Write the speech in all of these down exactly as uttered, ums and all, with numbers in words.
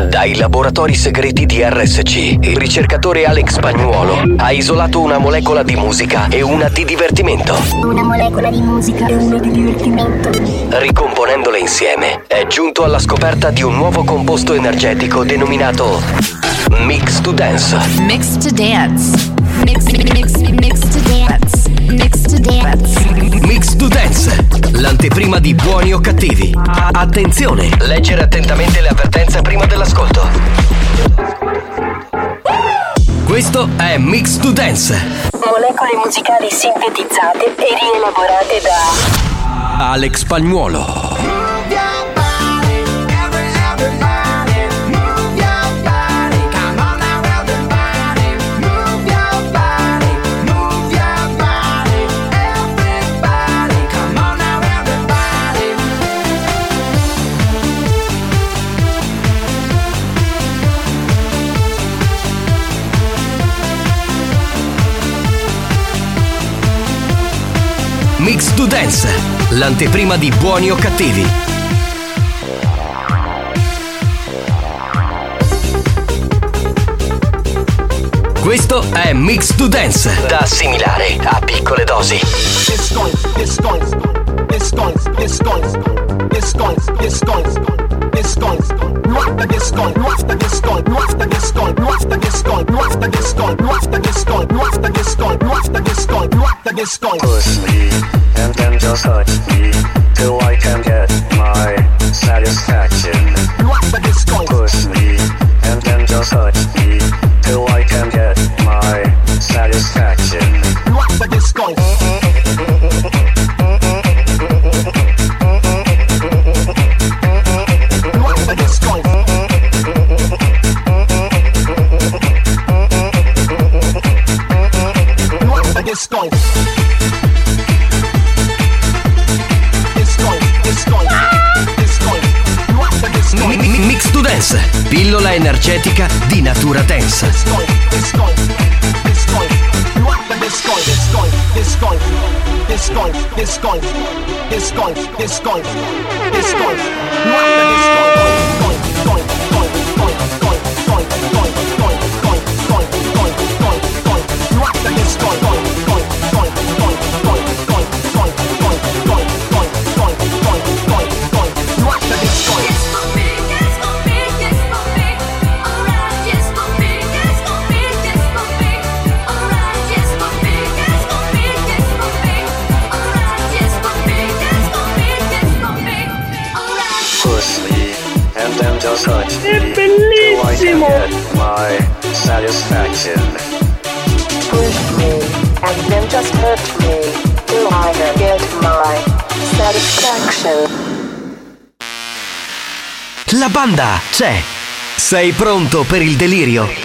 Dai laboratori segreti di R S C, il ricercatore Alex Spagnuolo ha isolato una molecola di musica e una di divertimento. Una molecola di musica e una di divertimento. Ricomponendole insieme, è giunto alla scoperta di un nuovo composto energetico denominato Mix to Dance. Mix to Dance. Mix, mix, mix to Dance. Mix to Dance. Mix to Dance, l'anteprima di Buoni o Cattivi. Attenzione, leggere attentamente le avvertenze prima dell'ascolto. Questo è Mix to Dance. Molecole musicali sintetizzate e rielaborate da Alex Spagnuolo. Mix to Dance, l'anteprima di Buoni o Cattivi. Questo è Mix to Dance, da assimilare a piccole dosi. Push me and then just hurt me till I can get my satisfaction. Push me and then just hurt me till I can get my satisfaction. Mix to Dance, pillola energetica di natura densa. È bellissimo! My satisfaction. Push me and then just hurt me till I can get my satisfaction. La banda c'è. Sei pronto per il delirio?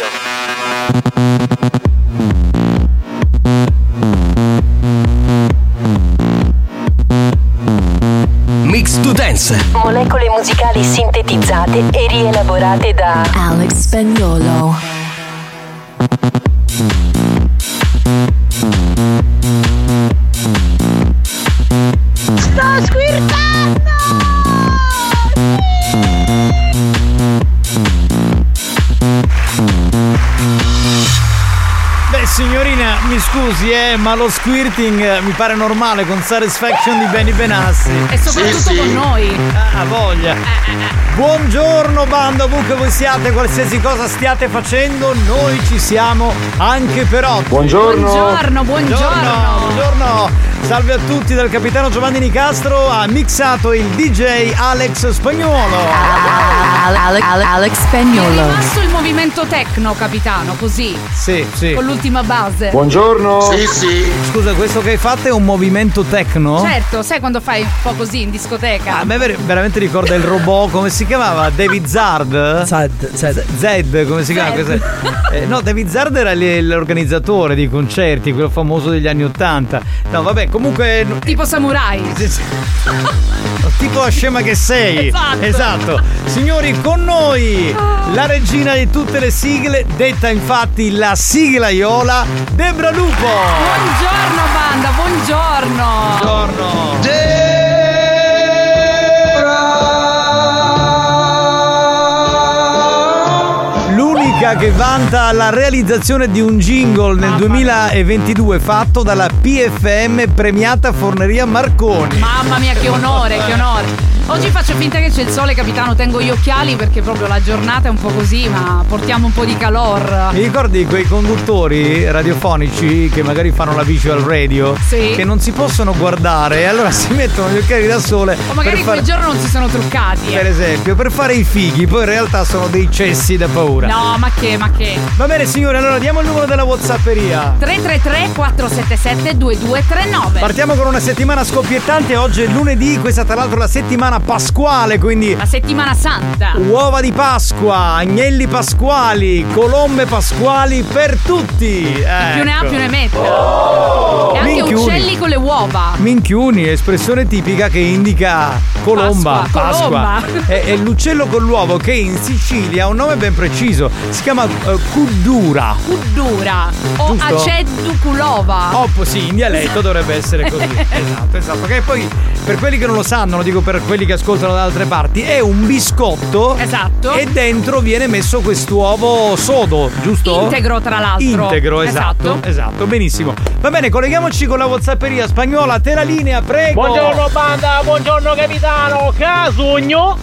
Mix to Dance. Molecole musicali sintetizzate e rielaborate da Alex Spagnuolo. Sto squirtando! Beh, signorina, mi scusi, eh, ma lo squirting mi pare normale con Satisfaction di Benny Benassi. E soprattutto sì, sì. Con noi. Ah, voglia. Eh, eh. Buongiorno banda, ovunque voi siate, qualsiasi cosa stiate facendo, noi ci siamo anche per oggi. Buongiorno. Buongiorno, buongiorno. Buongiorno. Salve a tutti dal capitano Giovanni Nicastro, ha mixato il D J Alex Spagnuolo. Alex, Alex Spagnuolo. È rimasto il movimento techno, capitano, così. Sì, sì. Con l'ultima base. Buongiorno. Sì, sì. Scusa, questo che hai fatto è un movimento techno? Certo, sai quando fai un po' così in discoteca? A me veramente ricorda il robot, come si chiamava? David Zard? Zed, Zed. Zed, come si chiama? Eh, no, David Zard era l'organizzatore di concerti, quello famoso degli anni Ottanta. No, vabbè, comunque. Tipo samurai. Tipo la scema che sei. Esatto. Esatto. Signori, con noi la regina di tutte le sigle, detta infatti la siglaiola, Debra Lupo. Buongiorno banda, buongiorno. Buongiorno. Debra. Amica che vanta la realizzazione di un jingle nel Mamma duemilaventidue fatto dalla P F M premiata Forneria Marconi. Mamma mia, che onore, che onore. Oggi faccio finta che c'è il sole, capitano, tengo gli occhiali perché proprio la giornata è un po' così, ma portiamo un po' di calor. Mi ricordi quei conduttori radiofonici che magari fanno la visual radio? Sì. Che non si possono guardare e allora si mettono gli occhiali da sole. O magari per quel fare, giorno non si sono truccati. per Eh. esempio, per fare i fighi, poi in realtà sono dei cessi da paura. No, ma che, ma che. Va bene signori, allora diamo il numero della WhatsApperia. tre tre tre quattro sette sette due due tre nove. Partiamo con una settimana scoppiettante. Oggi è lunedì, questa tra l'altro è la settimana pasquale, quindi La settimana santa. uova di Pasqua, agnelli pasquali, colombe pasquali per tutti. Più ne ha Ecco. più ne metta. E anche Minchioni. uccelli con le uova. Minchiuni, espressione tipica che indica colomba, Pasqua, colomba. È, è l'uccello con l'uovo che in Sicilia ha un nome ben preciso. Si chiama eh, cuddura. Cuddura. O Giusto? aceduculova. Oh, sì, in dialetto dovrebbe essere così. Esatto, esatto. Che poi, per quelli che non lo sanno, lo dico per quelli che ascoltano da altre parti, è un biscotto. Esatto. E dentro viene messo quest'uovo sodo, giusto? Integro, tra l'altro. Integro, esatto, Esatto. esatto, benissimo. Va bene, colleghiamoci con la WhatsApperia spagnola. Te la linea, prego. Buongiorno banda, buongiorno capitano, Casugno.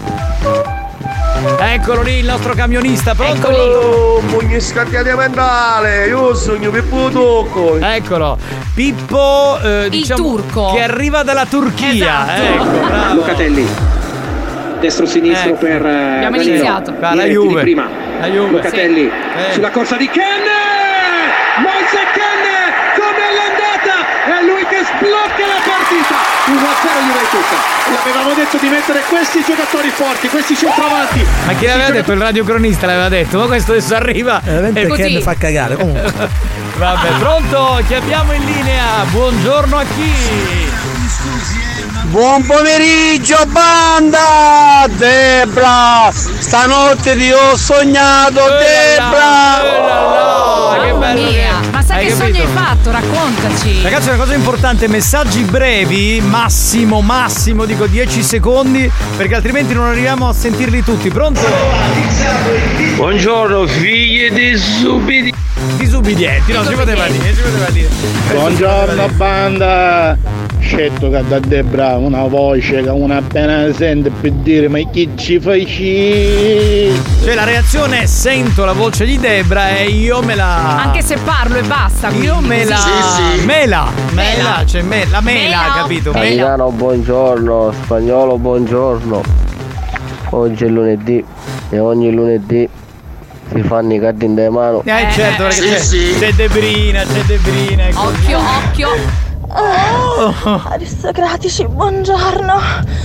Eccolo lì il nostro camionista, pronto? Oh, pugni scattiati mentale, io sogno Pippo Tocco. Eccolo, Pippo, eh, diciamo, turco. che arriva dalla Turchia. Esatto. Ecco, bravo. Locatelli, destro-sinistro Ecco. per eh, Abbiamo Danilo. iniziato. Qua la Diretti Juve. di prima. La Juve. Locatelli Sì. sulla corsa di Kenne, Moise Kenne, come l'andata, è lui che sblocca la partita. uno a zero Juventus. L'avevamo detto di mettere questi giocatori forti, questi centravanti. Ma chi l'aveva detto? Il radiocronista l'aveva detto, ma questo adesso arriva. Veramente e- che così. mi fa cagare. Comunque. Vabbè, pronto? Chi abbiamo in linea? Buongiorno a chi? Buon pomeriggio banda, Debra, stanotte ti ho sognato, Debra. Che Mamma bello che mia. è. Ma sai Hai che capito? sogno hai fatto? Raccontaci. Ragazzi, una cosa importante, messaggi brevi, massimo, massimo, dico dieci secondi, perché altrimenti non arriviamo a sentirli tutti. Pronto? Buongiorno figli di subidi. Disubbidienti, no, ci poteva dire, ci poteva dire. Buongiorno banda, scelto che da Debra una voce che una appena sente per dire ma chi ci faci? Cioè la reazione è sento la voce di Debra e io me la... Anche se parlo e basta. Io quindi, me la... così. Mela, mela, Mela. cioè me, la mela, Mela. capito? Mela. Capitano, buongiorno, spagnolo, buongiorno. Oggi è lunedì e ogni lunedì si fanno i cardi in mano. Eh certo, perché Sì, c'è, sì. c'è Debrina, c'è Debrina. è così. Occhio, occhio. Oh. Aristocratici, buongiorno.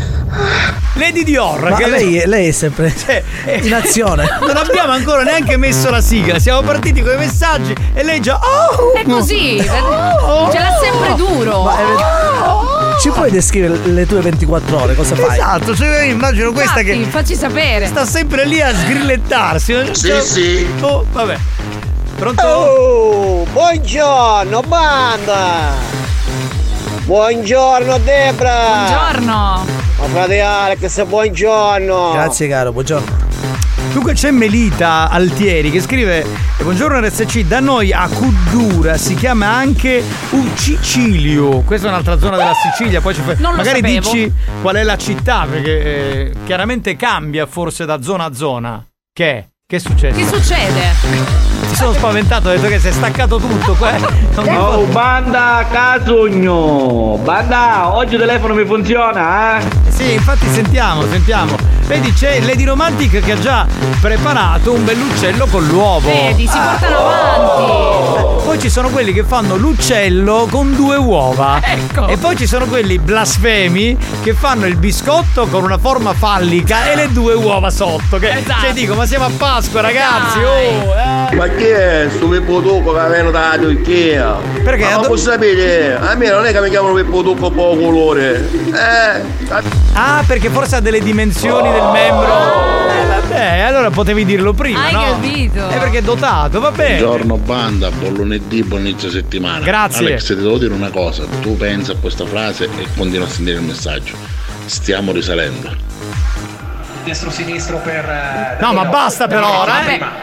Lady Dior, Ma che lei, lei è sempre cioè, eh, in azione. non abbiamo ancora neanche messo la sigla, siamo partiti con i messaggi e lei già oh! È così. Oh! Ce l'ha sempre duro. Ma, eh, ci puoi descrivere le tue ventiquattro ore? Cosa fai? Esatto, cioè io immagino questa Infatti, che facci sapere. sta sempre lì a sgrillettarsi. Sì, sì. Oh, vabbè. Pronto? Oh, buongiorno banda. Buongiorno Debra. Buongiorno. Ma frate Alex, buongiorno. Grazie caro, buongiorno. Dunque c'è Melita Altieri che scrive: buongiorno R S C, da noi a Cuddura si chiama anche Ucicilio. Questa è un'altra zona della Sicilia. Poi ci fai- Non lo magari sapevo. dici qual è la città, perché eh, chiaramente cambia forse da zona a zona. Che? Che è successo? Che succede? Mi sono spaventato, ho detto che si è staccato tutto qua. Non mi Oh fa- banda, Casugno. Banda, oggi il telefono mi funziona, eh? Sì, infatti sentiamo, sentiamo. Vedi, c'è Lady Romantic che ha già preparato un bell'uccello con l'uovo. Vedi, si portano avanti. Poi ci sono quelli che fanno l'uccello con due uova. Ecco. E poi ci sono quelli blasfemi che fanno il biscotto con una forma fallica e le due uova sotto. Che, Esatto. Cioè dico, ma siamo a Pasqua, ragazzi! Dai. Oh, eh. Ma chi è sto Pippo Tocco che viene dalla Turchia? Perché? Ma Do- può sapere? A me non è che mi chiamano Pippo Tocco poco colore. Eh, Ah, perché forse ha delle dimensioni del membro. Eh, vabbè, allora potevi dirlo prima, Hai no? capito. È perché è dotato, va bene. Buongiorno banda, buon lunedì, buon inizio settimana. Grazie. Alex, ti devo dire una cosa, tu pensa a questa frase e continua a sentire il messaggio. Stiamo risalendo. Destro-sinistro per No, ma basta per ora, eh. Vabbè.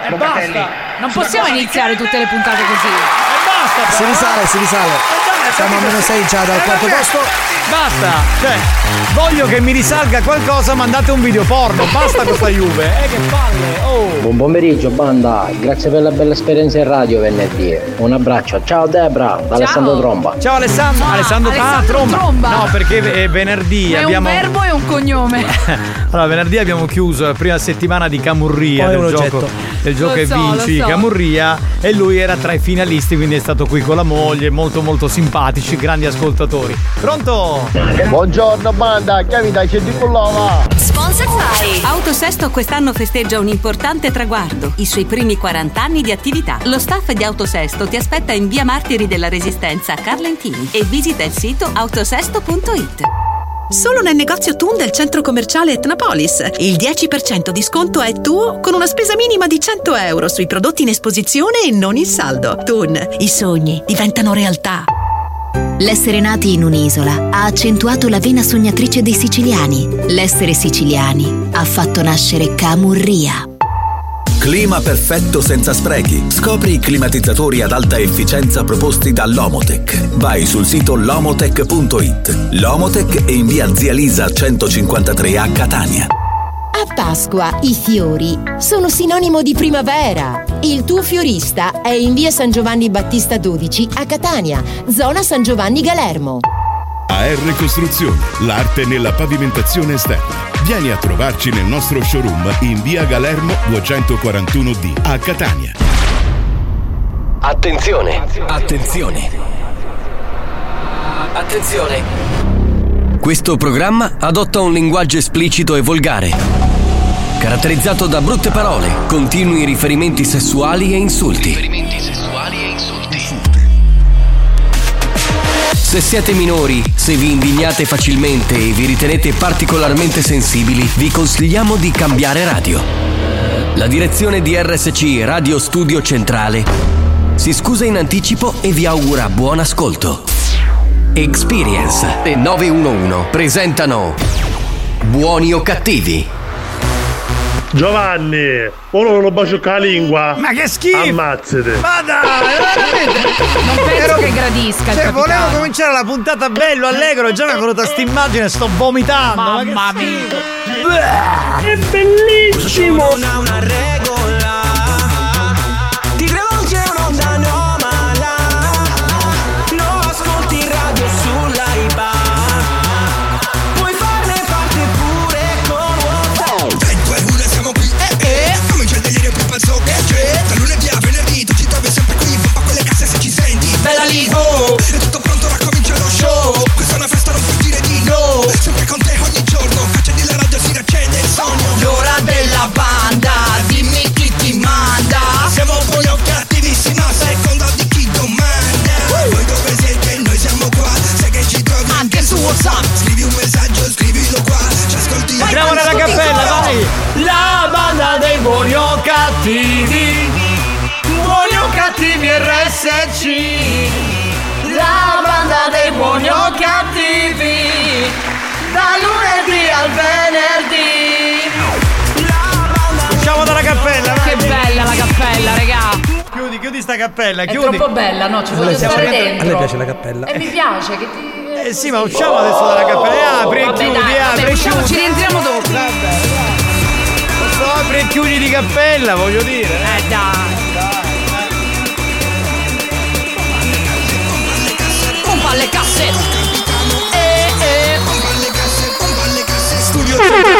E basta. Non possiamo iniziare tutte le puntate così. E basta. Si risale, si risale. Siamo a meno sei già dal quarto posto. Basta. Cioè, voglio che mi risalga qualcosa, mandate un video porno. Basta questa Juve. Eh, che palle. Oh. Buon pomeriggio, banda. Grazie per la bella esperienza in radio venerdì. Un abbraccio. Ciao Debra, da Alessandro Tromba. Ciao Alessandro. Ah, Alessandro, Alessandro ah, Tromba. Tromba. No, perché è venerdì. È abbiamo... un verbo e un cognome. Allora, venerdì abbiamo chiuso la prima settimana di Camurria, Poi del un gioco, oggetto. del gioco Lo che so, vinci lo so. Camurria, e lui era tra i finalisti, quindi è stato qui con la moglie, molto molto simpatici, grandi ascoltatori. Pronto? Buongiorno banda, che mi dai cento collova? Sponsor by Autosesto quest'anno festeggia un importante traguardo, i suoi primi quaranta anni di attività. Lo staff di Autosesto ti aspetta in via Martiri della Resistenza a Carlentini e visita il sito autosesto punto it. Solo nel negozio Thun del centro commerciale Etnapolis. Il dieci per cento di sconto è tuo con una spesa minima di cento euro sui prodotti in esposizione e non in saldo. Thun, i sogni diventano realtà. L'essere nati in un'isola ha accentuato la vena sognatrice dei siciliani. L'essere siciliani ha fatto nascere Camurria. Clima perfetto senza sprechi. Scopri i climatizzatori ad alta efficienza proposti da Lomotec. Vai sul sito lomotec punto it. Lomotec è in via Zia Lisa centocinquantatré a Catania. A Pasqua i fiori sono sinonimo di primavera. Il tuo fiorista è in via San Giovanni Battista dodici a Catania, zona San Giovanni Galermo. A R Costruzioni, l'arte nella pavimentazione esterna. Vieni a trovarci nel nostro showroom in via Galermo duecentoquarantuno D a Catania. Attenzione! Attenzione! Attenzione! Questo programma adotta un linguaggio esplicito e volgare, caratterizzato da brutte parole, continui riferimenti sessuali e insulti. Riferimenti sessuali e insulti. Se siete minori, se vi indignate facilmente e vi ritenete particolarmente sensibili, vi consigliamo di cambiare radio. La direzione di R S C Radio Studio Centrale si scusa in anticipo e vi augura buon ascolto. Experience e nove uno uno presentano Buoni o Cattivi. Giovanni, ora non lo bacio con la lingua. Ma che schifo! Ammazzate. Ma dai, veramente! Non penso Ero- che gradisca il Cioè, volevo capitano. cominciare la puntata bello, allegro, e già mi è venuta sta immagine, sto vomitando. Mamma ma che mia. schifo. È bellissimo. Una, una regola. Ti rivolge un'onda anomala. Non ascolti radio sull'Aiba. Puoi farne parte pure con WhatsApp. tre, due, uno, siamo qui. Eh, eh. Comincia il delirio più pazzo che c'è. Da lunedì a venerdì tu ci trovi sempre qui. Fa con le casse se ci senti. Bella lì. Oh, è tutto pronto, ora comincia lo show. Questa è una festa, non puoi dire di no. Sempre con te ogni giorno. Accendi la radio, si riaccende il sogno. L'ora della banda, dimmi chi ti manda. Siamo buoni o cattivissimi a seconda di chi domanda. Voi dove siete? Noi siamo qua. Sai che ci trovi Anche su WhatsApp. Scrivi un messaggio, scrivilo qua. Ci ascolti. Entriamo nella cappella, vai! La banda dei buoni o cattivi. Buoni o cattivi R S C. La banda dei buoni o cattivi. Da lunedì al venerdì. Usciamo dalla cappella, vai! Che bella la cappella, regà. Chiudi, chiudi sta cappella, È chiudi. troppo bella, no? Ci A voglio lei stare piace- dentro. a lei piace la cappella. E mi piace che ti. Eh sì, ma usciamo adesso dalla cappella. Apri e Vabbè, chiudi, dai, apri vabbè, e usciamo, chiudi. ci rientriamo dopo. Questo apri e chiudi di cappella, voglio dire. Eh dai. Pompa alle casse. Eh eh. Studio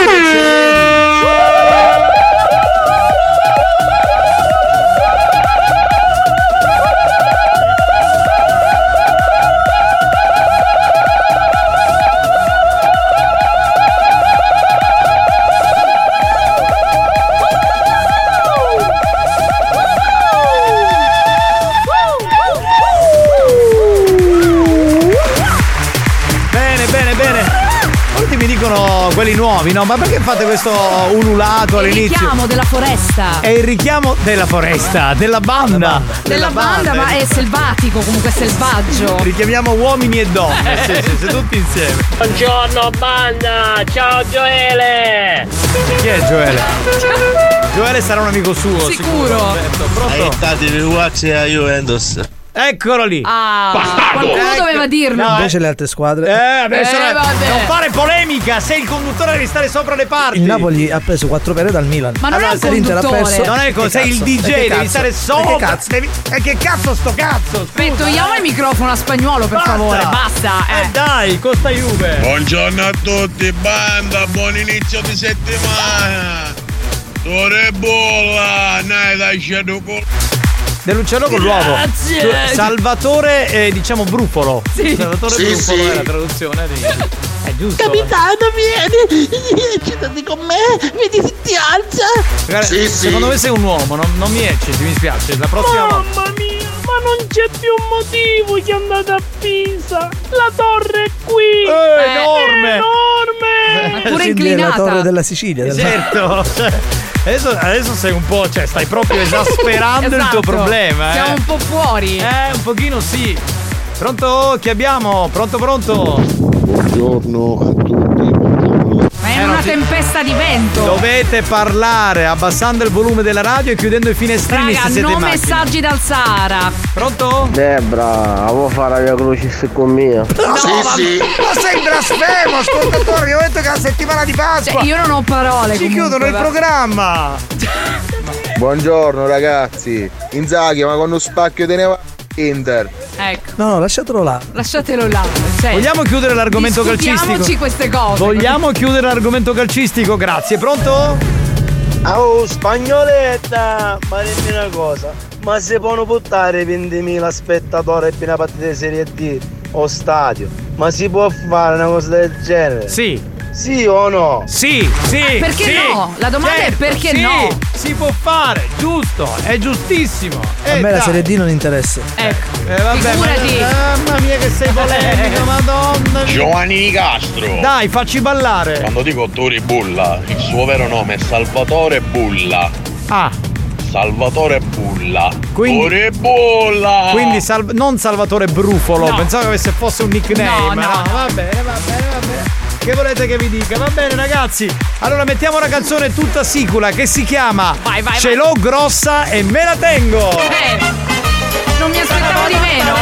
Bene, bene, bene. Molti mi dicono quelli nuovi, no? Ma perché fate questo ululato Il all'inizio? richiamo della foresta. È il richiamo della foresta, della banda. Della banda, ma è selvatico, comunque selvaggio. Richiamiamo uomini e donne, sì, sì, sì, tutti insieme. Buongiorno banda, ciao Gioele! Chi è Gioele? Joele sarà un amico suo. Sicuro. Certo. Pronto? Aiutatevi, watch a Juventus. Eccolo lì. Ah, qualcuno Ecco. doveva dirlo. No, Invece le altre squadre. Eh, adesso Eh, non- vabbè. non fare polemica. Sei il conduttore, devi stare sopra le parti. Il Napoli ha preso quattro pere dal Milan. Ma non è un se l'Inter ha conduttore. perso. Non è Che così, sei il cazzo? D J, E che devi cazzo? stare E che sopra. cazzo? Devi... E che cazzo sto cazzo? Aspetta, togliamo il microfono a Spagnuolo, per Basta. favore. Basta. Eh Eh. dai, costa Juve. Buongiorno a tutti, banda, buon inizio di settimana. Tore bolla, nai dai scedo. Dell'uccello con l'uovo. Grazie. Tu- Salvatore, eh, diciamo brufolo. Sì. Salvatore Sì, brufolo sì. è la traduzione di... È giusto. Capitano, vieni! Eccitati con me! Vedi se ti alza! Guarda, Sì, sì. secondo me sei un uomo, non, non mi ecciti, mi spiace. La prossima volta. Mamma mia, ma non c'è più motivo che andate a Pisa! La torre è qui! Eh, È enorme! enorme! Ma pure Sì, inclinata. La torre della Sicilia. Della... Certo. Cioè, adesso, adesso sei un po', cioè stai proprio esasperando il tuo Esatto. problema. Siamo eh. un po' fuori. Eh, un pochino sì. Pronto? Chi abbiamo? Pronto, pronto? Buongiorno a tutti, buongiorno. Ma è Eh, una non si- tempesta di vento. Dovete parlare abbassando il volume della radio e chiudendo i finestrini Raga, se siete no in macchina. messaggi dal Sahara. Pronto? Debra, vuoi fare la mia crucis con mia? No, Sì, ma, sì. ma sei blasfemo, ascoltatore, io ho detto che è la settimana di Pasqua. Cioè, io non ho parole. Ci comunque, chiudono il va. programma. Buongiorno ragazzi. Inzaghi, ma quando spacchio teneva Inter. Ecco, No, no, lasciatelo là. lasciatelo là. Cioè, Vogliamo chiudere l'argomento discutiamoci calcistico? queste cose. Vogliamo chiudere l'argomento calcistico, grazie. Pronto? Oh, spagnoletta! Ma dimmi una cosa, ma si possono buttare ventimila spettatori per una partita di Serie D o stadio? Ma si può fare una cosa del genere? Sì. Sì o no? Sì, sì. Perché sì. no? La domanda è Certo, perché sì, no? Si può fare, giusto, è giustissimo. A Eh, me la dai. Serie D non interessa. Ecco. Eh, vabbè, Figurati. ma, mamma mia che sei polemica, madonna. Giovanni Castro. Dai, facci ballare. Quando dico Tori Bulla, il suo vero nome è Salvatore Bulla. Ah, Salvatore Bulla. Quindi- Tori Bulla. quindi Sal- non Salvatore Brufolo, No. pensavo che avesse fosse un nickname. No, no, no. Va bene, va bene, va bene. Che volete che vi dica? Va bene ragazzi, allora mettiamo una canzone tutta sicula che si chiama Vai, vai, Ce vai. l'ho grossa e me la tengo. Eh, non mi aspettavo di meno.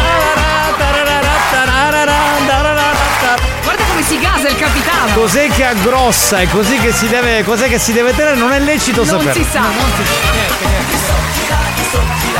Guarda come si gasa il capitano. Cos'è che aggrossa e così che si deve, cos'è che si deve tenere? Non è lecito Non saperlo. si sa. Non si sa. Niente, niente.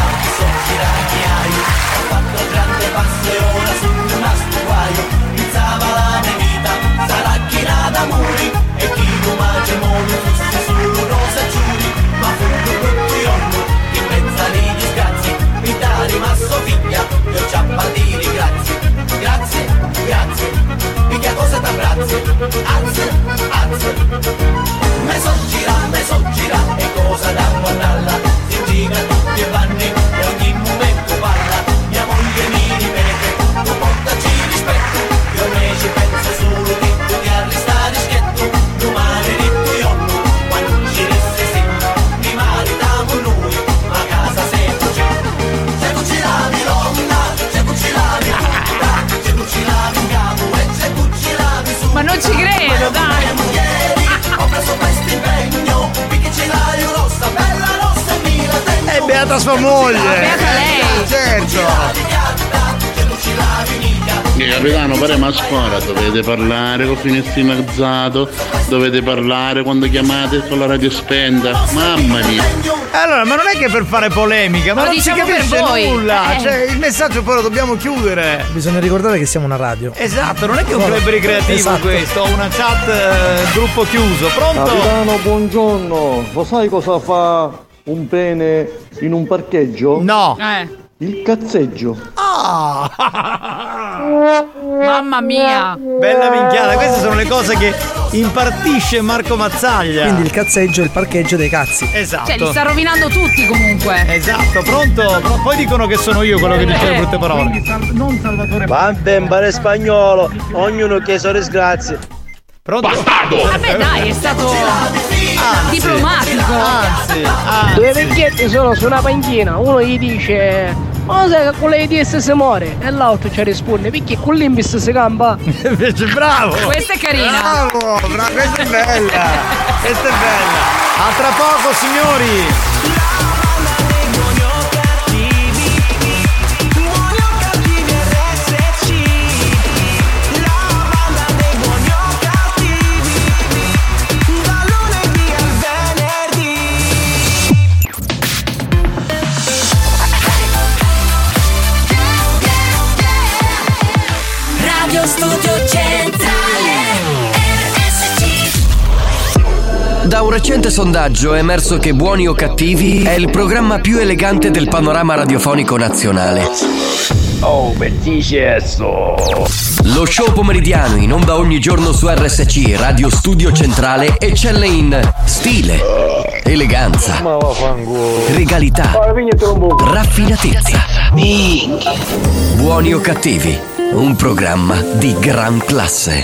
Me so gira, me so gira, e cosa da guardarla, si gira tutti i panni e ogni momento parla, mia moglie mi ripete, tu portaci rispetto, io ne ci penso solo di studiarli stare schietto, domani ritto io no, quando ci reste sì, mi maritiamo noi, a casa se c'è, se tu ci lavi l'onna, se tu ci lavi l'onna, se tu ci lavi in capo e se tu ci lavi su. Ma non ci credo, dai. Ho preso questo impegno, perché ce l'hai rossa, bella rossa e mi la tengo. È beata sua moglie. Beata lei. Certo. Eh, capitano, pare ma a scuola dovete parlare con finestrino alzato, dovete parlare quando chiamate con la radio spenta. Mamma mia. Allora, ma non è che per fare polemica, ma Lo non si diciamo per capisce voi. nulla. Eh. Cioè, il messaggio poi lo dobbiamo chiudere. Bisogna ricordare che siamo una radio. Esatto, non è che è un club ricreativo Esatto. questo, una chat eh, gruppo chiuso. Pronto? Capitano, buongiorno. Lo sai cosa fa un pene in un parcheggio? No. Eh. Il cazzeggio. Ah! Mamma mia. Bella minchiata, queste sono le cose che impartisce Marco Mazzaglia. Quindi il cazzeggio è il parcheggio dei cazzi. Esatto. Cioè, li sta rovinando tutti comunque. Esatto, pronto? Pro- Poi dicono che sono io quello che dice le brutte parole. Non Salvatore. Va bene, pare spagnolo, ognuno che so disgrazie. Pronto? Vabbè, dai, è stato diplomatico. Anzi, anzi. Due vecchietti sono su una panchina, uno gli dice: ma sai che con lei di esse si muore? E l'altro ci risponde: perché con l'imbis si campa? Invece bravo. Questa è carina. Bravo, bravo, questa è bella. Questa è bella. A tra poco, signori. Studio Centrale R S C. Da un recente sondaggio è emerso che Buoni o Cattivi è il programma più elegante del panorama radiofonico nazionale. Oh, bellissimo! Lo show pomeridiano in onda ogni giorno su R S C Radio Studio Centrale eccelle in stile, eleganza, regalità, raffinatezza. Buoni o Cattivi, un programma di gran classe.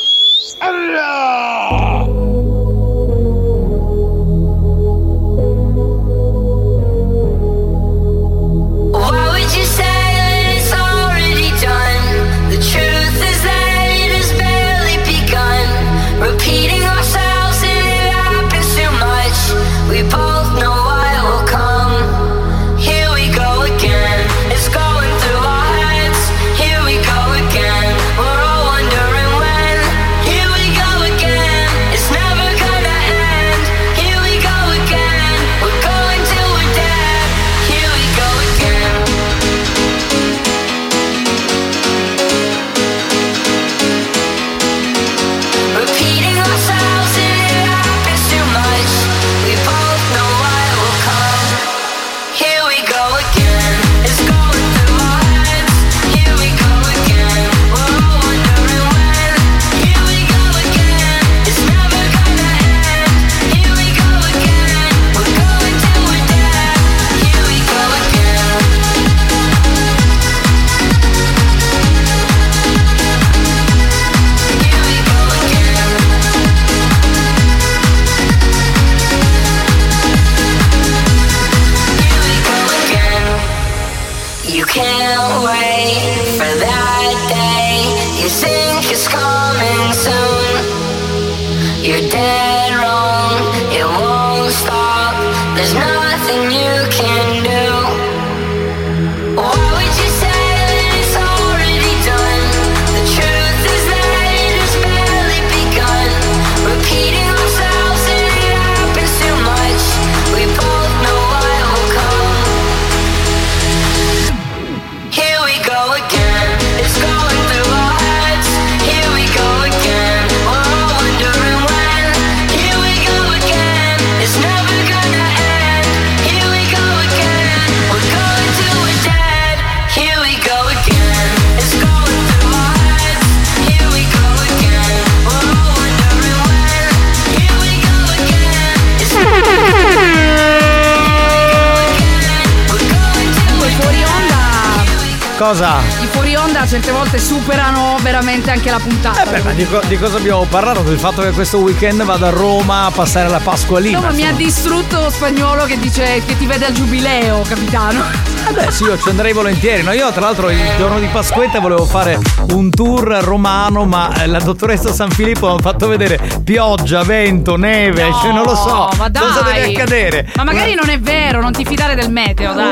Cosa? I fuori onda certe volte superano veramente anche la puntata. Eh beh, ma di, co- di cosa abbiamo parlato? Del fatto che questo weekend vado a Roma a passare la Pasqua lì. No, ma mi ha distrutto lo spagnolo che dice che ti vede al giubileo, capitano. Eh beh, sì, io ci andrei volentieri. No, io tra l'altro il giorno di Pasquetta volevo fare un tour romano, ma la dottoressa San Filippo mi ha fatto vedere pioggia, vento, neve, No, cioè non lo so. ma dai. Cosa deve accadere? Ma magari non è vero, non ti fidare del meteo, dai.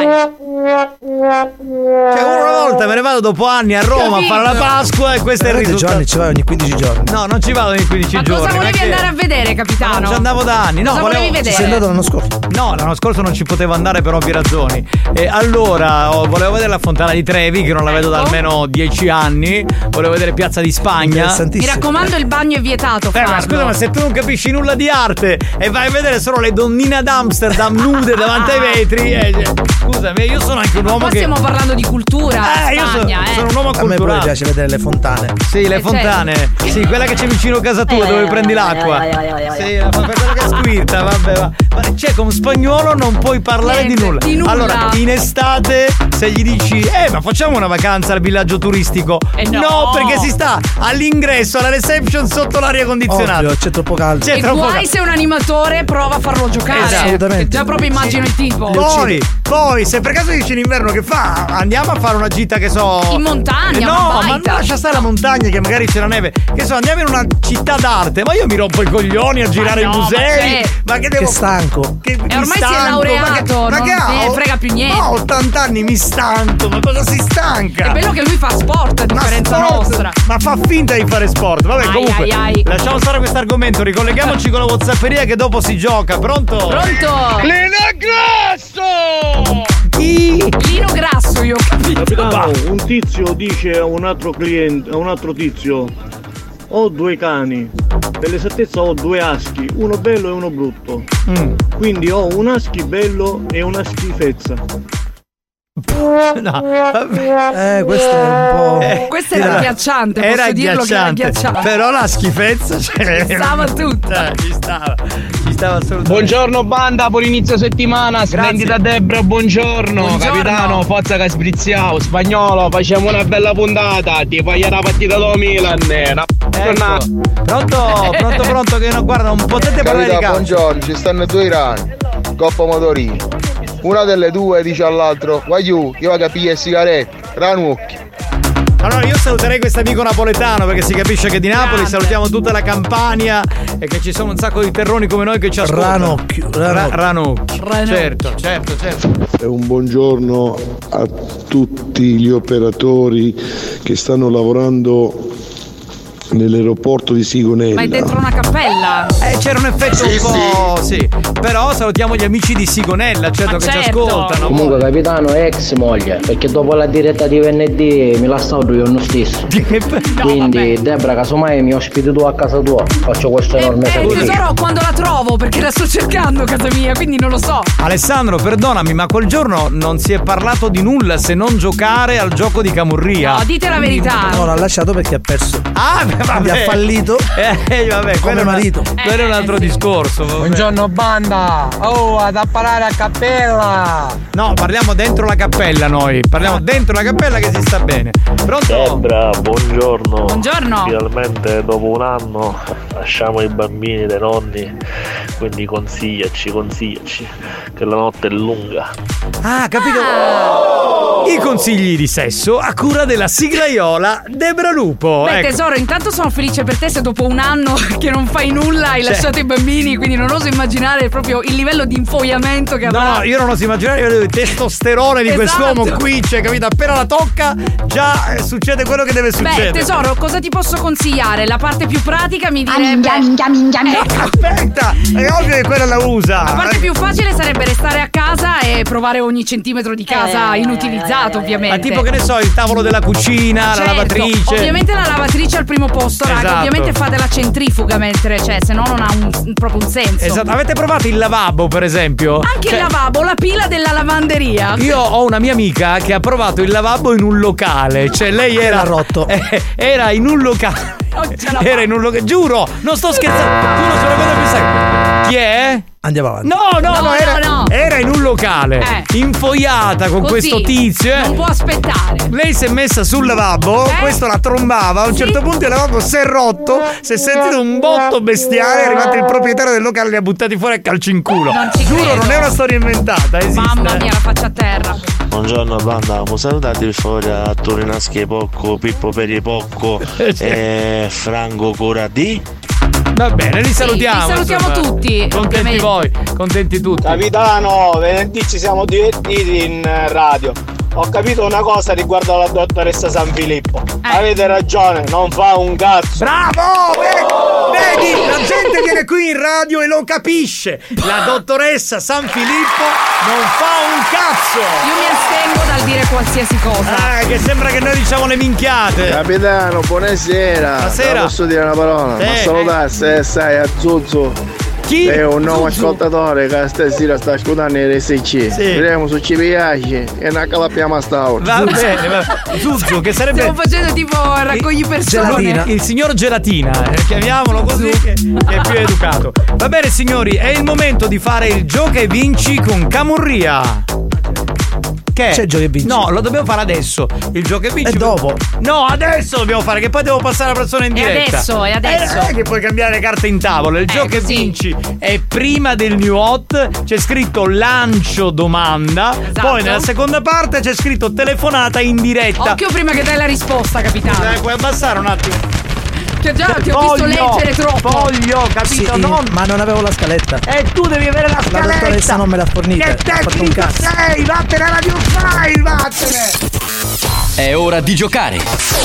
Cioè, una volta me ne vado dopo anni a Roma a fare la Pasqua e questo è il risultato. Giorni ci vai ogni quindici giorni. No, non ci vado ogni quindici Ma giorni. cosa volevi perché- andare a vedere, capitano? Ma non ci andavo da anni. No, Cosa volevo... volevi vedere? Ci sei andato l'anno scorso? No, l'anno scorso non ci potevo andare per ovvie ragioni. E allora oh, volevo vedere la Fontana di Trevi, che non la vedo da almeno dieci anni. Volevo vedere Piazza di Spagna. Mi raccomando, il bagno è vietato. Eh, ma farlo. scusa, ma se tu non capisci nulla di arte e vai a vedere solo le donnine ad Amsterdam nude davanti ai vetri, eh, cioè, scusami, io sono anche un uomo Qua che. stiamo parlando di cultura. Eh, io sono, Spagna, eh. sono un uomo A me pure culturale. piace vedere le fontane. Sì, le Eh, fontane. Sì, quella che c'è vicino a casa tua dove prendi l'acqua. Sì, la fa- quella che squirta, vabbè, va. Ma c'è con spagnolo non puoi parlare Niente, di nulla. di nulla. Allora, in estate, se gli dici, eh, ma facciamo una vacanza al villaggio turistico. Eh, no. perché si sta all'ingresso, alla reception sotto l'aria condizionata. Ovvio, c'è troppo caldo. C'è E troppo guai caldo. se un animatore prova a farlo giocare. Esatto. Assolutamente. Già proprio immagino il tipo. Mori, Poi, se per caso dici in inverno che fa? Andiamo a fare una gita, che so. In montagna, No, una ma baita. non lascia stare la montagna che magari c'è la neve. Che so, andiamo in una città d'arte. Ma io mi rompo i coglioni a girare no, i ma musei. c'è- Ma che devo. Che stanco. Che, E mi ormai si è stanco, laureato, ma che, ma non che ha? ne frega più niente. Ho ottanta anni, mi stanco. Ma cosa si stanca? È bello che lui fa sport a Ma differenza sport? nostra. Ma fa finta di fare sport. Vabbè, Ai, comunque. ai, ai. Lasciamo stare questo argomento. Ricolleghiamoci con la WhatsApperia che dopo si gioca. Pronto? Pronto? Grasso! Chi? Lino Grasso, io ho capito. Capitano, un tizio dice a un altro cliente, a un altro tizio: ho due cani, per l'esattezza ho due aschi, uno bello e uno brutto. Mm. Quindi ho un husky bello e una schifezza. No, Eh, questo è un po'. Questo era agghiacciante, posso Era dirlo che era agghiacciante. agghiacciante. Però la schifezza cioè, Ci stava tutta. Eh, Ci stava. Ci stava assolutamente. Buongiorno banda, buon inizio settimana, splendida Debra, buongiorno. Buongiorno. Capitano, forza che sprizziamo, spagnolo, facciamo una bella puntata, ti fai la partita da Milan. Una Ecco. Pronto, pronto, pronto, che no, guarda, non potete parlare di Capitano, calcio. buongiorno, ci stanno due irani, Coppa Motorini. Una delle due dice all'altro: Guagliù, io va a capire sigarette, ranucchi. Allora io saluterei questo amico napoletano perché si capisce che di Napoli salutiamo tutta la Campania e che ci sono un sacco di terroni come noi che ci ascoltano. Ranocchio, Ra- Ranocchio. Ranocchio. Certo, certo, certo. E un buongiorno a tutti gli operatori che stanno lavorando nell'aeroporto di Sigonella. Ma è dentro una cappella. Eh, c'era un effetto Sì, un po'. Sì. Però salutiamo gli amici di Sigonella, certo Ma che ci certo. ascoltano. Comunque capitano è ex moglie, perché dopo la diretta di venerdì mi la sto io non stesso. Quindi Debra, casomai mi ospiti tu a casa tua, faccio questo enorme Eh, sacrificio. tesoro, quando la trovo, perché la sto cercando a casa mia, quindi non lo so. Alessandro, perdonami, ma quel giorno non si è parlato di nulla se non giocare al gioco di Camurria. No, dite la verità. No, l'ha lasciato perché ha perso. Ah, beh, vabbè. Quindi ha fallito. Eh, vabbè, quello è, un- marito. quello è un altro discorso. vabbè. Buongiorno banda, oh ad apparare a cappella. No, parliamo dentro la cappella noi. Parliamo dentro la cappella che si sta bene. Pronto? Debra, buongiorno. Buongiorno. Finalmente dopo un anno lasciamo i bambini dai nonni, quindi consigliaci, consigliaci, che la notte è lunga. Ah, capito? I consigli di sesso a cura della siglaiola Debra Lupo. Beh, Ecco. tesoro, intanto sono felice per te se dopo un anno che non fai nulla hai Cioè. lasciato i bambini, quindi non oso immaginare proprio il livello di infoiamento che avrà. No, io non oso immaginare il testosterone di Esatto. quest'uomo qui, cioè, capito? Appena la tocca, già eh, succede quello che deve succedere. Beh, tesoro, cosa ti posso consigliare? La parte più pratica mi direbbe. Ecco. Aspetta, è ovvio che quella la usa. La parte più facile sarebbe restare a casa e provare ogni centimetro di casa inutilizzato, ovviamente. Ma tipo che ne so, il tavolo della cucina, Certo, la lavatrice. Ovviamente la lavatrice al primo posto, raga. Esatto. Ovviamente fate la centrifuga mentre, cioè, se no non ha un, proprio un senso. Esatto, avete provato il lavabo, per esempio? Anche Cioè, il lavabo, la pila della lavanderia. Io ho una mia amica che ha provato il lavabo in un locale, cioè lei era rotto. Era in un locale. Era in un locale, giuro, non sto scherzando. Giuro, sulla cosa più seria. Chi è? Andiamo avanti. No, no, no, No, era, no, no. era in un locale, Eh. infoiata con Così, questo tizio. eh. non può aspettare. Lei si è messa sul lavabo, Eh? questo la trombava. A un Sì. certo punto il lavabo si è rotto, si è sentito un botto bestiale. È arrivato il proprietario del locale, li ha buttati fuori a calci in culo. Non ci Giuro, credo. non è una storia inventata, esiste. Mamma mia, la faccia a terra. Buongiorno banda, mi salutate per favore a Torinaschi Pocco, Pippo Peri Pocco e Franco Coradi. Va bene, li salutiamo. li salutiamo insomma. tutti, Contenti ovviamente. voi, contenti tutti. Capitano, venerdì ci siamo divertiti in eh, radio. Ho capito una cosa riguardo alla dottoressa San Filippo. Avete ragione, non fa un cazzo. Bravo! Vedi, vedi, la gente viene qui in radio e lo capisce. La dottoressa San Filippo non fa un cazzo. Io mi astengo dal dire qualsiasi cosa. Ah, che sembra che noi diciamo le minchiate. Capitano, buonasera. Buonasera. Posso dire una parola? Sì. Ma salutare se sai a Zuzzo. Chi? È un nuovo Zuzzu? ascoltatore che stasera sta ascoltando il R S C. Sì. Vedremo se ci piace e non calappiamo a stavola. Va bene, va. Zuzzo, che sarebbe Stiamo facendo tipo raccogli persone. Gelatina. Il signor Gelatina, eh, chiamiamolo così che, che è più educato. Va bene signori, è il momento di fare il gioca e vinci con Camurria. perché? C'è il gioco e vinci. No, lo dobbiamo fare adesso. Il gioco e vinci. E dopo? No, adesso dobbiamo fare, che poi devo passare la persona in E diretta. adesso, e adesso. Eh, che puoi cambiare le carte in tavola. Il Eh, gioco e sì. vinci è prima del new hot. C'è scritto lancio domanda. Esatto. Poi nella seconda parte c'è scritto telefonata in diretta. Occhio prima che dai la risposta, capitano. Dai, puoi abbassare un attimo. Che già ti ho visto leggere troppo. Voglio, capito? Sì, non... ma non avevo la scaletta. E tu devi avere la La scaletta. dottoressa non me l'ha fornita. Che ha fatto un tecnico cazzo. sei? Vattene a Radio File, vattene. È ora di giocare.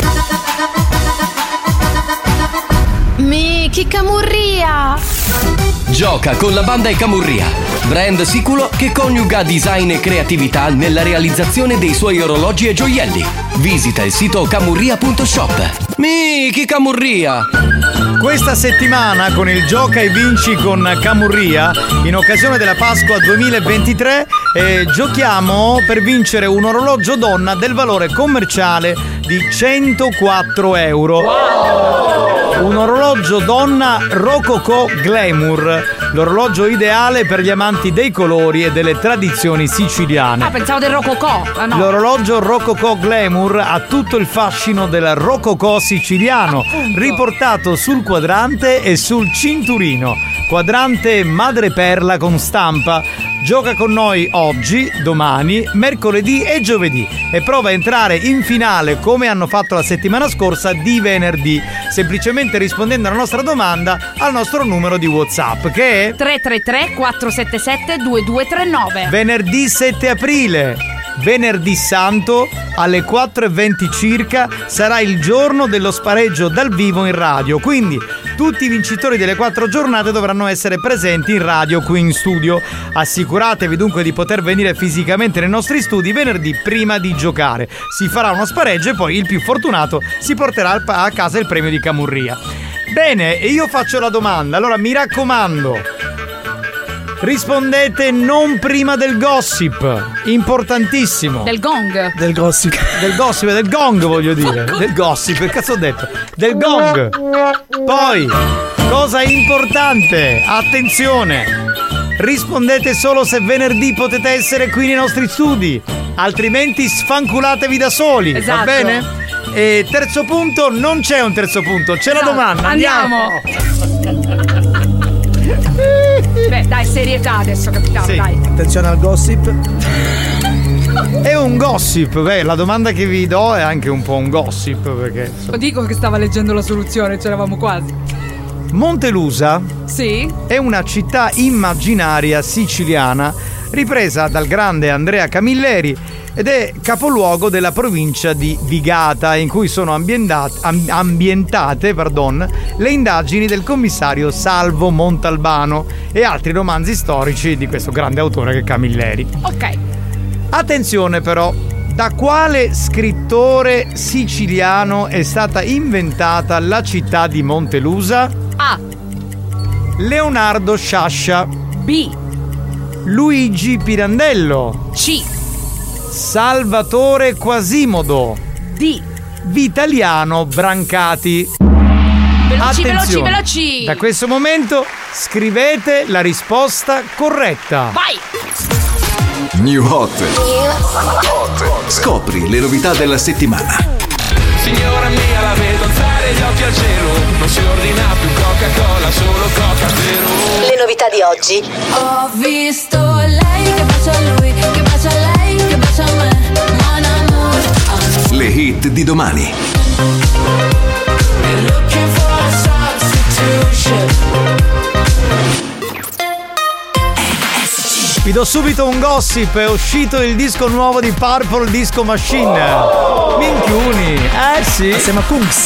Mi, che camurria! Gioca con la banda e Camurria, brand sicuro che coniuga design e creatività nella realizzazione dei suoi orologi e gioielli. Visita il sito camurria punto shop. Michi Camurria! Questa settimana con il Gioca e Vinci con Camurria, in occasione della Pasqua duemilaventitré, eh, giochiamo per vincere un orologio donna del valore commerciale di centoquattro euro. Wow. Un orologio donna Rococò Glamour, l'orologio ideale per gli amanti dei colori e delle tradizioni siciliane. Ah, pensavo del rococò. Ah, no. L'orologio Rococò Glamour ha tutto il fascino del rococò siciliano, Appunto. riportato sul quadrante e sul cinturino. Quadrante madreperla con stampa. Gioca con noi oggi, domani, mercoledì e giovedì e prova a entrare in finale come hanno fatto la settimana scorsa di venerdì, semplicemente rispondendo alla nostra domanda al nostro numero di WhatsApp che è tre tre tre quattro sette sette due due tre nove. venerdì sette aprile, venerdì santo, alle quattro e venti circa sarà il giorno dello spareggio dal vivo in radio, quindi tutti i vincitori delle quattro giornate dovranno essere presenti in radio qui in studio. Assicuratevi dunque di poter venire fisicamente nei nostri studi venerdì prima di giocare. Si farà uno spareggio e poi il più fortunato si porterà a casa il premio di Camurria. Bene, e io faccio la domanda, allora mi raccomando, rispondete non prima del gossip, importantissimo. Del gong. Del gossip. Del gossip, del gong voglio dire. Del gossip, che cazzo ho detto? Del gong. Poi, cosa importante, attenzione, rispondete solo se venerdì potete essere qui nei nostri studi, altrimenti sfanculatevi da soli, Esatto. va bene? E terzo punto, non c'è un terzo punto, c'è la domanda. Andiamo. Beh, dai, serietà adesso, capitano, Sì. dai. Attenzione al gossip. È un gossip, beh, la domanda che vi do è anche un po' un gossip perché Lo dico che stava leggendo la soluzione, c'eravamo quasi. Montelusa Sì? è una città immaginaria siciliana ripresa dal grande Andrea Camilleri ed è capoluogo della provincia di Vigata, in cui sono ambientate, am- ambientate pardon, le indagini del commissario Salvo Montalbano e altri romanzi storici di questo grande autore che è Camilleri. Ok. Attenzione però, da quale scrittore siciliano è stata inventata la città di Montelusa? A. Leonardo Sciascia. B. Luigi Pirandello. C. Salvatore Quasimodo. D. Vitaliano Brancati. Veloci, veloci, Attenzione, veloci. da questo momento scrivete la risposta corretta. Vai. New Hot. Scopri le novità della settimana. Signora mia, la vedo alzare gli occhi al cielo. Non si ordina più Coca-Cola, solo Coca Zero. Le novità di oggi. Ho visto lei che bacia a lui, che bacia a lei, che bacia a me. Mon amour. Le hit di domani. And looking for a substitution. Vi do subito un gossip, è uscito il disco nuovo di Purple Disco Machine. Minchiuni, eh sì. Siamo a Kungs.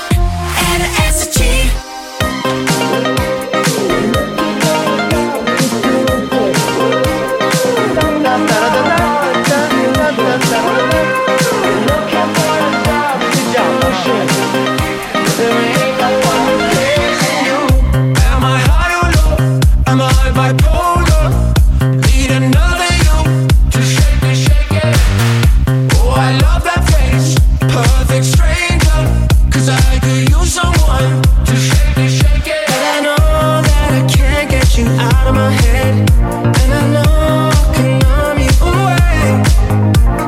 Am I high or low? Am I bipolar? Need another you to shake it, shake it. Oh, I love that face, perfect stranger. 'Cause I could use someone to shake it, shake it. But I know that I can't get you out of my head, and I know I can numb you away.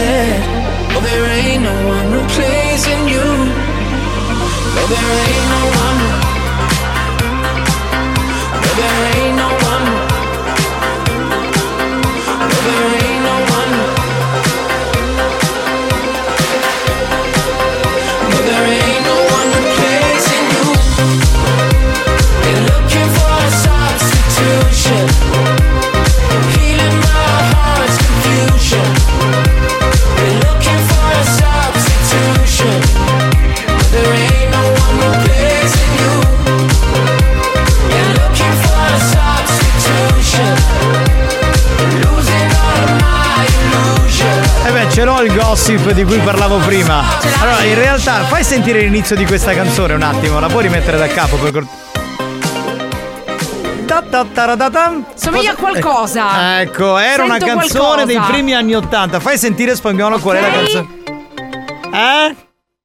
said, oh, there ain't no one replacing you. No, there ain't no one. No, there ain't no one. No, there ain't no one. No, there ain't no one replacing you. They're looking for a substitution, healing my heart's confusion. They're looking for a substitution. There ain't no one replacing you. They're looking for a substitution. Losing all of my illusion. Eh beh, ce l'ho il gossip di cui parlavo prima. Allora, in realtà, fai sentire l'inizio di questa canzone un attimo, la puoi rimettere da capo per cor- Somiglia a qualcosa. Ecco, era Sento una canzone qualcosa. dei primi anni ottanta. Fai sentire, Spagnolo, qual è la canzone. Eh?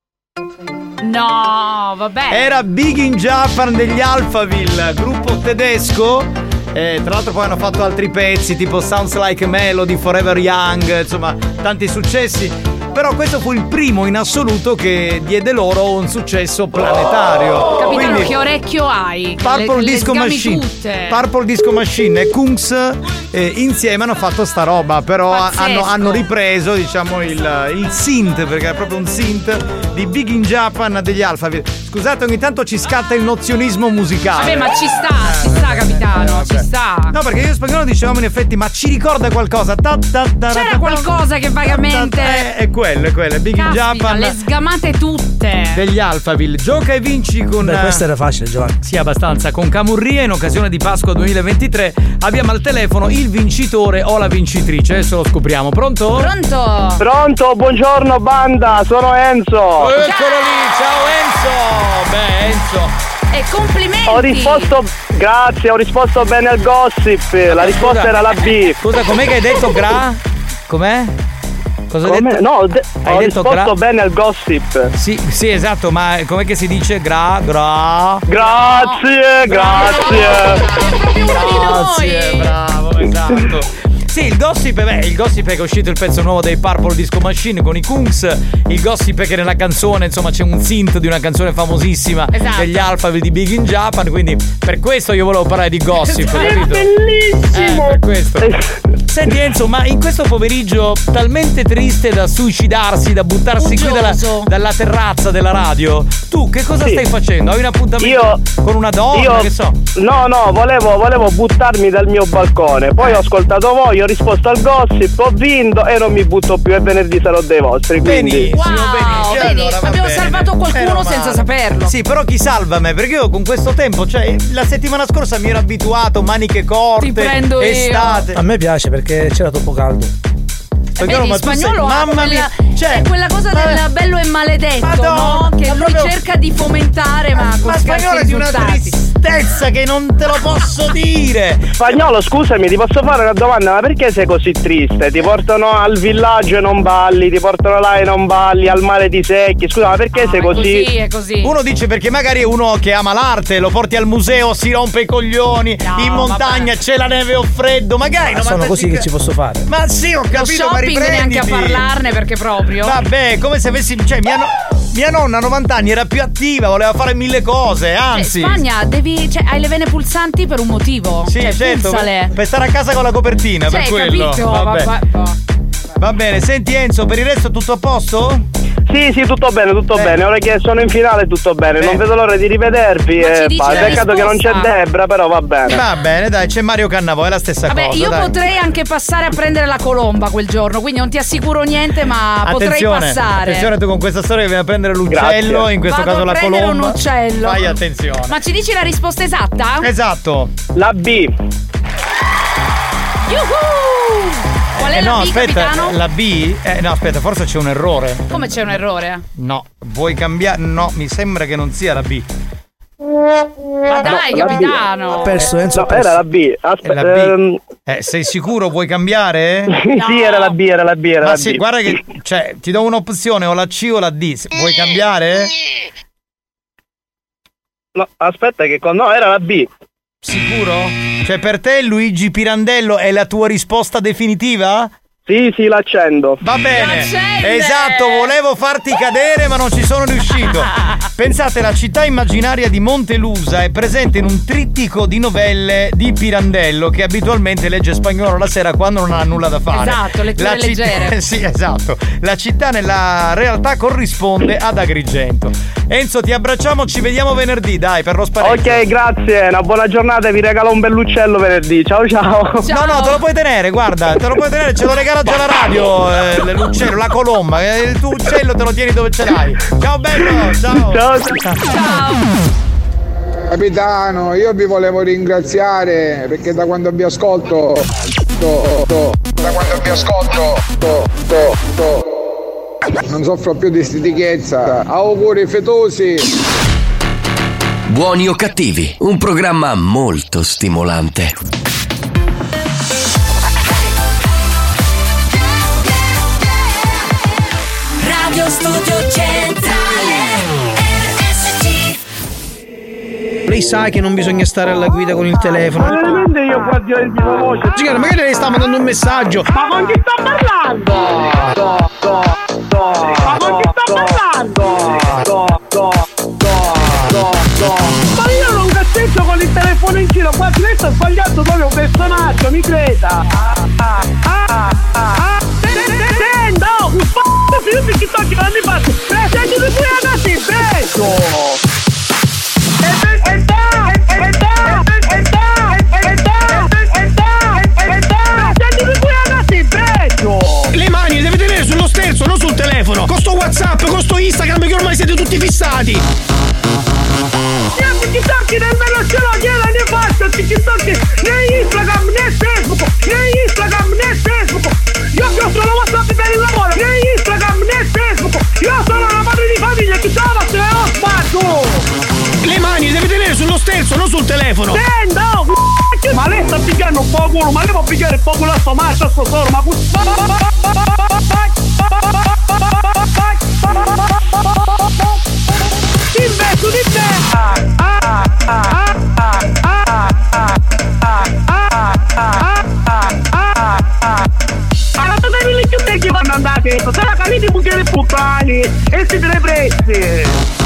No, vabbè. Era Big in Japan degli Alphaville, gruppo tedesco. Eh, tra l'altro poi hanno fatto altri pezzi tipo Sounds Like a Melody, Forever Young, insomma tanti successi. Però questo fu il primo in assoluto che diede loro un successo planetario. Capitano, Quindi, che orecchio hai? Purple le, Disco le sgami Machine tutte. Purple Disco Machine e Kungs eh, insieme hanno fatto sta roba. Però Pazzesco. hanno, hanno ripreso diciamo il, il synth, perché era proprio un synth di Big in Japan degli Alphaville. Scusate, ogni tanto ci scatta il nozionismo musicale. Vabbè, ma ci sta, ci sta, capitano, ci sta. No, perché io e Spagnolo dicevamo in effetti, ma ci ricorda qualcosa? Ta, ta, ta, C'era ta, qualcosa che vagamente. Eh, è quello, è quello, è Big in Caspita, Japan le sgamate tutte. degli Alphaville. Gioca e vinci con. Beh, questo era facile, Giovanni. Sì, abbastanza. Con Camurria in occasione di Pasqua duemilaventitré abbiamo al telefono il vincitore o la vincitrice. Adesso lo scopriamo. Pronto? Pronto? Pronto, buongiorno banda, sono Enzo. Eccolo lì, ciao Enzo. Beh, Enzo. E complimenti. Ho risposto, grazie, ho risposto bene al gossip. La risposta Scusa. era la B. Scusa, com'è che hai detto gra? Com'è? Cosa hai Come? detto? No, ho, de- Hai ho detto risposto gra- bene al gossip. Sì, sì, esatto, ma com'è che si dice gra? Gra? Grazie, grazie. Grazie, bravo, esatto. Sì, il gossip, beh, il gossip è che è uscito il pezzo nuovo dei Purple Disco Machine con i Kungs. Il gossip è che nella canzone, insomma, c'è un synth di una canzone famosissima Esatto. degli Alphaville di Big in Japan. Quindi per questo io volevo parlare di gossip, È capito? bellissimo. Eh, per questo. Senti Enzo, ma in questo pomeriggio talmente triste da suicidarsi, da buttarsi qui dalla, Uggioso. dalla terrazza della radio, tu che cosa Sì. stai facendo? Hai un appuntamento Io- con una donna, Io, che so? no, no, volevo, volevo buttarmi dal mio balcone. Poi ho ascoltato voi, ho risposto al gossip, ho vinto e non mi butto più. E venerdì sarò dei vostri. Quindi. Benissimo, Wow, benissimo. vedi, Allora, va abbiamo bene. salvato qualcuno Meno senza male. saperlo. Sì, però chi salva me? Perché io con questo tempo, cioè, la settimana scorsa mi ero abituato, maniche corte, Ti prendo io. estate. A me piace perché c'era troppo caldo. Spagnolo, Vedi, ma tu sei- spagnolo ha mamma mia, quella, cioè, è quella cosa ma- del bello e maledetto, Madonna, no? Che ma lui proprio- cerca di fomentare, ma con Ma scarsi Spagnolo è di una risultati. tristezza che non te lo posso dire. Spagnolo, scusami, ti posso fare una domanda? Ma perché sei così triste? Ti portano al villaggio e non balli, ti portano là e non balli, al mare ti secchi. Scusa, ma perché sei È così? così, è così. Uno dice perché magari è uno che ama l'arte, lo porti al museo, si rompe i coglioni, No, in montagna vabbè. c'è la neve o freddo, magari Ma sono così che ci posso fare. Ma sì, ho Lo capito, ma shopping neanche a riprenditi. parlarne perché proprio. Vabbè, come se avessi. Cioè, mia, no- mia nonna a novanta anni era più attiva, voleva fare mille cose, Cioè, anzi. Spagna, devi. Cioè, hai le vene pulsanti per un motivo. Sì, cioè, certo. pulsale. Per stare a casa con la copertina, Cioè, per quello. capito? Vabbè. Vabbè. Va bene, senti Enzo, per il resto tutto a posto? Sì, sì, tutto bene, tutto Beh. bene. Ora che sono in finale tutto bene. Beh. Non vedo l'ora di rivedervi. Ma ci E dici fa. la Peccato che non c'è risposta? Debra, però va bene. Va bene, dai, c'è Mario Cannavò, è la stessa Vabbè, cosa. io dai. potrei anche passare a prendere la colomba quel giorno, quindi non ti assicuro niente, ma potrei Attenzione, passare. attenzione tu con questa storia che vieni a prendere l'uccello, Grazie. in questo Vado caso a la prendere colomba. un uccello. Fai attenzione. Ma ci dici la risposta esatta? Esatto. La B. Yuhu! Qual è Eh, la no, B, aspetta, capitano? la B? Eh, no, aspetta, forse c'è un errore. Come c'è un errore? No, vuoi cambiare? No, mi sembra che non sia la B. Ma dai, la B. capitano! Ha perso Enzo. No, ha perso. era la B. È Aspetta. la B. ehm, Eh, sei sicuro? Vuoi cambiare? Sì, era la B, era la B, era Ma la sì, B. guarda che, cioè, ti do un'opzione, o la C o la D. Se- Vuoi cambiare? No, aspetta che con... No, era la B. Sicuro? Cioè, per te Luigi Pirandello è la tua risposta definitiva? Sì, sì, l'accendo. Va bene. Esatto, volevo farti cadere ma non ci sono riuscito. Pensate, la città immaginaria di Montelusa è presente in un trittico di novelle di Pirandello che abitualmente legge spagnolo la sera quando non ha nulla da fare. Esatto, letture la città, leggere. Sì, esatto. La città nella realtà corrisponde ad Agrigento. Enzo, ti abbracciamo, ci vediamo venerdì, dai, per lo spareggio. Ok, grazie, una buona giornata, vi regalo un bell'uccello venerdì. Ciao ciao. No, no, te lo puoi tenere, guarda, te lo puoi tenere, ce lo regala già la radio, eh, l'uccello, la colomba, eh, il tuo uccello te lo tieni dove ce l'hai. Ciao bello, ciao. Ciao. Ciao. Capitano, io vi volevo ringraziare perché da quando vi ascolto to, to, da quando vi ascolto to, to, to, non soffro più di stitichezza. Auguri fetosi. Buoni o cattivi, un programma molto stimolante. Radio Studio Centrale R S C. Lei sa che non bisogna stare alla guida con il telefono. Ma veramente io guardo il vivo voce. Signora, magari lei sta mandando un messaggio. Ma con chi sta parlando? Do, do, do, ma con chi sta parlando? Do, do, do, do, do. Ma io non cazzeggio con il telefono in giro. Guarda, lei sta sbagliando proprio un personaggio, mi creda. Ah, ah, ah, ah, ah. Senta, oh, un f***o figlio di chi sto girando i passi. Senti di qui ragazzi, beso. E e da, e da, e da, e da, e da, e da. Senti di qui ragazzi, beso. Le mani le deve tenere sullo sterzo, non sul telefono. Con sto WhatsApp, con sto Instagram che ormai siete tutti fissati. Niente TikTok nel meno ce l'ho, gliela ne faccio TikTok né Instagram né Facebook, né Instagram né Facebook. Io che ho solo WhatsApp per il lavoro, né Instagram né Facebook. Io sono una madre di famiglia, chi stava se ne ho sbatto. Le mani le deve tenere sullo sterzo, non sul telefono. Senta, oh, ma lei sta pigliando un po' culo, ma lei può pigliare un po' culo a sto marcio, a sto solo, ma investo di te. Ah, ah, ah, ah, ah, ah, ah, ah, ah, ah. Allora dove li chiude che vanno andate? Sarà caliti buchiere puttani e si te ne prezzi.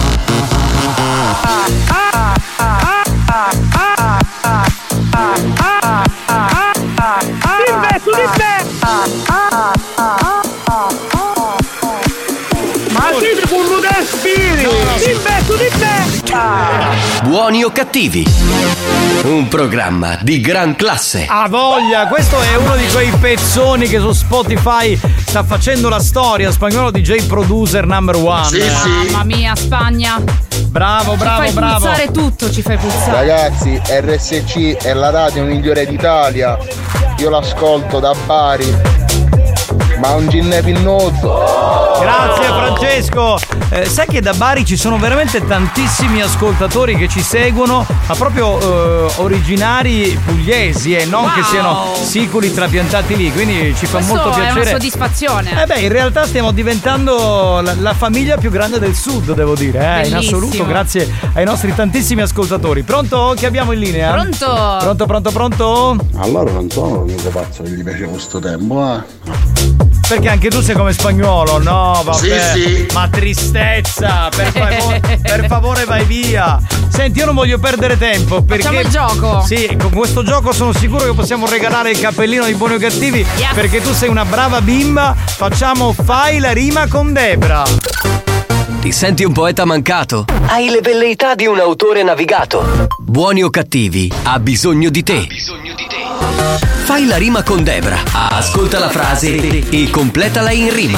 Ah, ah, ah, ah, ah, ah, ah, ah, ah, ah, investo di te. Ah, ah, ah, ah, ah. Ma siete con un respiri. Investo di te. Ah. Buoni o cattivi, un programma di gran classe. A voglia, questo è uno di quei pezzoni che su Spotify sta facendo la storia. Spagnolo D J producer number one. Sì, sì. Mamma mia, Spagna. Bravo, bravo, ci fai bravo. pulsare tutto, ci fai pulsare. Ragazzi, R S C è la radio migliore d'Italia. Io l'ascolto da Bari. Ma un ginne pinnoso. Grazie Francesco. Eh, sai che da Bari ci sono veramente tantissimi ascoltatori che ci seguono, ma proprio eh, originari pugliesi e eh, non wow. che siano siculi trapiantati lì, quindi ci fa Questo molto piacere. È una soddisfazione. Eh beh, in realtà stiamo diventando la, la famiglia più grande del sud, devo dire, eh, in assoluto, grazie ai nostri tantissimi ascoltatori. Pronto? Che abbiamo in linea? Pronto? Pronto, pronto, pronto? Allora non sono l'unico pazzo che gli piace questo tempo, eh? Perché anche tu sei come Spagnolo, no? Vabbè. Sì, sì. Ma tristezza, per favore, per favore vai via. Senti, io non voglio perdere tempo perché facciamo il gioco. Sì, con questo gioco sono sicuro che possiamo regalare il cappellino di Buoni o Cattivi, yes. Perché tu sei una brava bimba. Facciamo Fai la rima con Debra. Ti senti un poeta mancato? Hai le velleità di un autore navigato. Buoni o Cattivi ha bisogno di te. Fai la rima con Debra. Ascolta la frase e completala in rima.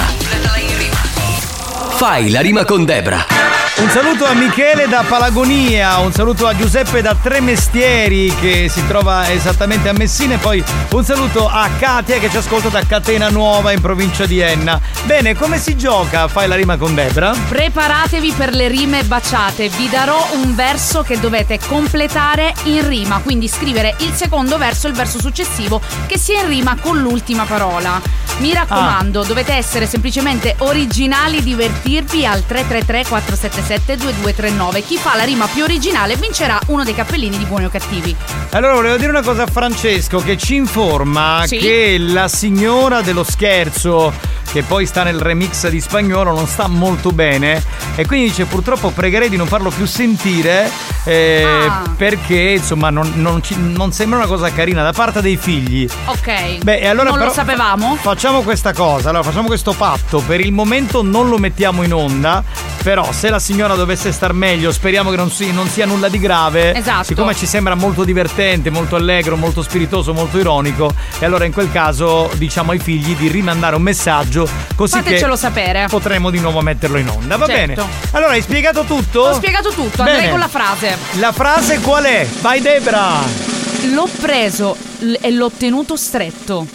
Fai la rima con Debra. Un saluto a Michele da Palagonia, un saluto a Giuseppe da Tremestieri che si trova esattamente a Messina e poi un saluto a Katia che ci ascolta da Catena Nuova in provincia di Enna. Bene, come si gioca? Fai la rima con Debra? Preparatevi per le rime baciate, vi darò un verso che dovete completare in rima, quindi scrivere il secondo verso e il verso successivo che sia in rima con l'ultima parola. Mi raccomando, ah. dovete essere semplicemente originali, divertirvi al tre tre tre quattro sette sette due due tre nove. Chi fa la rima più originale vincerà uno dei cappellini di Buoni o Cattivi. Allora volevo dire una cosa a Francesco che ci informa sì? che la signora dello scherzo, che poi sta nel remix di Spagnolo, non sta molto bene e quindi dice purtroppo pregherei di non farlo più sentire eh, ah. perché insomma non, non, ci, non sembra una cosa carina da parte dei figli. Ok. Beh, e allora non però, lo sapevamo. Facciamo questa cosa, allora facciamo questo patto, per il momento non lo mettiamo in onda, però se la signora dovesse star meglio, speriamo che non, si, non sia nulla di grave. Esatto. Siccome ci sembra molto divertente, molto allegro, molto spiritoso, molto ironico, e allora in quel caso diciamo ai figli di rimandare un messaggio così fatecelo che sapere. potremo di nuovo metterlo in onda, va certo. bene? Allora hai spiegato tutto? Ho spiegato tutto, andrei bene. con la frase. La frase qual è? Vai Debra! L'ho preso l- e l'ho tenuto stretto.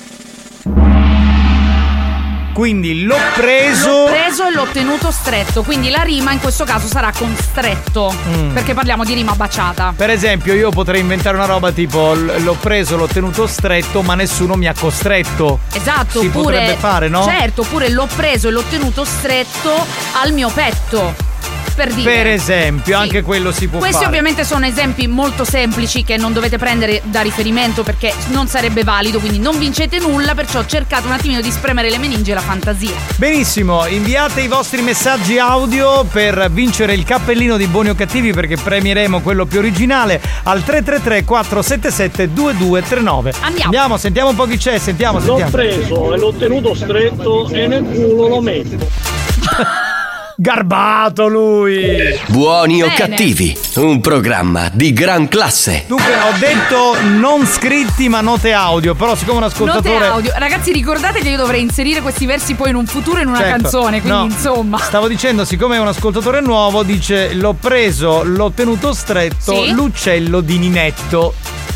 Quindi l'ho preso L'ho preso e l'ho tenuto stretto. Quindi la rima in questo caso sarà con stretto mm. perché parliamo di rima baciata. Per esempio io potrei inventare una roba tipo l'ho preso, l'ho tenuto stretto ma nessuno mi ha costretto. Esatto. Si oppure, potrebbe fare, no? Certo. Oppure l'ho preso e l'ho tenuto stretto al mio petto. Per dire. Per esempio, sì. anche quello si può Questi fare. Questi ovviamente sono esempi molto semplici che non dovete prendere da riferimento perché non sarebbe valido, quindi non vincete nulla, perciò cercate un attimino di spremere le meningi e la fantasia. Benissimo, inviate i vostri messaggi audio per vincere il cappellino di Buoni o Cattivi, perché premieremo quello più originale al tre tre tre quattro sette sette due due tre nove. Andiamo. Andiamo, sentiamo un po' chi c'è, sentiamo, sentiamo. L'ho preso e l'ho tenuto stretto e nel culo lo metto. Garbato lui! Buoni Bene. o Cattivi, un programma di gran classe. Dunque ho detto non scritti ma note audio, però siccome un ascoltatore... Note audio. Ragazzi, ricordate che io dovrei inserire questi versi poi in un futuro in una certo. canzone, quindi no. insomma. Stavo dicendo, siccome è un ascoltatore nuovo, dice l'ho preso, l'ho tenuto stretto, sì? l'uccello di Ninetto.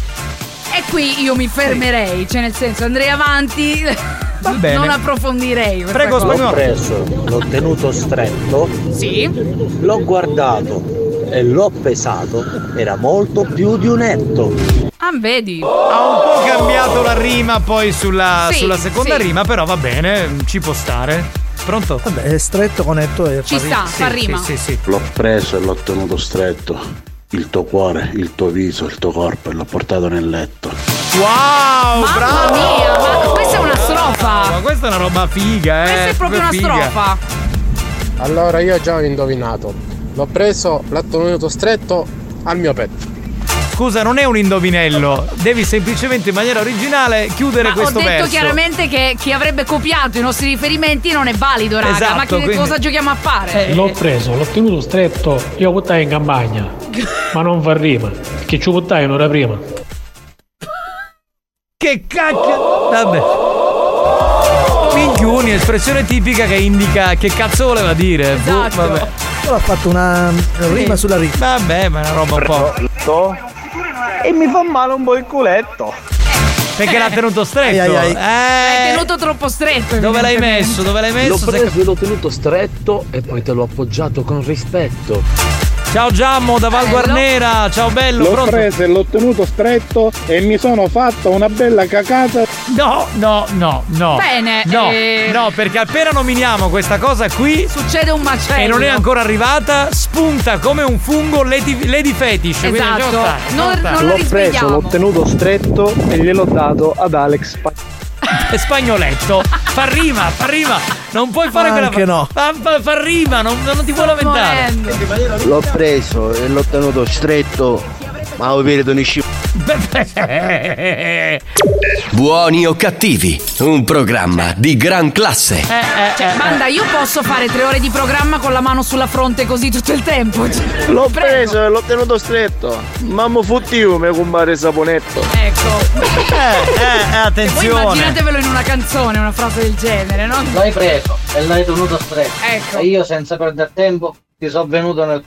E qui io mi fermerei, cioè nel senso andrei avanti. Va bene. Non approfondirei. Prego, cosa. Spagnolo. L'ho preso, l'ho tenuto stretto. Sì. L'ho guardato e l'ho pesato. Era molto più di un etto. Ah, vedi. Ha un po' cambiato la rima poi sulla, sì, sulla seconda sì. rima, però va bene, ci può stare. Pronto? Vabbè, è stretto con etto e ci sta, sì, fa rima. Sì, sì, sì. L'ho preso e l'ho tenuto stretto. Il tuo cuore, il tuo viso, il tuo corpo e l'ho portato nel letto. Wow, Mamma bravo! mia, ma questa è una strofa. Ma questa è una roba figa, eh. Questa è proprio una figa. strofa. Allora io già ho indovinato. L'ho preso, l'ho tenuto stretto al mio petto. Scusa, non è un indovinello. Devi semplicemente in maniera originale chiudere ma questo ho detto verso. chiaramente che chi avrebbe copiato i nostri riferimenti non è valido, raga. Esatto, ma che quindi... cosa giochiamo a fare? Eh, l'ho preso, l'ho tenuto stretto, io lo buttai in campagna. Ma non fa rima, che ci buttai un'ora prima. Che cacchio! Vabbè. Minchioni, espressione tipica che indica che cazzo voleva dire. Esatto. Boh, vabbè. Però ha fatto una rima sulla rima. Vabbè, ma è una roba un po'. E mi fa male un po' il culetto. Perché l'ha tenuto stretto. Ai, ai, ai. Eh, L'hai tenuto troppo stretto. dove l'hai messo? Dove l'hai messo? L'ho preso e l'ho tenuto stretto e poi te l'ho appoggiato con rispetto. Ciao Giammo da Val Guarnera, ciao bello, L'ho pronto? preso e l'ho tenuto stretto e mi sono fatto una bella cacata. No, no, no, no. Bene, No, eh... no, perché appena nominiamo questa cosa qui succede un macello. e non è ancora arrivata, spunta come un fungo Lady, lady Fetish. Esatto. Non, non la L'ho preso, risvegliamo. l'ho tenuto stretto e gliel'ho dato ad Alex. È Spagnoletto. Fa rima, fa rima. Non puoi fare Anche quella. no. Fa, fa, fa rima, non, non ti puoi lamentare. L'ho preso e l'ho tenuto stretto, ma ho venuto in sci. Buoni o Cattivi, un programma di gran classe. Eh, eh, Cioè, eh, banda, io posso fare tre ore di programma con la mano sulla fronte così tutto il tempo. Cioè, L'ho prego. preso e l'ho tenuto stretto. Mamma futtiu me compare saponetto. Ecco. eh, eh, Voi attenzione. immaginatevelo in una canzone, una frase del genere, no? L'hai preso e l'hai tenuto stretto. Ecco. E io senza perdere tempo ti sono venuto nel...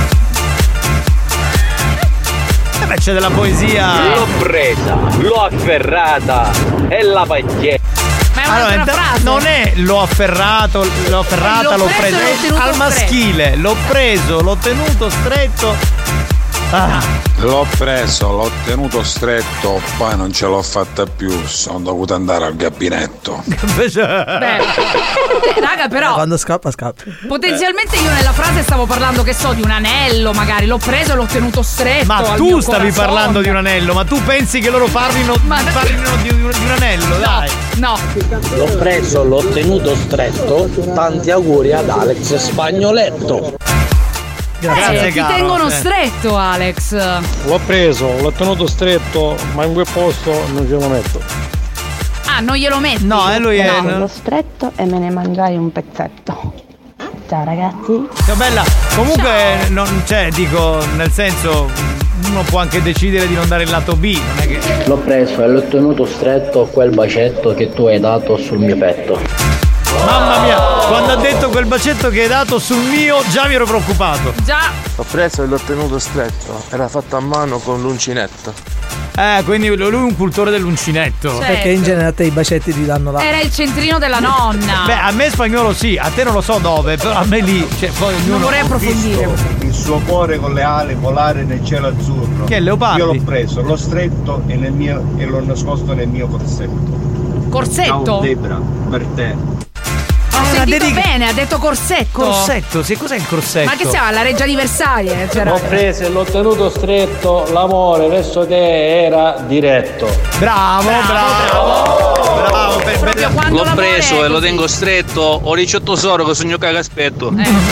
Eh beh, c'è della poesia. L'ho presa, l'ho afferrata e la paglietta. Ma è Allora, un'altra inta- frase. non è l'ho afferrato, l'ho afferrata, L'ho l'ho preso preso, e l'ho è tenuto al maschile, l'ho preso, l'ho tenuto stretto. Ah. L'ho preso, l'ho tenuto stretto, poi non ce l'ho fatta più, sono dovuto andare al gabinetto. Beh, raga, però quando scappa scappa. potenzialmente io nella frase stavo parlando, che so, di un anello, magari l'ho preso e l'ho tenuto stretto. Ma al tu mio stavi corazon. parlando di un anello, ma tu pensi che loro parlino, Ma- parlino di, un, di un anello, dai. No. L'ho preso, l'ho tenuto stretto. Tanti auguri ad Alex Spagnoletto. Eh, ti tengono stretto, Alex. L'ho preso, l'ho tenuto stretto, ma in quel posto non ce lo metto. Ah, non glielo metti? No, eh, lui è. L'ho stretto e me ne mangiai un pezzetto. Ciao ragazzi. Ciao bella. Comunque non c'è, dico, nel senso, uno può anche decidere di non dare il lato B, non è che. L'ho preso e l'ho tenuto stretto quel bacetto che tu hai dato sul mio petto. Mamma mia, quando ha detto quel bacetto che hai dato sul mio, già mi ero preoccupato. Già. L'ho preso e l'ho tenuto stretto. Era fatto a mano con l'uncinetto. Eh, quindi lui è un cultore dell'uncinetto. Certo. Perché Perché in genere a te i bacetti ti danno la. Era il centrino della nonna. Beh, a me spagnolo sì, a te non lo so dove, però a me lì, cioè poi ognuno. Non vorrei approfondire. Il suo cuore con le ali volare nel cielo azzurro. Che è Leopardi? Io l'ho preso, l'ho stretto e, nel mio, e l'ho nascosto nel mio corsetto. Corsetto? Ciao Debra, per te. Ho sentito dedica- bene, ha detto corsetto. Corsetto, sì, cos'è il corsetto? Ma che siamo alla reggia anniversaria? Cioè, L'ho preso e l'ho tenuto stretto, l'amore verso te era diretto. Bravo, bravo. Bravo, per, per... L'ho preso e lo tengo stretto, ho ricciotto soro che sogno caga aspetto.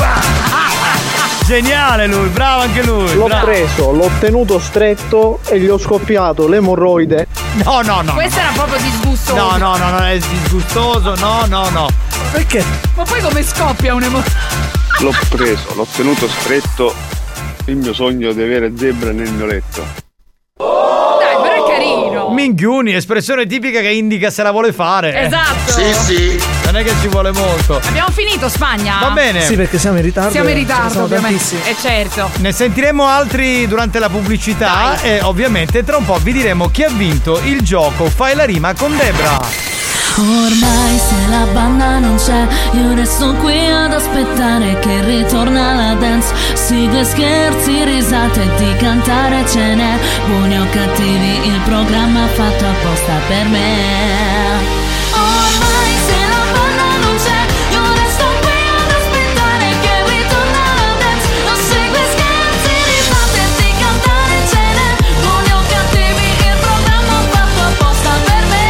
Geniale lui, bravo anche lui. L'ho bravo. preso, l'ho tenuto stretto e gli ho scoppiato l'emorroide. No, no, no. Questo era proprio disgustoso. No, no, no, non è disgustoso, no, no, no. Perché? Ma poi come scoppia un emo... L'ho preso, l'ho tenuto stretto. Il mio sogno di avere Zebra nel mio letto. Dai, però è carino. Minchiuni, espressione tipica che indica se la vuole fare. Esatto. Sì, sì. Non è che ci vuole molto. Abbiamo finito Spagna? Va bene. Sì, perché siamo in ritardo. Siamo in ce ne ritardo, sono ovviamente. tantissimi. E certo. Ne sentiremo altri durante la pubblicità. Dai. E ovviamente tra un po' vi diremo chi ha vinto il gioco Fai la rima con Debra. Ormai se la banda non c'è, io resto qui ad aspettare che ritorna la dance. Sigle, scherzi, risate, di cantare ce n'è. Buoni o cattivi, il programma fatto apposta per me. Ormai se la banda non c'è, io resto qui ad aspettare che ritorna la dance. Non segue scherzi, risate, di cantare ce n'è. Buoni o cattivi, il programma fatto apposta per me.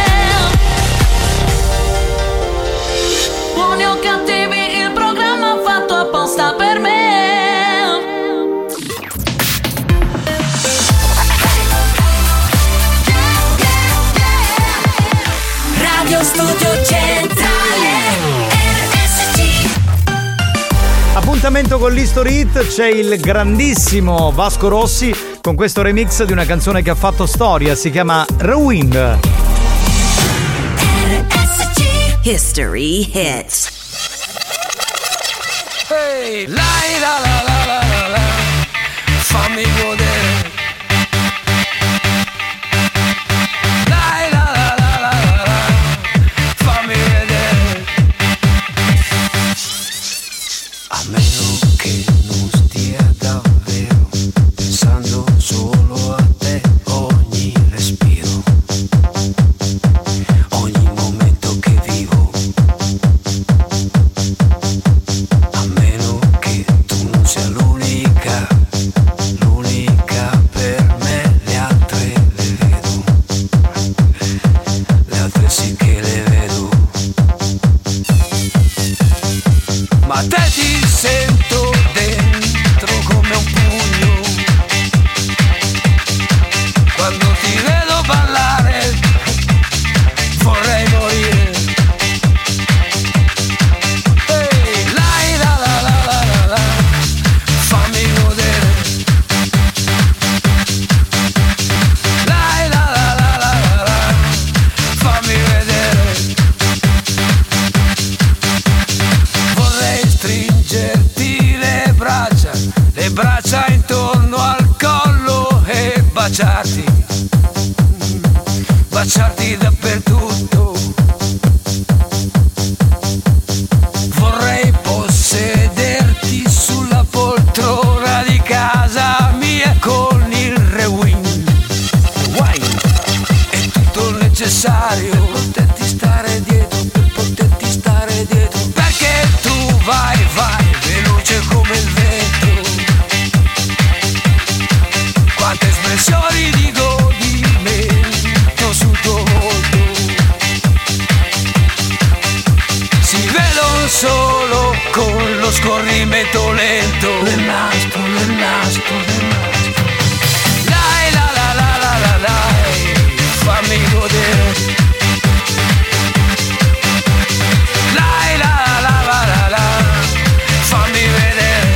Buoni o cattivi, il programma fatto apposta per me. Radio Studio Centrale R S C. Appuntamento con l'History Hit, c'è il grandissimo Vasco Rossi con questo remix di una canzone che ha fatto storia, si chiama Rewind. History Hits. Ehi, la la la la la la la, fammi godere. La la la la la la la, fammi vedere. A meno che non stia davvero pensando solo a te, ogni respiro, ogni momento che vivo. A meno che tu non sia l'unica, l'unica per me, le altre le vedo, le altre sì che le vedo. Ma te ti sento dentro come un pugno, quando ti vedo ballare vorrei morire. Ehi, la la la la la la la, fammi godere. La la la la la la la, fammi vedere. Vorrei stringerti con lo scorrimento lento del nastro, del nastro, del nastro. Dai la la la la la dai, fammi godere. Dai la la la la la, fammi vedere.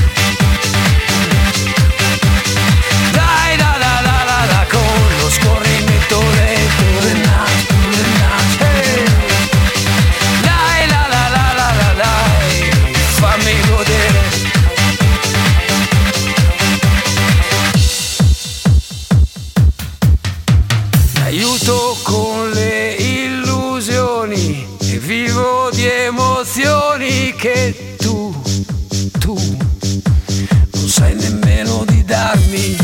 Dai la la la la la, con lo scorrimento lento del nastro, del nastro. Hey. Dai la la la la la dai, fammi godere. Aiuto con le illusioni e vivo di emozioni che tu, tu non sai nemmeno di darmi.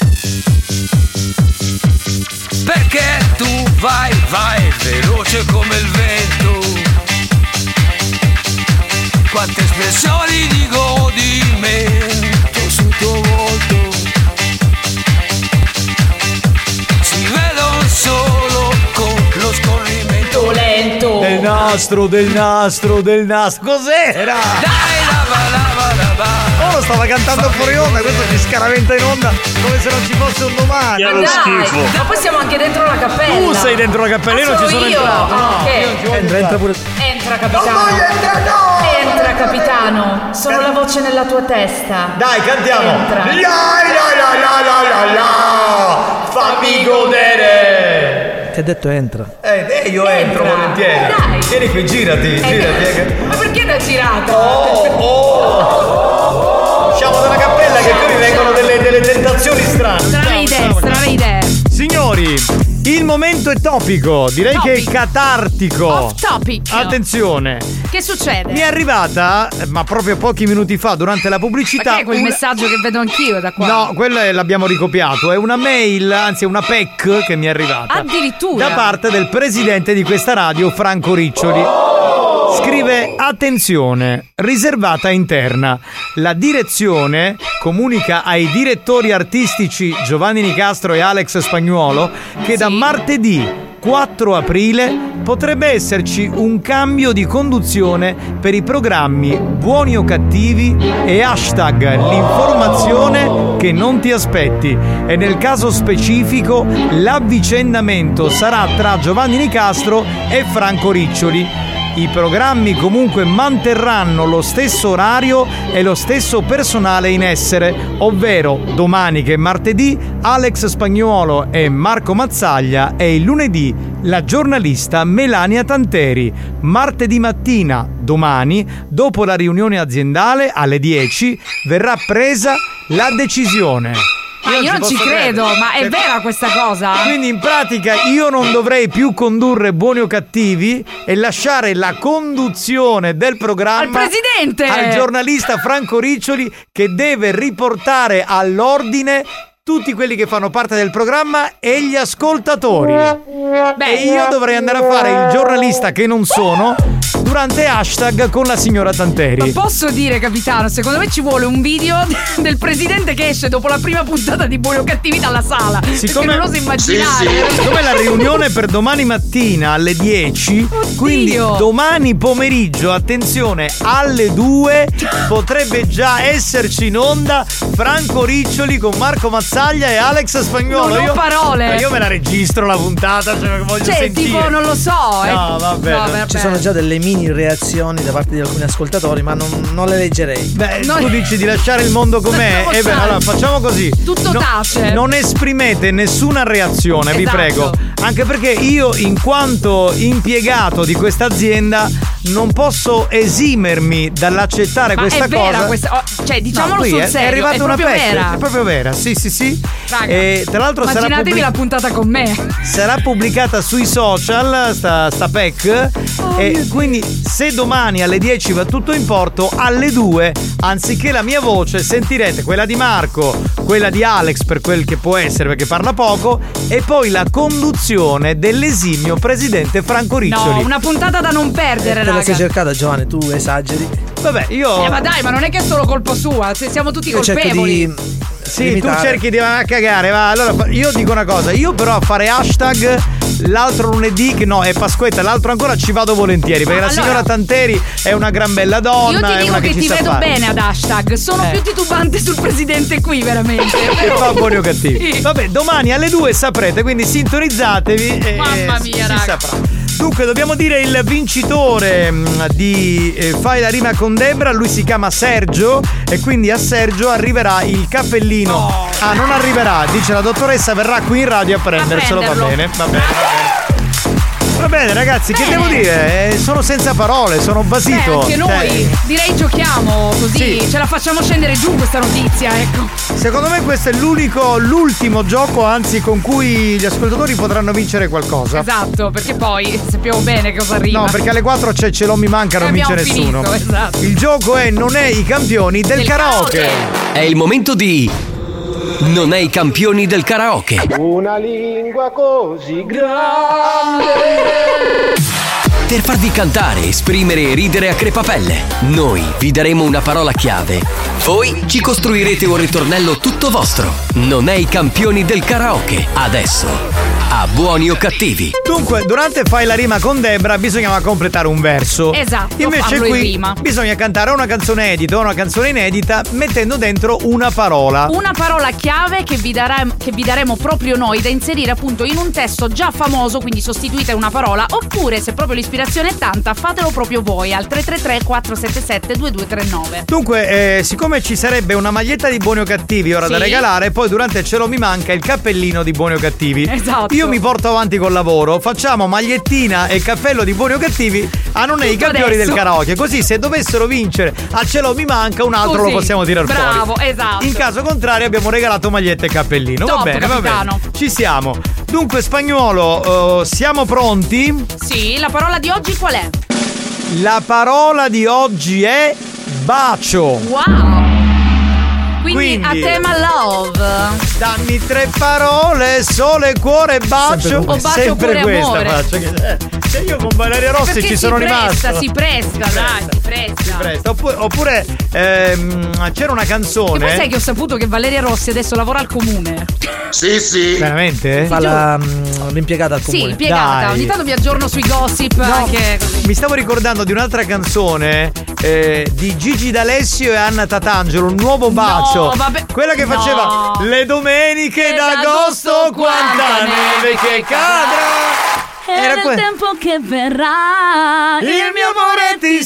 Perché tu vai, vai veloce come il vento. Quante espressioni di godimento sul tuo volto si vedono solo con lo scorrimento lento Del nastro, del nastro, del nastro. Cos'era? Dai lava lava lava. Oh, lo stava cantando fuori onda, questo ci scaraventa in onda come se non ci fosse un domani. Ma dai, ma poi siamo anche dentro la cappella. Tu sei dentro la cappella, io non ci sono io. entrato. No, Ah, ok. io non ci voglio Entra, entra pure. Entra capitano. Entra capitano. Sono la voce nella tua testa. Dai, cantiamo. Entra. La la la la la la la. Fammi godere. Ti ha detto entra. Eh, eh, io entro Entra. volentieri. Dai. Vieni qui, girati, girati. eh. Ma perché l'ha girato? Oh, oh. Usciamo dalla cappella che qui mi vengono delle, delle tentazioni strane. Strane idee, strane idee. Signori, il momento è topico, direi Topic. che è catartico. Off topic. Attenzione. Che succede? Mi è arrivata, ma proprio pochi minuti fa, durante la pubblicità. Ma che è quel un- messaggio che vedo anch'io da qua? No, quello è- l'abbiamo ricopiato. È una mail, anzi, è una P E C che mi è arrivata. Addirittura. Da parte del presidente di questa radio, Franco Riccioli. Scrive: attenzione, riservata interna. La direzione comunica ai direttori artistici Giovanni Nicastro e Alex Spagnuolo che da martedì quattro aprile potrebbe esserci un cambio di conduzione per i programmi Buoni o Cattivi e hashtag l'informazione che non ti aspetti, e nel caso specifico l'avvicendamento sarà tra Giovanni Nicastro e Franco Riccioli. I programmi comunque manterranno lo stesso orario e lo stesso personale in essere, ovvero domani che è martedì Alex Spagnuolo e Marco Mazzaglia e il lunedì la giornalista Melania Tanteri. Martedì mattina, domani, dopo la riunione aziendale alle dieci, verrà presa la decisione. Ma io non ci credo, ma è vera questa cosa? Quindi in pratica io non dovrei più condurre Buoni o Cattivi e lasciare la conduzione del programma Al presidente! al giornalista Franco Riccioli, che deve riportare all'ordine tutti quelli che fanno parte del programma e gli ascoltatori. Beh, E io dovrei andare a fare il giornalista che non sono durante hashtag con la signora Tanteri. Ma posso dire, capitano, secondo me ci vuole un video del presidente che esce dopo la prima puntata di Buoni o Cattivi dalla sala. Siccome, perché non oso immaginare. siccome la riunione è per domani mattina alle dieci, quindi domani pomeriggio, attenzione, alle due potrebbe già esserci in onda Franco Riccioli con Marco Mazzaglia e Alex Spagnuolo. Non ho io, parole. Io me la registro la puntata, cioè voglio Cioè, sentire. tipo, non lo so. eh. No, vabbè. No, vabbè. Ci sono già delle mini reazioni da parte di alcuni ascoltatori, ma non, non le leggerei. Beh, No. tu dici di lasciare il mondo com'è? Lasciamo E beh, stare. allora facciamo così. Tutto No- tace. Non esprimete nessuna reazione, vi Esatto. prego. Anche perché io, in quanto impiegato di questa azienda, non posso esimermi dall'accettare Ma questa è vera cosa. questa. oh, cioè, diciamolo No, qui sul è, serio. è arrivata è una proprio pezza, vera. è proprio vera, sì, sì, sì. Raga, E tra l'altro sarà, immaginatevi pubblic- la puntata con me. sarà pubblicata sui social, sta, sta P E C. Oh, e quindi, se domani alle dieci va tutto in porto, alle due, anziché la mia voce, sentirete quella di Marco, quella di Alex per quel che può essere perché parla poco, e poi la conduzione dell'esimio presidente Franco Riccioli. No, una puntata da non perdere, Te la raga. sei cercata, Giovanni, tu esageri. Vabbè, io. Eh, ma dai, ma non è che è solo colpa sua, se siamo tutti Io cerco colpevoli. di Sì, limitare. tu cerchi di andare a cagare, va. Allora io dico una cosa, io però a fare hashtag l'altro lunedì, che no, è Pasquetta, l'altro ancora ci vado volentieri, perché Ah, la allora- signora Tanteri è una gran bella donna. Io ti è dico una che, che ci ti sa vedo fare. bene ad hashtag. Sono Eh. più titubante sul presidente qui, veramente. Che fa buoni o cattivi. Sì. Vabbè, domani alle due saprete, quindi sintonizzatevi e Mamma si- mia, si raga. saprà. Dunque, dobbiamo dire il vincitore mh, di eh, Fai la rima con Debra, lui si chiama Sergio e quindi a Sergio arriverà il cappellino. Ah, non arriverà, dice la dottoressa, verrà qui in radio a prenderselo, va prenderlo. bene, va bene, va bene. Va bene ragazzi, che Bene. devo dire? Eh, sono senza parole, sono basito. Beh, anche noi Cioè, direi giochiamo così Sì. ce la facciamo scendere giù questa notizia, ecco. secondo me questo è l'unico, l'ultimo gioco, anzi, con cui gli ascoltatori potranno vincere qualcosa. Esatto, perché poi sappiamo bene cosa arriva. No, perché alle quattro c'è Ce l'ho mi manca, non Eh, vince abbiamo nessuno. finito, esatto. Il gioco è Non è i campioni del, Del karaoke. karaoke. È il momento di Non è i campioni del karaoke. Una lingua così grande. Per farvi cantare, esprimere e ridere a crepapelle, noi vi daremo una parola chiave. Voi ci costruirete un ritornello tutto vostro. Non è i campioni del karaoke. Adesso, a buoni o cattivi. Dunque, durante Fai la rima con Debra bisognava completare un verso. Esatto, Invece farlo in qui rima. bisogna cantare una canzone edita o una canzone inedita mettendo dentro una parola. Una parola chiave che vi, darem- che vi daremo proprio noi da inserire appunto in un testo già famoso, quindi sostituite una parola, oppure se proprio l'ispirazione è tanta fatelo proprio voi al tre tre tre quattro sette sette due due tre nove. Dunque, eh, siccome ci sarebbe una maglietta di Buoni o Cattivi ora Sì. da regalare, poi durante Ce lo mi manca il cappellino di Buoni o Cattivi. Esatto. Io mi porto avanti col lavoro, facciamo magliettina e cappello di Buoni o Cattivi a Non è i Tutto campioni adesso. del karaoke. Così se dovessero vincere a Ce lo mi manca, un altro Così. lo possiamo tirar Bravo, fuori. esatto. In caso contrario abbiamo regalato maglietta e cappellino. Top, va bene, capitano. va bene. Ci siamo. Dunque, Spagnuolo, eh, siamo pronti? Sì, la parola di oggi qual è? La parola di oggi è bacio. Wow! Quindi, Quindi- a tema love. Dammi tre parole, sole, cuore, bacio. O bacio Sempre oppure questa amore. faccia che- eh, se io con Valeria Rossi Perché ci si sono presta, rimasto. si presta, dai, si presta. Presta. Oppure, oppure, ehm, c'era una E canzone. poi sai che ho saputo che Valeria Rossi adesso lavora al comune. Sì, sì. Veramente? Fa la, mm, l'impiegata al comune. Sì, impiegata. Dai. Ogni tanto vi aggiorno sui gossip anche così. Mi stavo ricordando di un'altra canzone eh, di Gigi D'Alessio e Anna Tatangelo, Un nuovo bacio. vabbè. Quella che faceva No. Le domeniche d'agosto, quanta neve che cadrà. Era il que- tempo che verrà. Il mio amore ti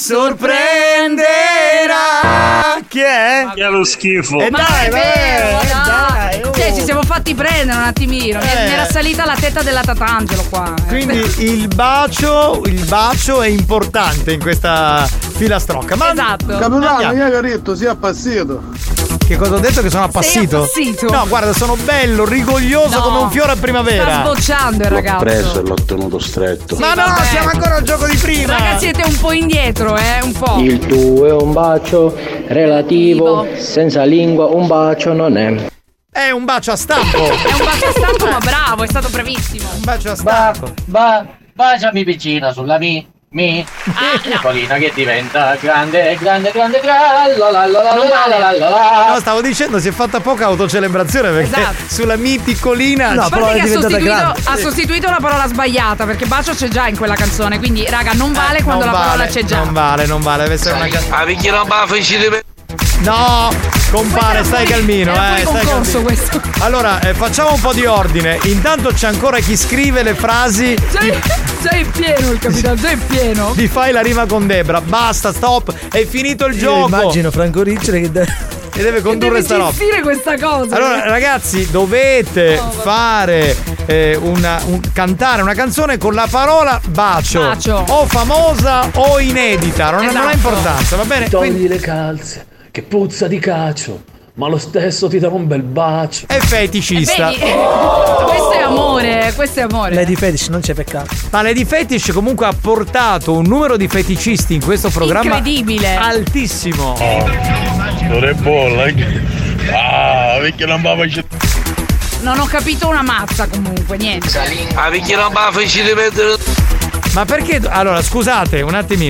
sorprenderà. Chi è? Che è lo schifo. E Ma dai, è vero, vabbè, dai. dai, oh. Cioè, ci siamo fatti prendere un attimino. Mi- Eh. Mi era salita la tetta della Tatangelo qua. eh. Quindi il bacio, il bacio è importante in questa filastrocca. Ma Esatto. Capitano, andiamo. io che ho detto, si è appassito. Che cosa ho detto? Che sono appassito? appassito? No, guarda, sono bello, rigoglioso No. come un fiore a Sta primavera. sbocciando il ragazzo. l'ho tenuto stretto. Sì, Ma no, vabbè. siamo ancora al gioco di prima. Ragazzi, siete un po' indietro, eh? Un po'. Il tuo è un bacio relativo, senza lingua un bacio non è. È un bacio a stampo. È un bacio a stampo, ma bravo, è stato bravissimo. Un bacio a stampo. Va, baciami piccina sulla mi, mi, piccolina che diventa grande, grande, grande, grande, la la la la la la la la la. No, stavo dicendo, si è fatta poca autocelebrazione perché Esatto. sulla mi piccolina. No, A però parte è che ha diventata sostituito, grande. ha sostituito la parola sbagliata, perché bacio c'è già in quella canzone, quindi raga non vale Eh, quando non la parola vale, c'è già. Non vale, non vale, deve essere una canzone. Ah, perché non va facile. No, compare, stai calmino, Era eh. fuori Stai concorso calmino. questo. Allora, eh, facciamo un po' di ordine. Intanto c'è ancora chi scrive le frasi. Sei, sei pieno il capitano, sei pieno. Di Fai la rima con Debra. Basta, stop, è finito il Io gioco. immagino Franco Riccioli che de- E deve condurre Devi sta roba. gestire questa cosa. Allora, ragazzi, dovete fare eh, una, un- cantare una canzone con la parola bacio. Bacio. O famosa o inedita. Non, non ha Esatto. importanza, va bene? Togli Quindi le calze, che puzza di cacio, ma lo stesso ti darò un bel bacio. è feticista. Vedi? Questo è amore, questo è amore. Lady Fetish non c'è peccato. Ma Lady Fetish comunque ha portato un numero di feticisti in questo programma Incredibile. altissimo. Non è bolla. Ah, perché non va facile. Non ho capito una mazza comunque, niente. Ah, perché non va facile mettere. Ma perché? Allora, scusate un attimino.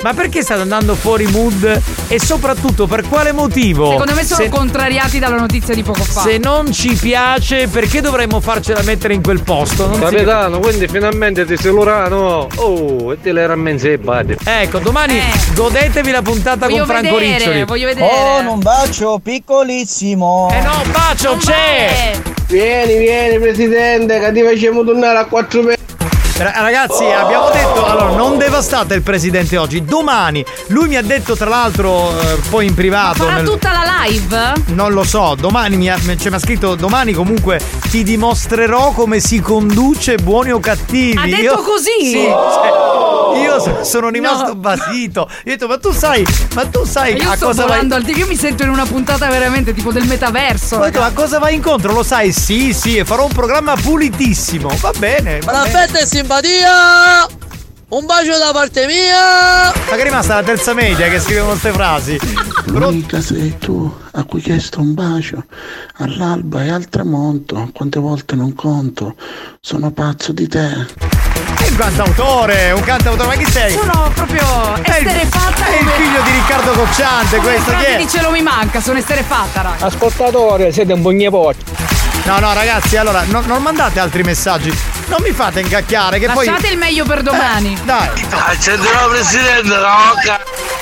Ma perché state andando fuori mood? E soprattutto per quale motivo? Secondo me sono Se... contrariati dalla notizia di poco fa. Se non ci piace, perché dovremmo farcela mettere in quel posto? Non Capitano, si... quindi finalmente ti sei lurano. Oh, e te le rammenze e badi. Ecco, domani eh. godetevi la puntata voglio con Franco vedere, Riccioli. Voglio vedere. Oh, un bacio piccolissimo. Eh no, bacio non c'è. Vale. Vieni, vieni presidente, che ti facciamo tornare a quattro metri. Ragazzi, oh! abbiamo detto, allora, non devastate il presidente oggi. Domani, lui mi ha detto tra l'altro eh, poi in privato. Ma farà nel... tutta la live? Non lo so, domani mi ha, cioè, mi ha scritto domani comunque ti dimostrerò come si conduce buoni o cattivi. Ha detto io, così? Sì, cioè, io sono rimasto no. basito. Io ho detto, ma tu sai, ma tu sai io a sto cosa vai. Al io mi sento in una puntata veramente tipo del metaverso. Ma a cosa vai incontro? Lo sai? Sì, sì, e farò un programma pulitissimo. Va bene. Va ma bene. aspetta e simpatia! Un bacio da parte mia! Ma che è rimasta la terza media che scrivono queste frasi? L'unica sei tu a cui ho chiesto un bacio all'alba e al tramonto. Quante volte non conto, sono pazzo di te. È un cantautore, un cantautore, ma chi sei? Sono proprio esterefatta. È il figlio di Riccardo Cocciante, questo chi è? Di cielo mi manca, sono esterefatta, raga. Ascoltatore, siete un bugnepoccio. No, no, ragazzi, allora, no, non mandate altri messaggi. Non mi fate incacchiare che lasciate poi. Lasciate il meglio per domani. Eh, dai. Accenderò presidente, no?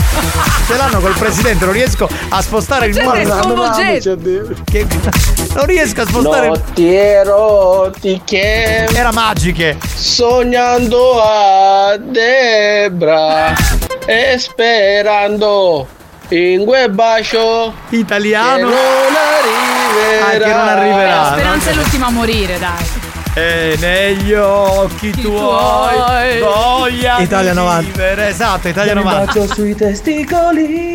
Ce l'hanno col presidente, non riesco a spostare il mondo. Che... Non riesco a spostare il. Nottiero ti chiamo. Era magiche. Sognando a Debra e sperando in quel bacio italiano che non arriverà. Ah, che non arriverà. La speranza è l'ultima a morire, dai. E negli occhi Chi tuoi voglia Italia di vivere. Esatto, Italia novanta. Un bacio sui testicoli,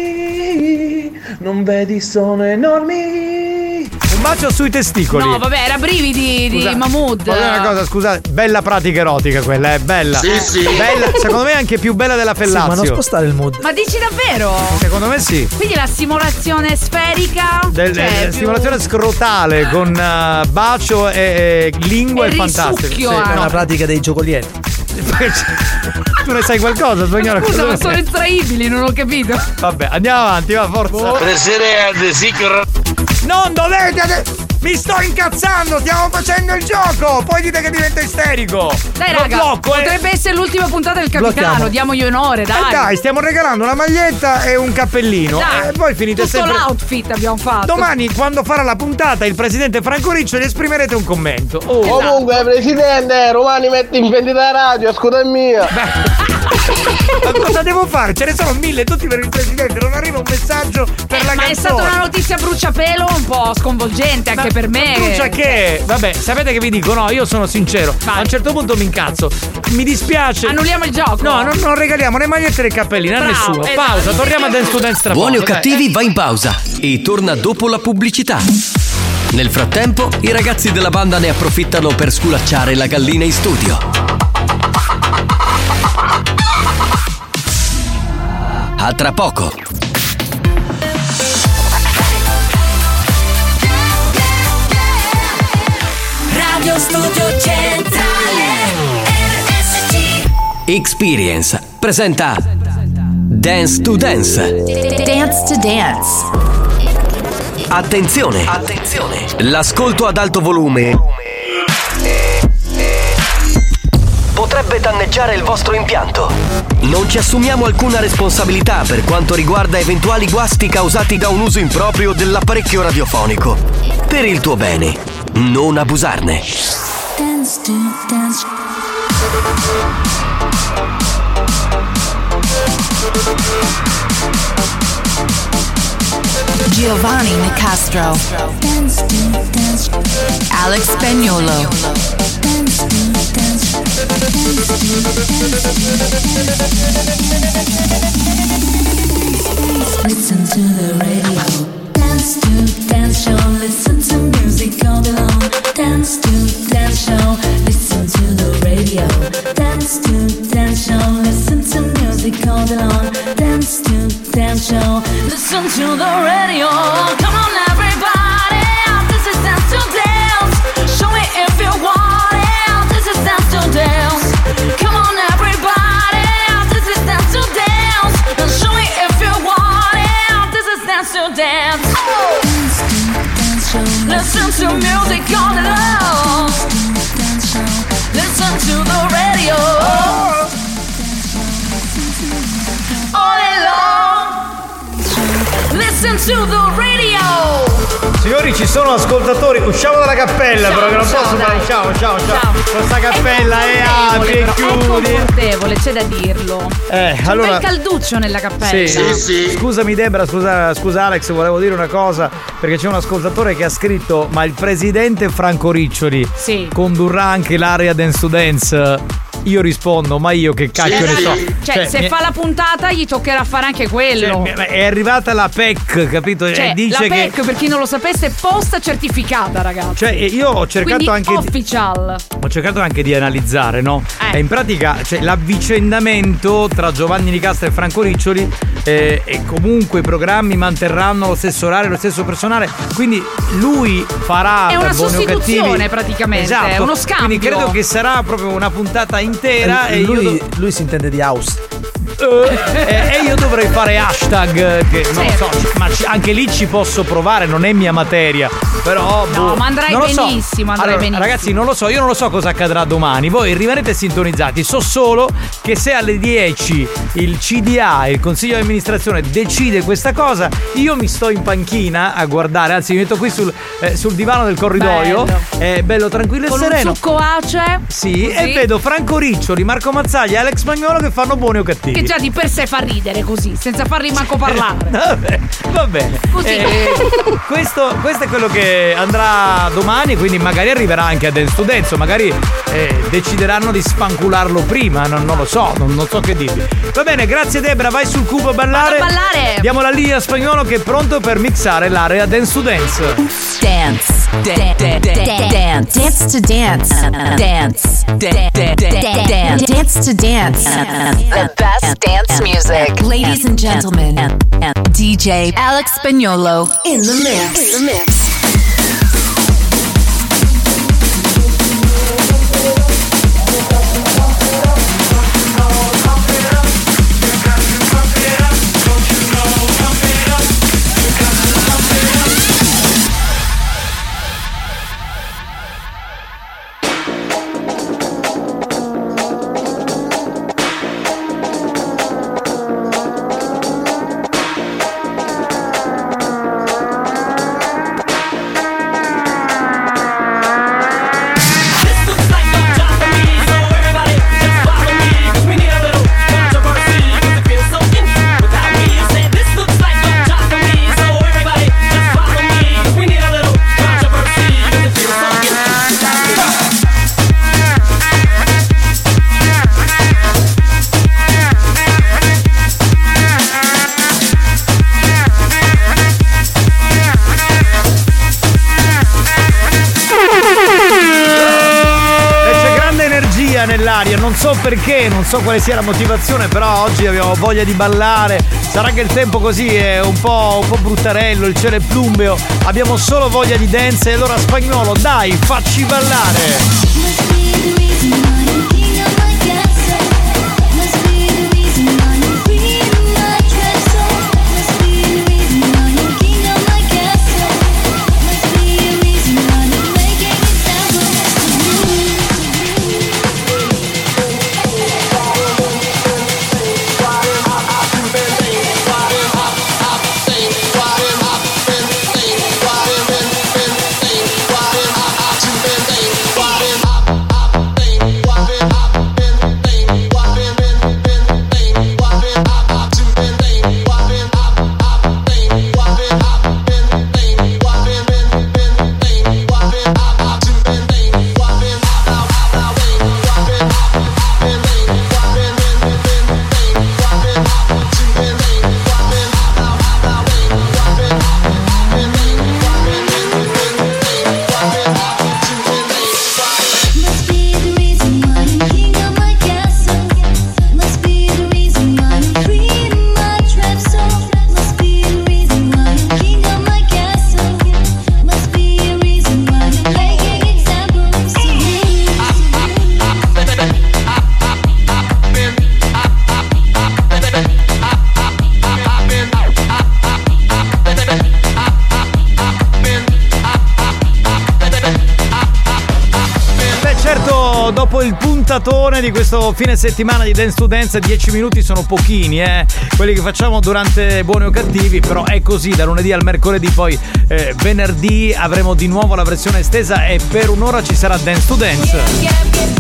non vedi sono enormi. Un bacio sui testicoli. No, vabbè, era brividi Scusa, di Mahmood. Una cosa, scusate, bella pratica erotica quella, è bella. Sì, sì. Bella, secondo me è anche più bella della Fellazio. Sì, ma non spostare il mood. Ma dici davvero? Secondo me sì. Quindi la simulazione sferica Del, cioè, eh, più... simulazione scrotale con uh, bacio e, e lingua e è fantastico. Sì, è una pratica dei giocolienti. Tu ne sai qualcosa, signora? Scusa, ma sono estraibili, non ho capito. Vabbè, andiamo avanti, va, forza. Presidente, sì che... Non dovete ade- Mi sto incazzando, stiamo facendo il gioco. Poi dite che divento isterico. Dai, Lo raga, blocco, eh. potrebbe essere l'ultima puntata del capitano. Blocchiamo. Diamogli onore, dai. Eh dai, stiamo regalando una maglietta e un cappellino. Dai, e poi finite tutto sempre. l'outfit abbiamo fatto. Domani, quando farà la puntata, il presidente Franco Riccioli esprimerete un commento. Oh. Esatto. Comunque, presidente, Romani metti in vendita la radio, scusa mia. Ma cosa devo fare? Ce ne sono mille, tutti per il presidente. Non arriva un messaggio per eh, la ma canzone. è stata una notizia bruciapelo un po' sconvolgente anche ma, per me. Brucia che? Vabbè, sapete che vi dico? No, io sono sincero. Vai. A un certo punto mi incazzo. Mi dispiace. Annulliamo il gioco. No, non, non regaliamo né magliette né cappellini a nessuno. Esatto. Pausa, torniamo a Dance to Dance tra poco. Buoni o cattivi va in pausa e torna dopo la pubblicità. Nel frattempo, i ragazzi della banda ne approfittano per sculacciare la gallina in studio. A tra poco. Radio Studio Centrale R S C Experience presenta Dance to Dance. Dance to Dance. Attenzione! Attenzione! L'ascolto ad alto volume potrebbe danneggiare il vostro impianto. Non ci assumiamo alcuna responsabilità per quanto riguarda eventuali guasti causati da un uso improprio dell'apparecchio radiofonico. Per il tuo bene, non abusarne. Dance to dance. Giovanni Nicastro, Dance to dance. Alex Spagnolo, Dance to dance. Listen to the radio. Dance to dance show. Listen to music all day long. Dance to dance show. Listen to the radio. Dance to dance show. Listen to music all day long. Dance to dance show. Listen to the radio. Come on everybody. This is dance to dance. Show me if you want it. This is dance to dance. Come on everybody. This is dance to dance. Listen to music all day long. Listen to the radio all day long. Listen to the radio. Signori, ci sono ascoltatori, usciamo dalla cappella, Ciao, però che non ciao, posso dai. fare. Ciao, ciao, ciao. Ciao. Questa cappella è apri e È chiudi. confortevole, c'è da dirlo. Eh, C'è allora. un bel calduccio nella cappella. Scusami Debra, scusa, scusa Alex, volevo dire una cosa, perché c'è un ascoltatore che ha scritto: ma il presidente Franco Riccioli Sì. condurrà anche l'area Dance to Dance? Io rispondo, ma io che cacchio ne so. Cioè, se mi- fa la puntata gli toccherà fare anche quello. cioè, è arrivata la P E C, capito? Cioè, e dice la P E C, che per chi non lo sapesse, è posta certificata, ragazzi. cioè io ho cercato Quindi anche di, official. ho cercato anche di analizzare, no? Eh. E in pratica cioè, l'avvicendamento tra Giovanni Nicastro e Franco Riccioli eh, e comunque i programmi manterranno lo stesso orario, lo stesso personale, quindi lui farà È una per buoni o sostituzione, cattivi- praticamente, esatto, è uno scambio. quindi credo che sarà proprio una puntata intera e lui, io do- lui si intende di house. e, e io dovrei fare hashtag che non so, ma ci- anche lì ci posso provare, non è mia materia, però No, boh, ma andrai non lo so. benissimo, andrai Allora, benissimo. ragazzi, non lo so, io non lo so cosa accadrà domani, voi rimanete sintonizzati, so solo che se alle dieci il C D A, il consiglio di amministrazione, decide questa cosa, io mi sto in panchina a guardare, anzi mi metto qui sul, eh, sul divano del corridoio, Bello. è bello tranquillo Con e sereno. un succo ace. Sì, Così. e vedo Franco Riccioli, Marco Mazzaglia e Alex Spagnolo che fanno buoni o cattivi. Che già di per sé fa ridere così, senza farli manco parlare. Vabbè, va bene. Così. Eh, questo, questo è quello che andrà domani, quindi magari arriverà anche a Dance to Dance, o magari eh, decideranno di sfancularlo prima, non, non lo so, non, non so che dirvi. Va bene, grazie Debra, vai sul cubo a ballare. Vado a ballare. Diamo la linea a Spagnolo che è pronto per mixare l'area Dance to Dance. Dance. Da- da- da- Dance. Dance to dance. Dance. Da- da- da- Dance. Dance to dance. The best dance music. Ladies and gentlemen, D J Alex Spagnolo in the mix. In the mix. nell'aria, non so perché, non so quale sia la motivazione, però oggi abbiamo voglia di ballare. Sarà che il tempo così è un po', un po' bruttarello, il cielo è plumbeo, abbiamo solo voglia di dance e allora Spagnolo, dai, facci ballare. Bottom il puntatone di questo fine settimana di Dance to Dance. dieci minuti sono pochini, eh quelli che facciamo durante Buoni o Cattivi, però è così, da lunedì al mercoledì. Poi eh, venerdì avremo di nuovo la versione estesa e per un'ora ci sarà Dance to Dance.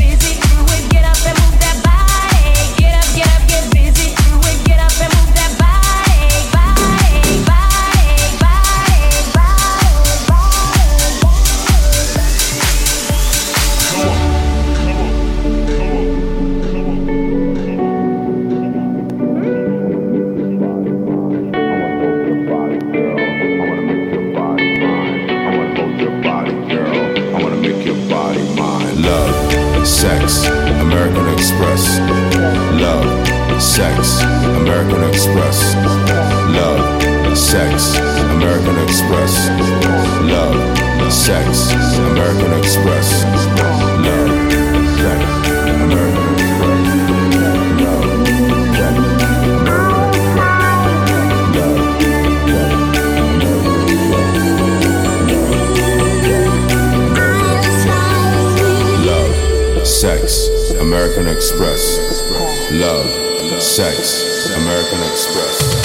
Sex, American Express. Love, sex, American Express. Love, sex, American Express. Love, sex, American Express. Love, sex, American Sex, American Express. Love, sex, American Express.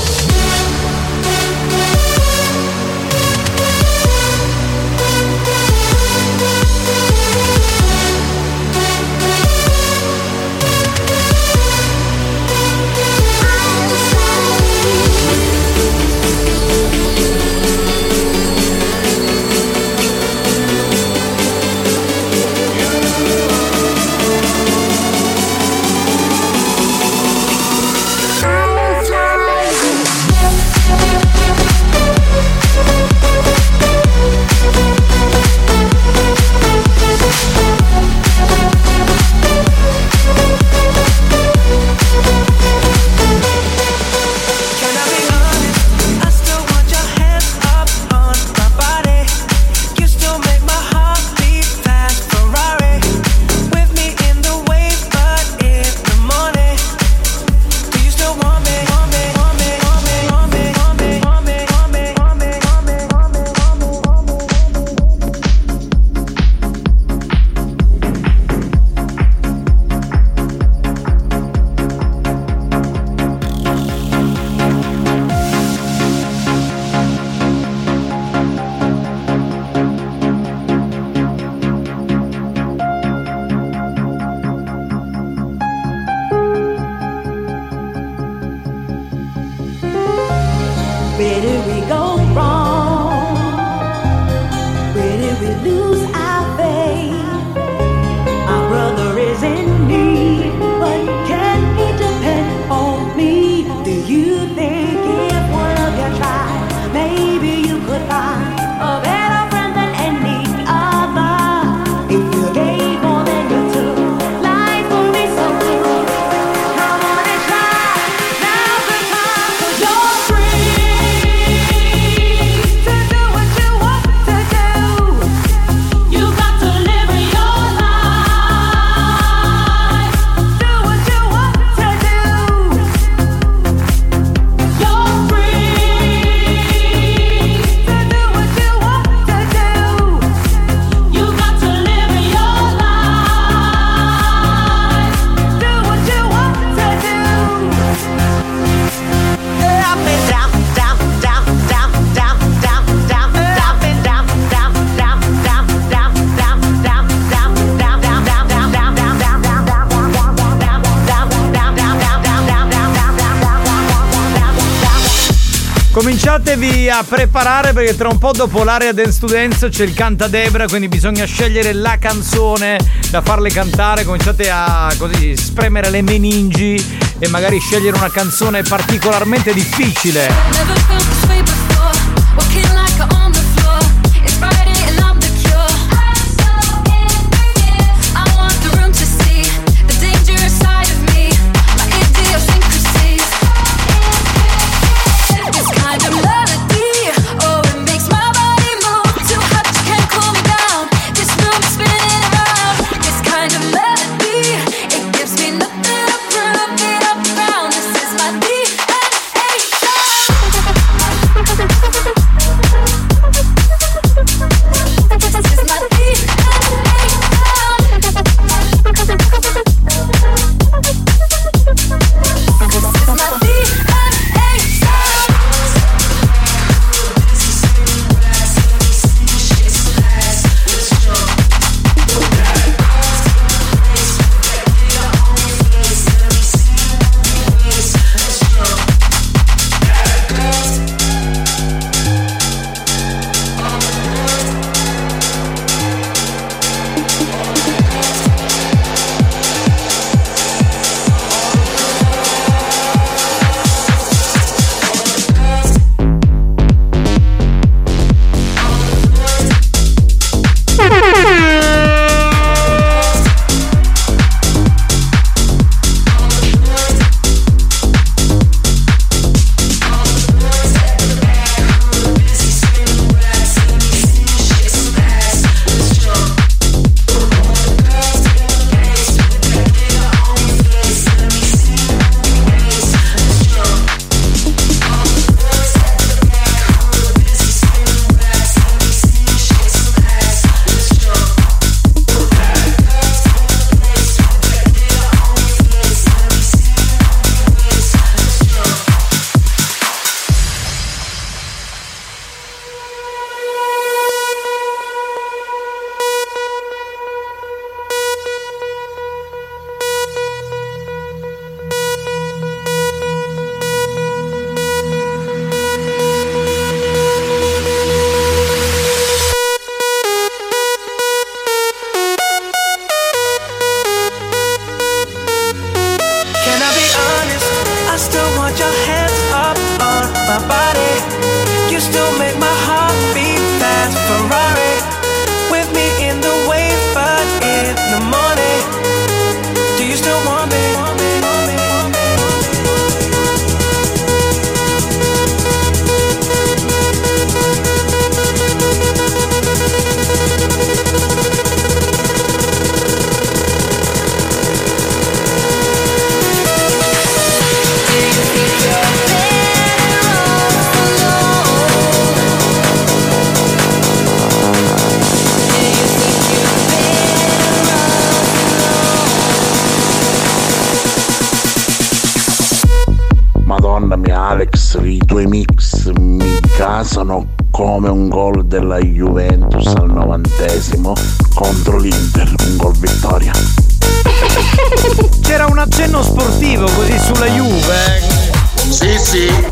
Cominciatevi a preparare perché tra un po' dopo l'area Dance to Dance c'è il Canta Debra, quindi bisogna scegliere la canzone da farle cantare. Cominciate a così spremere le meningi e magari scegliere una canzone particolarmente difficile. Madonna mia Alex, i tuoi mix mi casano come un gol della Juventus al novantesimo contro l'Inter, un gol vittoria. C'era un accenno sportivo così sulla Juve. Sì, sì.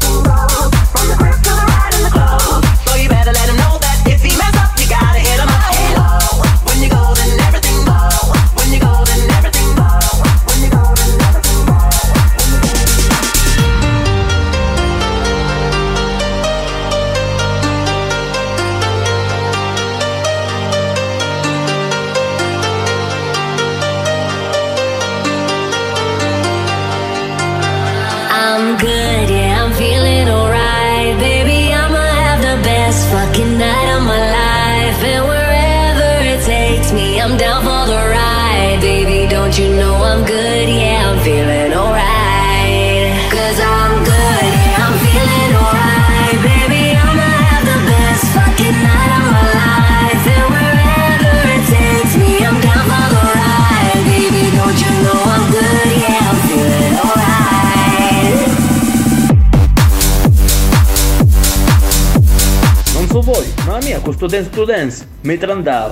I'm good, yeah, I'm feeling alright. Baby, I'ma have the best fucking night of my life. And wherever it takes me, I'm down for the ride. Baby, don't you know I'm good, yeah, I'm feeling alright. Cause I'm good, yeah, I'm feeling alright. Baby, I'ma have the best fucking night of my life. And wherever it takes me, I'm down for the ride. Baby, don't you know I'm good, yeah, I'm feeling alright. Non so voi, ma la mia questo dance to dance mi trandava.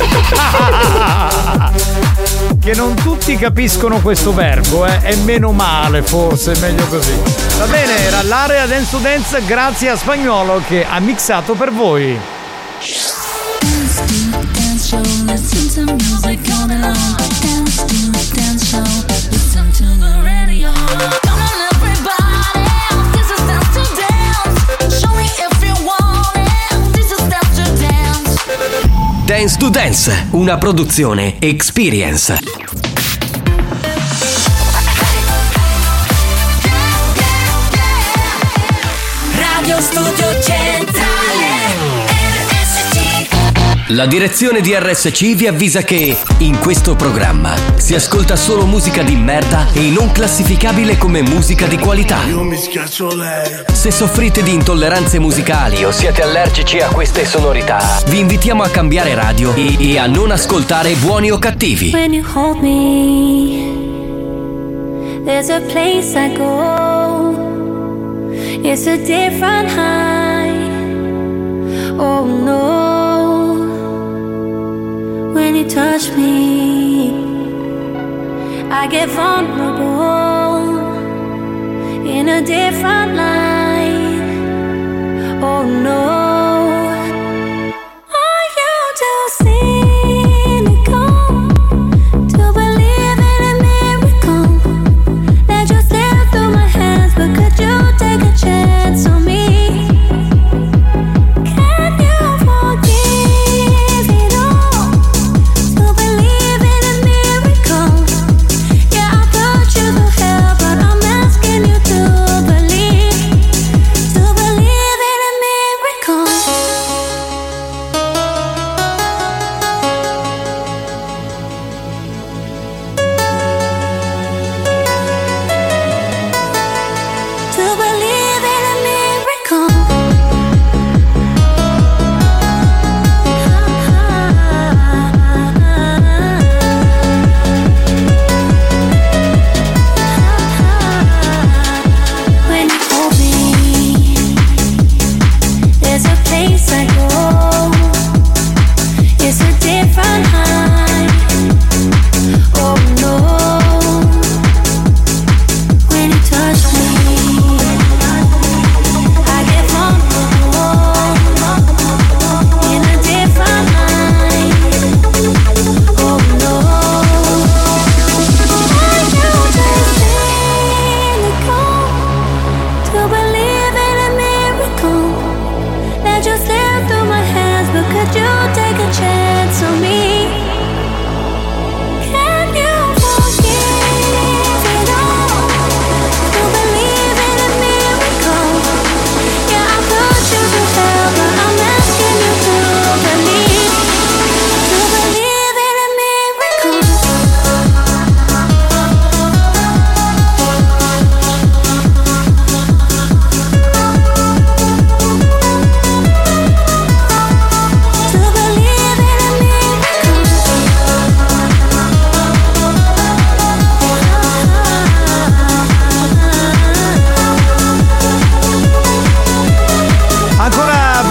Che non tutti capiscono questo verbo, eh? E meno male, forse è meglio così. Va bene, era l'area dance to dance grazie a Spagnolo che ha mixato per voi. Dance show, listen to music all day long. Dance to dance show, listen to the radio. Come on everybody, this is dance to dance. Show me if you want it, this is dance to dance. Dance to Dance, una produzione Experience. Radio Studio Centrale R S C. La direzione di R S C vi avvisa che in questo programma si ascolta solo musica di merda e non classificabile come musica di qualità. Io mi schiaccio lei. Se soffrite di intolleranze musicali o siete allergici a queste sonorità, vi invitiamo a cambiare radio e, e a non ascoltare Buoni o Cattivi. When you hold me, there's a place I go. It's a different high. Oh no. When you touch me, I get vulnerable in a different light. Oh no. Are you too cynical to believe in a miracle that just slipped through my hands? But could you take a chance on me? Can you forgive it all to believe in a miracle? Yeah, I'll put you through hell, but I'm asking you to believe, to believe in a miracle.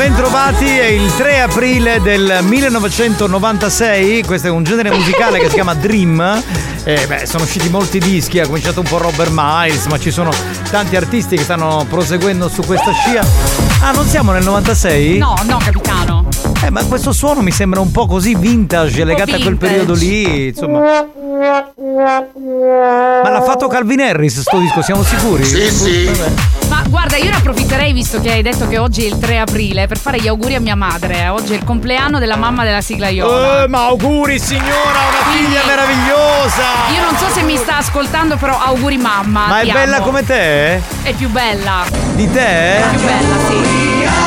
bentrovati, è il tre aprile del millenovecentonovantasei, questo è un genere musicale che si chiama Dream. Eh, beh, sono usciti molti dischi, ha cominciato un po' Robert Miles, ma ci sono tanti artisti che stanno proseguendo su questa scia. Ah, non siamo nel novantasei? No, no, capitano. Eh, ma questo suono mi sembra un po' così vintage, legato vintage. a quel periodo lì, insomma. Ma l'ha fatto Calvin Harris sto disco, siamo sicuri? Sì, sì. Vabbè. Ma guarda, io ne approfitterei, visto che hai detto che oggi è il tre aprile, per fare gli auguri a mia madre. Oggi è il compleanno della mamma della sigla Iola. Eh, ma auguri signora, una Quindi, figlia meravigliosa. Io non so se mi sta ascoltando, però auguri mamma. Ma è bella amo. come te? È più bella. Di te? È più bella, sì.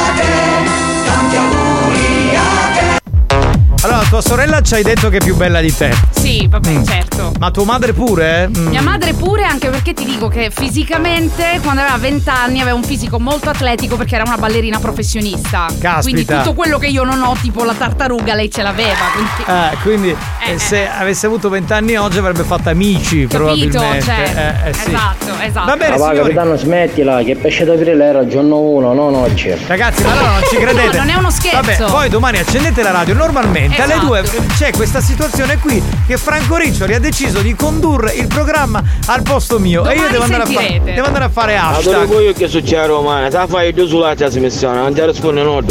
Allora, tua sorella ci hai detto che è più bella di te. Sì, vabbè, mm. certo. Ma tua madre pure? Mm. Mia madre pure, anche perché ti dico che fisicamente, quando aveva vent'anni, aveva un fisico molto atletico perché era una ballerina professionista. Caspita. Quindi tutto quello che io non ho, tipo la tartaruga, lei ce l'aveva. Quindi, eh, quindi eh, se eh. avesse avuto vent'anni oggi avrebbe fatto Amici. Capito, probabilmente. Cioè, eh, eh, sì. Esatto, esatto. Va bene, ma signori. capitano, smettila, che pesce d'aprile era giorno uno, non oggi. Ragazzi, ma allora non ci credete? No, non è uno scherzo. Vabbè, poi domani accendete la radio. Normalmente esatto. alle due c'è questa situazione qui che Franco Riccioli ha deciso di condurre il programma al posto mio. Domani e io devo andare, a fa- devo andare a fare hashtag. Ma dove io che succede romana? Te fai due sulla trasmissione, non ti risponde nulla.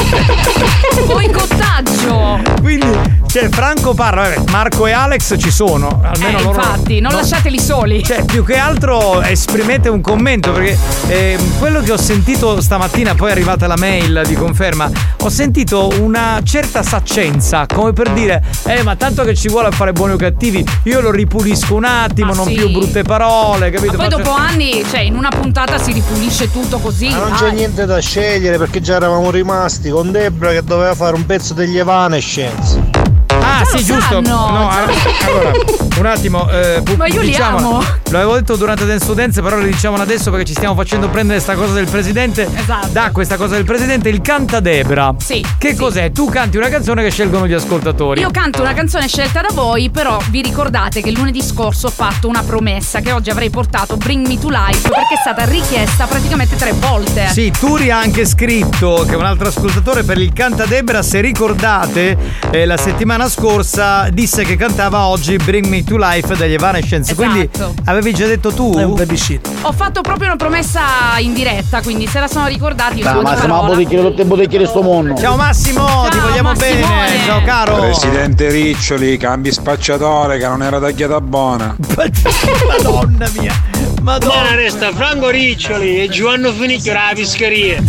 Boicottaggio. Quindi cioè Franco parla, vabbè, Marco e Alex ci sono, almeno eh, loro. Infatti, non no, lasciateli soli. Cioè, più che altro esprimete un commento, perché eh, quello che ho sentito stamattina, poi è arrivata la mail di conferma, ho sentito una certa saccenza, come per dire, eh ma tanto che ci vuole a fare buoni o cattivi, io lo ripulisco un attimo, ah, non sì. più brutte parole, capito? Ma poi Faccio... dopo anni, cioè in una puntata si ripulisce tutto così. Ma non c'è dai. niente da scegliere, perché già eravamo rimasti con Debra che doveva fare un pezzo degli Evanescence. Ah, già sì, giusto. Sanno, no, già... allora, un attimo. Eh, pu- Ma io li amo. L'avevo detto durante Dance to Dance, però lo diciamo adesso perché ci stiamo facendo prendere sta cosa del presidente. Esatto. Da questa cosa del presidente, il canta Debra. Sì. Che sì. cos'è? Tu canti una canzone che scelgono gli ascoltatori. Io canto una canzone scelta da voi, però vi ricordate che lunedì scorso ho fatto una promessa che oggi avrei portato Bring Me to Life, perché è stata richiesta praticamente tre volte. Sì, Turi ha anche scritto che un altro ascoltatore per il canta Debra, se ricordate, eh, la settimana scorsa disse che cantava oggi Bring Me to Life degli Evanescence. Esatto. Quindi avevi già detto tu? È un babyshit. Ho fatto proprio una promessa in diretta, quindi se la sono ricordati. Ma Massimo, bottiglie, tutte le bottiglie di sto mondo. Ciao Massimo, Ciao, ti vogliamo Massimone. bene. Ciao caro. Presidente Riccioli, cambi spacciatore che non era tagliata buona. Madonna mia. Madonna. Ma resta Franco Riccioli e Giovanni Finicchio alla pescheria.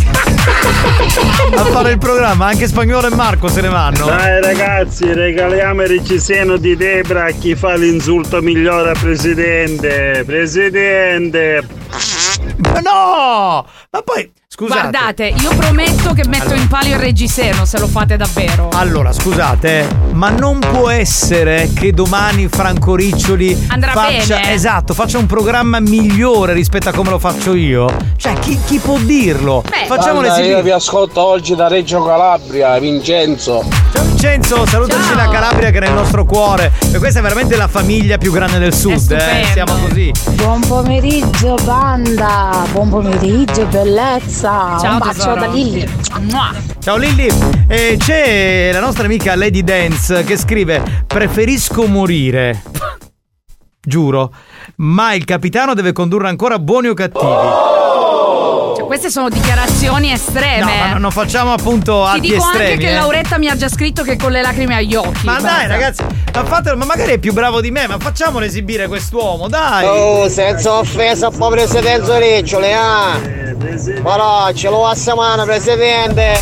A fare il programma, anche Spagnolo e Marco se ne vanno. Dai ragazzi, regaliamo il reggiseno di Debra a chi fa l'insulto migliore al presidente. Presidente. Ma no! Ma poi, scusate. Guardate, io prometto che metto allora. in palio il reggiseno se lo fate davvero. Allora, scusate, ma non può essere che domani Franco Riccioli andrà faccia, bene. esatto, faccia un programma migliore rispetto a come lo faccio io? Cioè, chi, chi può dirlo? Beh, Facciamo Guarda, le io vi ascolto oggi da Reggio Calabria, Vincenzo. Ciao Vincenzo, salutaci Ciao. la Calabria che è nel nostro cuore. E questa è veramente la famiglia più grande del sud, eh. Siamo così. Buon pomeriggio banda, buon pomeriggio bellezza. Ciao, un bacio tesoro. da Lilli. Mua. Ciao Lilli, e c'è la nostra amica Lady Dance che scrive: preferisco morire, giuro, ma il capitano deve condurre ancora buoni o cattivi. Cioè, queste sono dichiarazioni estreme. No, ma non facciamo appunto Ti atti dico estremi. anche che eh. Lauretta mi ha già scritto che con le lacrime agli occhi. Ma basta. dai ragazzi, ma fatelo, ma magari è più bravo di me, ma facciamolo esibire quest'uomo, dai. Oh, senza offesa, po' presidente Riccioli, ah. Però ce l'ho a settimana, presidente.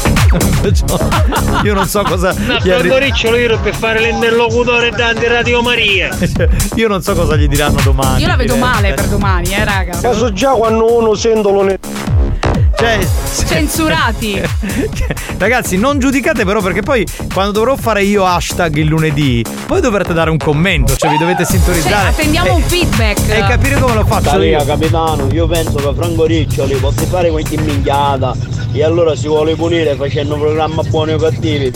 Io non so cosa. Ma gli arri- Franco Riccioli io per fare l'interlocutore Dante Radio Maria. Io non so cosa gli diranno domani. Io la vedo direi. male per domani, eh raga. Ma so già quando uno sento lo ne... Cioè, censurati. Ragazzi, non giudicate però, perché poi quando dovrò fare io hashtag il lunedì, poi dovrete dare un commento, cioè vi dovete sintonizzare. Cioè, attendiamo e, un feedback e capire come lo faccio Talia, io. capitano, io penso che Franco Riccioli possa fare qualche minchiata e allora si vuole punire facendo un programma buoni o cattivi.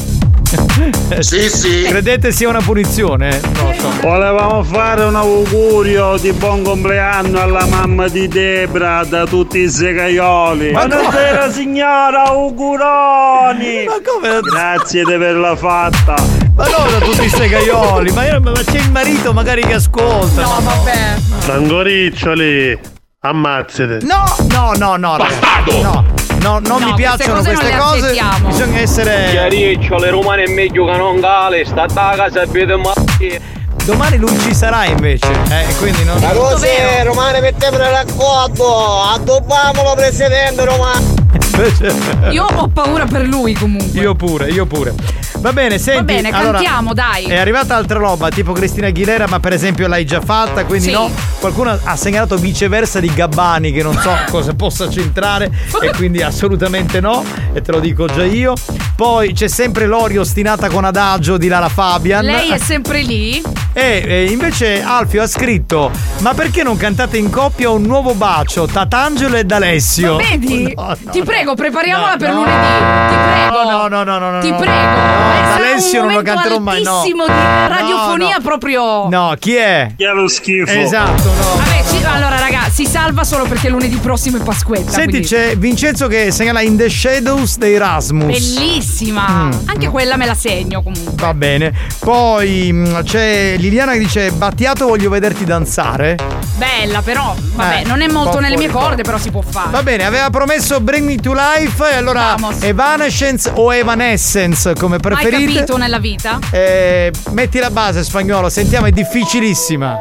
Sì, sì. Credete sia una punizione? Non lo so. Volevamo fare un augurio di buon compleanno alla mamma di Debra da tutti i segaioli. Ma buonasera signora, auguroni. Ma come? Grazie di averla fatta. Ma no, da tutti i segaioli. Ma, io, ma c'è il marito magari che ascolta. No, vabbè. Frangoriccioli, ammazzate. No, no, no, no, ragazzi, no. No, non No, mi piacciono queste queste cose non le cose. accettiamo. Bisogna essere. Chiariccio, le romane è meglio che non cale, sta a casa e vede ma. Domani lui ci sarà invece, eh, quindi non. Ma cos'è? Romane mettete l'accordo, addobbiamolo presidente Romano. Io ho paura per lui comunque. Io pure, io pure. Va bene, senti. Va bene, allora, cantiamo, dai. È arrivata altra roba, tipo Cristina Aguilera, ma per esempio l'hai già fatta, quindi Sì. no. Qualcuno ha segnalato viceversa di Gabbani, che non so cosa possa c'entrare, e quindi assolutamente no, e te lo dico già io. Poi c'è sempre Lori ostinata con Adagio di Lara Fabian. Lei è sempre lì. E e invece Alfio ha scritto: ma perché non cantate in coppia un nuovo bacio, Tatangelo ed Alessio? Ma vedi? No, no, Ti prego, prepariamola no, per no. lunedì. Ti prego. No, no, no, no, no. Ti no. prego. No, Eh, sarà Alessio un non lo momento canterò mai, no. altissimo di radiofonia No, no. proprio. No, chi è? Chi è lo schifo? Esatto, no. Vabbè, ci- allora raga, si salva solo perché lunedì prossimo è Pasquetta. Senti, quindi- c'è Vincenzo che segnala In the Shadows dei Rasmus. Bellissima. Mm. Anche quella me la segno comunque. Va bene. Poi mh, c'è Liliana che dice: Battiato, voglio vederti danzare. Bella, però, vabbè, Eh, non è un molto po' nelle mie fuori corde, però si può fare. Va bene, aveva promesso Bring Me to Life. E allora Vamos. Evanescence o Evanescence, come Mai preferite. capito nella vita? Eh, metti la base, Spagnolo, sentiamo, è difficilissima.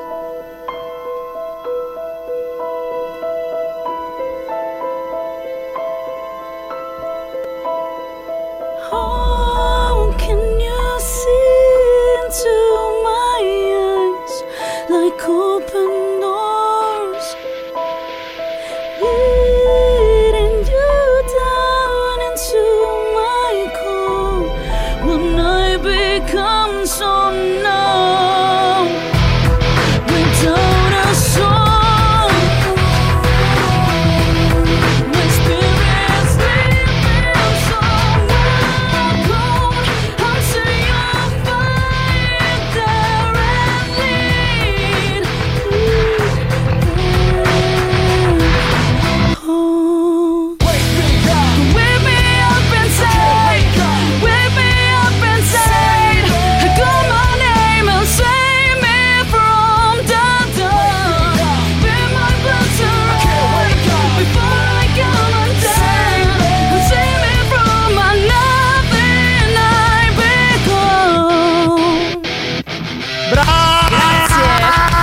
How can you see into my eyes like open doors, leading you down into my core when I become so numb without a song? My spirit's leaving somewhere cold until you find there and lead home. Wake me up inside, wake me up inside. Call my name and save me from the dark. Be my butler before I come undone. Save me from my nothing I become. Grazie.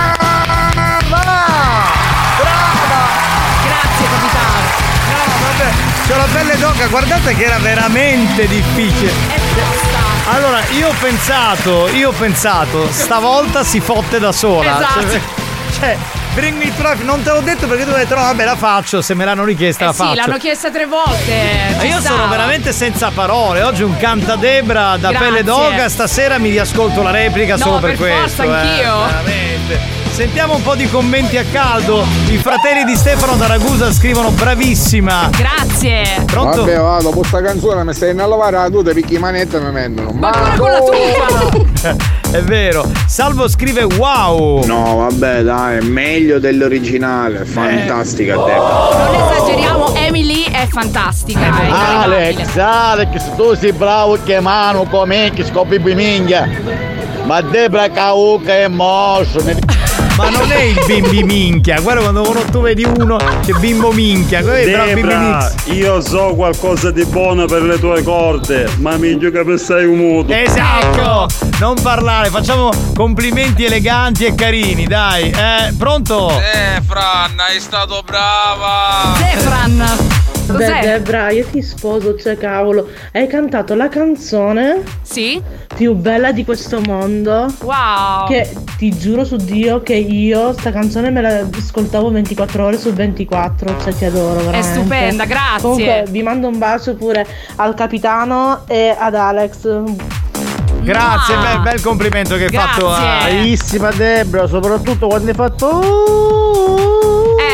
Grazie, capitano. No, vabbè, c'ho la pelle d'oca, guardate che era veramente difficile. Allora, io ho pensato, io ho pensato, stavolta si fotte da sola. Esatto. Cioè, cioè, Bring Me to Life, non te l'ho detto perché tu hai detto no, vabbè, la faccio, se me l'hanno richiesta la Eh sì, faccio. l'hanno chiesta tre volte. Ma ci io sta. sono veramente senza parole. Oggi un cantadebra da Grazie. pelle d'oca. Stasera mi riascolto la replica No, solo per, per questo. forza, anch'io. Eh, veramente. Sentiamo un po' di commenti a caldo. I fratelli di Stefano da Ragusa scrivono: bravissima. Grazie. Pronto? Vabbè, va, dopo sta canzone mi stai a lavare la tuta perché i manette mi mettono. Ma ancora con la tuta. È vero. Salvo scrive: wow. No, vabbè, dai, è meglio dell'originale. Fantastica, Debra. Non esageriamo, Emily è fantastica. Eh, è inarrivabile. Alex, Alex, tu sei bravo che mano come che scopri più minchia. Ma Debra Cauca è mosso. Ma non è il bimbi minchia. Guarda quando uno, tu vedi uno che bimbo minchia. Quello è il bravo bimbi Debra, mix. io so qualcosa di buono per le tue corde, ma mi gioca per sei un muto. Esatto. Non parlare, facciamo complimenti eleganti e carini, dai. Eh, pronto? Eh, Fran, hai stato brava. Zefran. Beh, Cos'è? Debra, io ti sposo, cioè cavolo, hai cantato la canzone Sì? più bella di questo mondo. Wow. Che ti giuro su Dio che io sta canzone me la ascoltavo ventiquattro ore su ventiquattro, cioè ti adoro veramente. È stupenda, grazie. Comunque vi mando un bacio pure al capitano e ad Alex. Grazie, Mua. bel, bel complimento che hai Grazie. fatto a. Bravissima Debra, soprattutto quando hai fatto. Eh,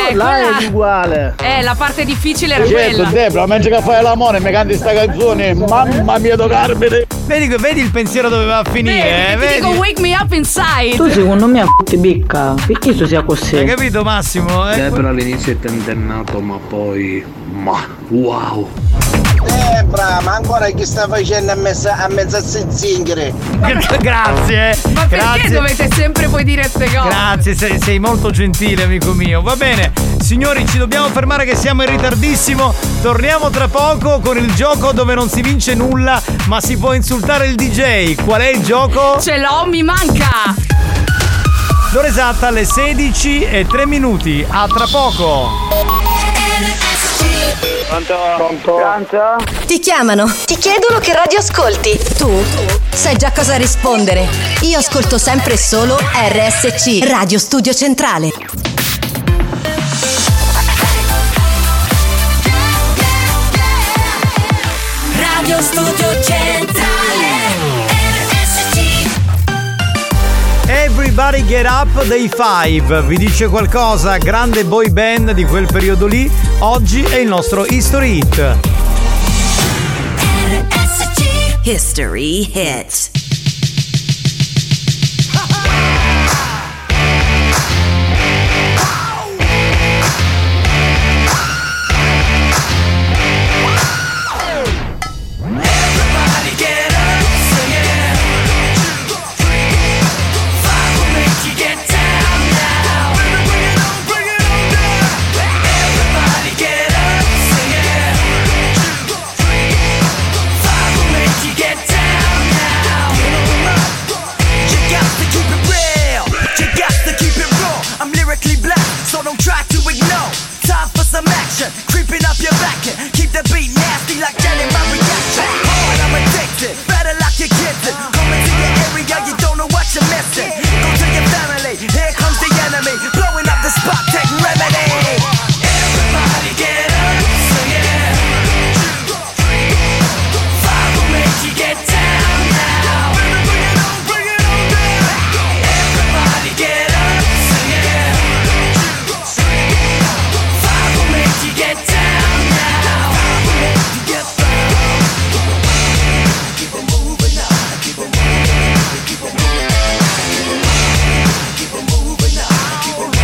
Eh, là quella- è uguale. Eh, la parte difficile era Certo, quella. Debra, mentre che fai l'amore mi canti sta canzone, mamma mia, do Carmine. Vedi, vedi il pensiero dove va a finire, eh? Vedi, ti dico wake me up inside. Tu secondo me a f***i picca, perché tu sia così? Hai capito Massimo? Eh? Debra all'inizio è tentennato, ma poi. Ma wow! Debra, ma ancora chi sta facendo a mezzo a mezzo a zingare? Grazie. Ma perché Grazie. dovete sempre poi dire queste cose? Grazie, sei, sei molto gentile amico mio. Va bene, signori, ci dobbiamo fermare che siamo in ritardissimo. Torniamo tra poco con il gioco dove non si vince nulla, ma si può insultare il D J. Qual è il gioco? Ce l'ho, mi manca. L'ora esatta alle sedici e tre minuti. A tra poco. Pronto? Ti chiamano, ti chiedono che radio ascolti. Tu sai già cosa rispondere. Io ascolto sempre e solo R S C, Radio Studio Centrale. Radio Studio Centrale R S C. Everybody Get Up dei Five. Vi dice qualcosa? Grande boy band di quel periodo lì. Oggi è il nostro History Hit. History Hit. Creeping up your back and keep the beat nasty like that in my reaction. Hard, I'm addicted, better lock your kids in. Coming to your area, you don't know what you're missing. Go to your family, here comes the enemy. Blowing up the spot, take remedy. Everybody get up, sing it. Two, three, five will make you get down now. Bring it on, bring it on down. Everybody get up, sing it. Two, three, five will make you get down now. Five will make you get down. Keep it moving now, keep it moving, keep it moving, keep it moving now, keep it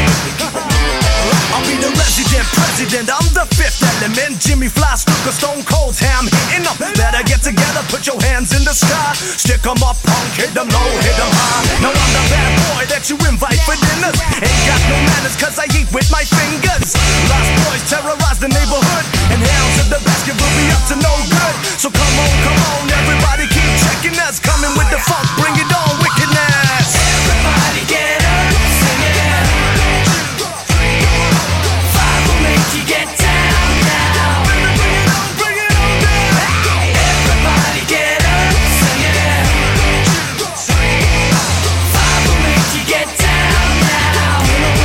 moving. I'll be the resident president, I'm the fifth element. Jimmy Fly, Snooker, Stone Cold, Ham hitting them. Better get together, put your hands in the sky. Stick 'em up, punk, hit 'em low, hit 'em high. Now I'm the bad boy that you invite for dinners. Ain't got no manners cause I eat with my fingers. Lost boys terrorize the neighborhood, and hounds of the basket will be up to no good. So come on, come on, everybody keep checking us. Coming with the funk, bring it on, wickedness. Everybody get up, sing it. Two, three, five will make you get down now. Bring it on, bring it on down. Everybody get up, sing it. Two, three, five will make you get down now.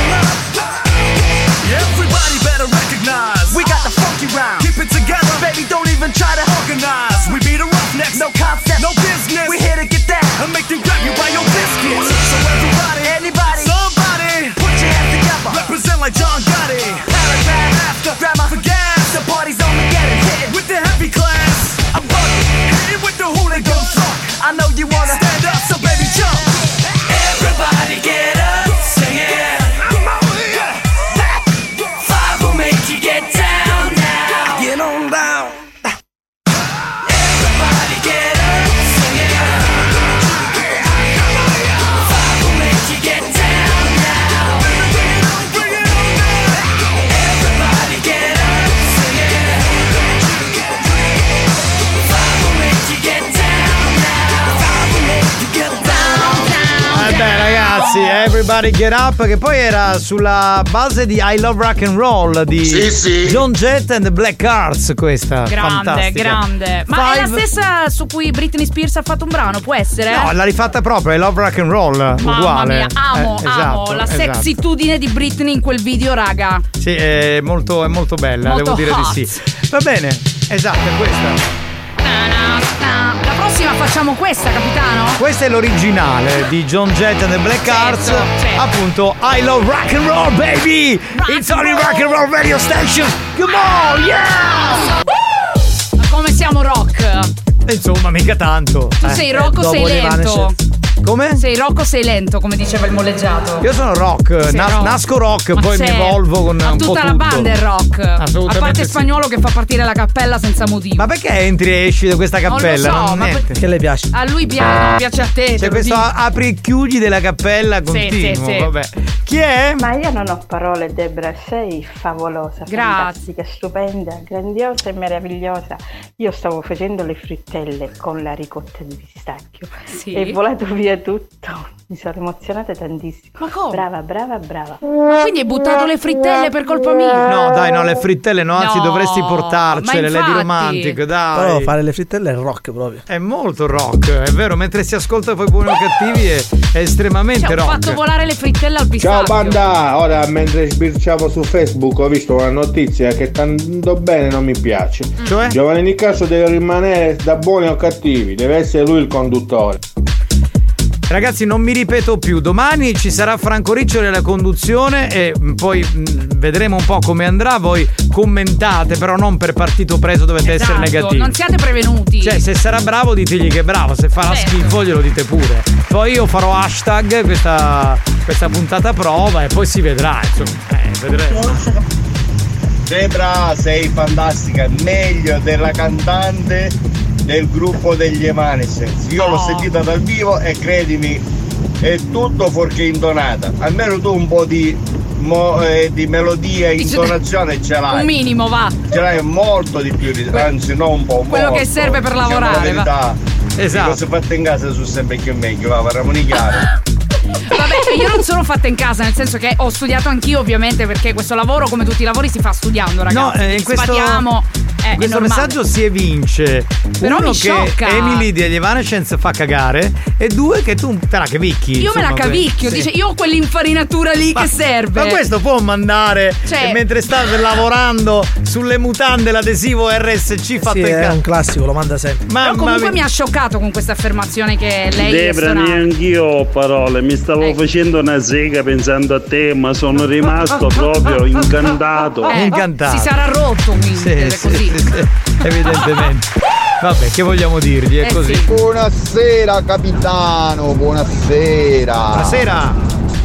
Everybody better recognize we got the funky round. Keep it together, baby, don't even try to organize. We be the roughnecks, no concept, no business. We here to get that and make them grab you by your biscuits. So everybody, anybody, somebody, put your hands together. Represent like John Gotti. Paragraph after, grandma for gas. The party's on to get it hit with the heavy class. I'm bugging, hitting with the hooligan funk. I know you wanna stand up, so baby jump. Everybody get up, sing it. Five will make you get down now. Get on down. Everybody get up, sing it. Five will make you get down now. Bring it on, bring it on down. Everybody get up, sing it. Five will make you get down now. Five will make you get down now. Eh beh ragazzi, Everybody Get Up, che poi era sulla base di I Love Rock and Roll di Sì, sì. John Jett and the Black Hearts, questa Grande, fantastica. grande. Ma è la Five- stessa su cui Britney Spears ha fatto un brano, può essere? No, l'ha rifatta proprio, I Love Rock and Roll, Mamma uguale. mia, amo, Eh, amo esatto, la esatto. sexitudine di Britney in quel video, raga. Sì, è molto, è molto bella, Molto devo dire hot. di sì. Va bene, esatto, è questa. La prossima facciamo questa, capitano? Questa è l'originale di John Jett and the Black Hearts, certo, certo. appunto I Love Rock and Roll Baby, rock It's only rock and roll radio station, come on, yeah! Ma come siamo rock? Insomma, mica tanto. Tu eh. sei rock o sei lento? Come? Sei rock o sei lento, come diceva il molleggiato? Io sono rock, Sei na- rock. nasco rock, Ma poi c'è- mi evolvo con ma un po' tutta tutto. la banda è rock. Assolutamente A parte sì. Spagnolo che fa partire la cappella senza motivo. Ma perché entri e esci da questa Non lo cappella? so, Non ma niente. per- Che le piace? A lui piace, non piace a te. te C'è lo questo dico. apri e chiudi della cappella Sì, continuo, sì, sì. vabbè. Chi è? Ma io non ho parole, Debra, sei favolosa, Grazie. fantastica, stupenda, grandiosa e meravigliosa. Io stavo facendo le frittelle con la ricotta di pistacchio Sì. e è volato via tutto. Mi sono emozionata tantissimo. Ma come? Brava, brava, brava. Quindi hai buttato le frittelle per colpa mia? No, dai, no, le frittelle no, anzi No, dovresti portarcele, ma le di infatti. romantico, dai. Però fare le frittelle è rock proprio. È molto rock, è vero, mentre si ascolta poi Buoni o Cattivi è, è estremamente Cioè, ho rock. fatto volare le frittelle al pistacchio. Ciao banda, ora mentre sbirciamo su Facebook ho visto una notizia che tanto bene non mi piace. Cioè? Giovanni Nicastro deve rimanere da Buoni o Cattivi, deve essere lui il conduttore. Ragazzi, non mi ripeto più, domani ci sarà Franco Riccioli alla conduzione e poi mh, vedremo un po' come andrà, voi commentate, però non per partito preso dovete Esatto, essere negativi. non siate prevenuti. Cioè, se sarà bravo ditegli che è bravo, se farà Certo. schifo glielo dite pure. Poi io farò hashtag questa, questa puntata prova e poi si vedrà, insomma, eh, vedremo. Debra, sei fantastica, meglio della cantante del gruppo degli Evanescence. Io l'ho Oh. sentita dal vivo e credimi, è tutto fuorché intonata. Almeno tu un po' di, mo- eh, di melodia e Dice- intonazione ce l'hai. Un minimo, va. Ce l'hai molto di più, di- anzi non un po', Quello molto. che serve per Diciamo lavorare, la verità. Esatto. Le cose fatte in casa sono sempre più meglio, va, parliamo di chiaro. Vabbè, io non sono fatta in casa, nel senso che ho studiato anch'io, ovviamente, perché questo lavoro, come tutti i lavori, si fa studiando, ragazzi. No, eh, in questo, Sbadiamo, eh, in questo è normale. messaggio si evince Però uno mi che sciocca. Emily degli Evanescence fa cagare e due che tu te la cavicchi. Io me la insomma, cavicchio, sì. dice io ho quell'infarinatura lì che serve. Ma questo può mandare Cioè- e mentre sta lavorando sulle mutande l'adesivo R S C fatto Sì, in è casa. un classico, lo manda sempre. Però Mamma comunque mia. mi ha scioccato con questa affermazione che lei è Debra, suonata. neanch'io ho parole, mi stavo Ecco. facendo una sega pensando a te, ma sono rimasto proprio incantato. Eh, Incantato. Si sarà rotto quindi, Sì, deve sì, così. sì, sì, evidentemente. Vabbè, che vogliamo dirgli? È Eh così. sì. Buonasera capitano, buonasera. Buonasera.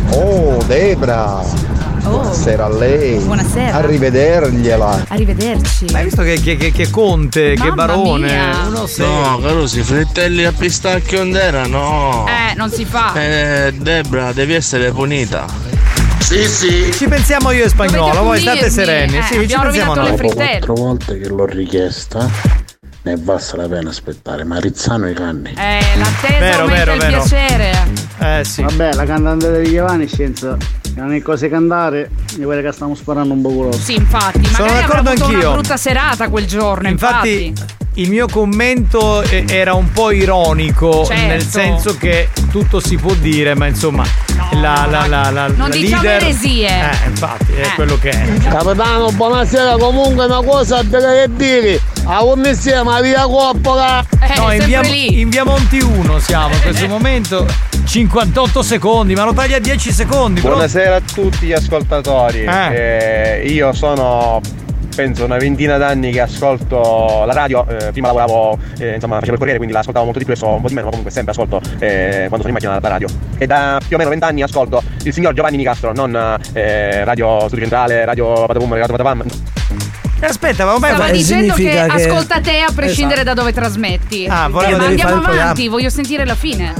Oh Debra. Buonasera a lei. Buonasera. Arrivedergliela. Arrivederci. Ma hai visto che, che, che, che Conte, che Mamma Barone? mia. Uno sei. No, Carusi, frittelli a pistacchio ondera, no. Eh, non si fa. Eh, Debra, devi essere punita. Sì, sì. Ci pensiamo io e Spagnolo, Dovete voi state punirmi. sereni. Eh, sì, ci abbiamo pensiamo rovinato noi. le Dopo frittelle. quattro volte che l'ho richiesta, ne è valsa la pena aspettare. Marizzano i canni. Eh, l'attesa Vero, aumenta vero, il vero. piacere. Eh sì. Vabbè, la cantante degli Evanescence non è cose cantare, di quelle che stiamo sparando un po' culo. Sì, infatti, Sono magari avrà d'accordo avuto anch'io. una brutta serata quel giorno, Infatti, infatti. il mio commento eh, era un po' ironico, Certo. nel senso che tutto si può dire, ma insomma, la, la, la, la, Non la diciamo leader. eresie. Eh, infatti, è Eh. quello che è. Capitano, buonasera, comunque una cosa deve dire. A ogni insieme, via Coppola. Eh, No, in sempre via, lì. in via Monti uno siamo in questo momento. cinquantotto secondi, ma lo taglia a dieci secondi. però- Buonasera a tutti gli ascoltatori. Eh. Eh, io sono penso una ventina d'anni che ascolto la radio, eh, prima lavoravo, eh, insomma facevo il corriere, quindi la ascoltavo molto di più, adesso un po' di meno, ma comunque sempre ascolto eh, quando sono in macchina la radio. E da più o meno vent'anni ascolto il signor Giovanni Nicastro, non eh, Radio Studio Centrale, Radio Patapum, Radio Patapam. Eh, Aspetta, ma vabbè, Stava ma- dicendo che, significa che- ascolta te a prescindere Esatto. da dove trasmetti. Ah, Eh, volevo- ma devi andiamo fare il avanti, programma. voglio sentire la fine.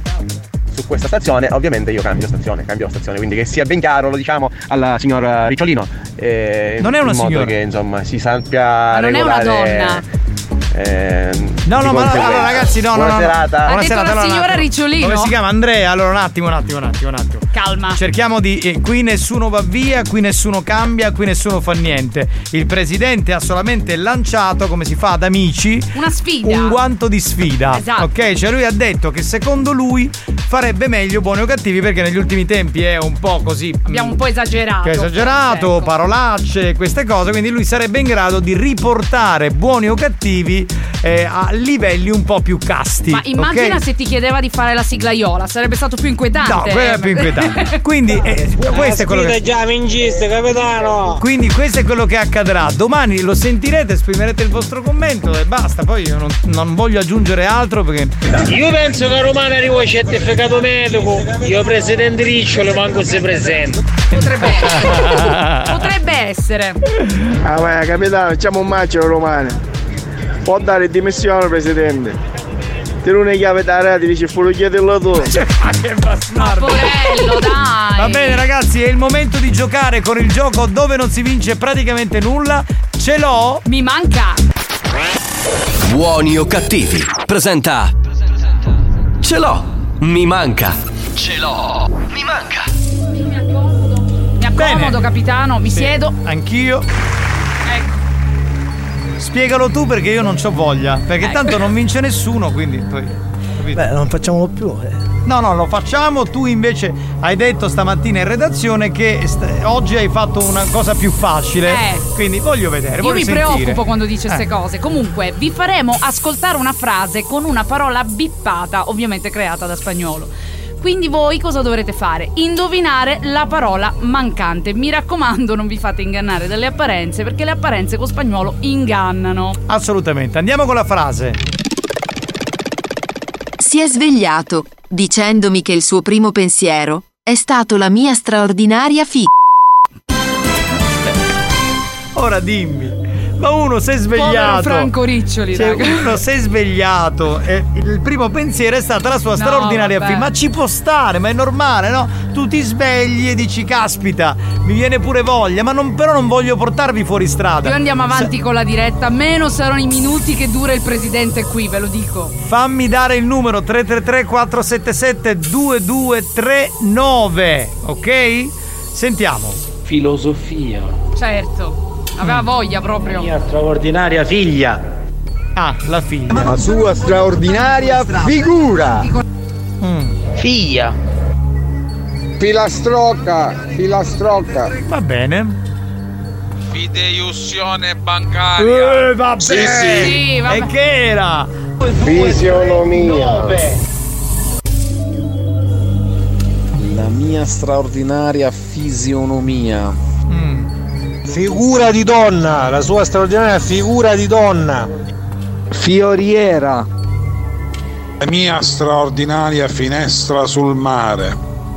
Su questa stazione ovviamente io cambio stazione, cambio stazione, quindi che sia ben chiaro, lo diciamo alla signora Ricciolino. eh, Non è una in modo signora. che insomma si sappia Ma non è una regolare, donna. eh, No, di no, ma conseguenza. allora ragazzi, no, no, Buona no, no. serata. Ha Buona detto serata, la allora, un signora attimo. Ricciolino. Come si chiama? Andrea? Allora un attimo, un attimo, un attimo, un attimo. Calma. Cerchiamo di. eh, qui nessuno va via, qui nessuno cambia, qui nessuno fa niente. Il presidente ha solamente lanciato, come si fa ad amici, Una sfida. un guanto di sfida. Esatto. Ok? Cioè lui ha detto che secondo lui farebbe meglio Buoni o Cattivi perché negli ultimi tempi è un po' così. Abbiamo un po' esagerato. Che è esagerato, ecco. parolacce, queste cose, quindi lui sarebbe in grado di riportare Buoni o Cattivi eh, a livelli un po' più casti. Ma immagina okay? se ti chiedeva di fare la sigla Iola, sarebbe stato più inquietante. No, quello è più inquietante. Quindi eh, questo è quello che già vinciste, capitano. Quindi questo è quello che accadrà. Domani lo sentirete, esprimerete il vostro commento e basta. Poi io non, non voglio aggiungere altro perché Io penso che a Romano arrivo certificato medico. Io presidente Ricciolo manco se presento. Potrebbe essere. Potrebbe essere. Ah vai, capitano, facciamo un match Romano. Può dare dimissione presidente. Te non è chiave da rete, dice fuori chiederlo tu. Che bastardo. Porello, dai. Va bene ragazzi, è il momento di giocare con il gioco dove non si vince praticamente nulla. Ce l'ho. Mi manca. Buoni o cattivi presenta Ce l'ho, mi manca. Ce l'ho, mi manca. Mi accomodo. Mi accomodo, Bene. capitano, mi Sì, siedo. Anch'io. Ecco. Spiegalo tu perché io non c'ho voglia. Perché Ecco. tanto non vince nessuno, quindi poi. Capito? Beh, non facciamolo più. Eh. No, no, lo facciamo. Tu invece hai detto stamattina in redazione che st- oggi hai fatto una cosa più facile. Eh. Quindi voglio vedere. Io voglio mi sentire. preoccupo quando dice queste Eh. cose. Comunque, vi faremo ascoltare una frase con una parola bippata, ovviamente creata da Spagnolo. Quindi voi cosa dovrete fare? Indovinare la parola mancante. Mi raccomando, non vi fate ingannare dalle apparenze, perché le apparenze con Spagnolo ingannano. Assolutamente. Andiamo con la frase. Si è svegliato dicendomi che il suo primo pensiero è stato la mia straordinaria fi... Ora dimmi. Ma uno si è svegliato. Povero Franco Riccioli, Cioè, raga. uno si è svegliato e il primo pensiero è stata la sua No, straordinaria vabbè. film. Ma ci può stare, ma è normale, no? Tu ti svegli e dici caspita, mi viene pure voglia, ma non, però non voglio portarvi fuori strada. Più andiamo avanti con la diretta, meno saranno i minuti che dura il presidente qui, ve lo dico. Fammi dare il numero tre tre tre quattro sette sette due due tre nove, ok? Sentiamo. Filosofia. Certo. Aveva voglia proprio. Mia straordinaria figlia. Ah, la figlia. La sua straordinaria figura. Mm. Figlia. Filastrocca. Filastrocca. Va bene. Fideiussione bancaria. Eh, vabbè. Sì, sì. Sì, vabbè. E che era? Fisionomia. La mia straordinaria fisionomia. Mm. Figura di donna. La sua straordinaria figura di donna. Fioriera. La mia straordinaria finestra sul mare.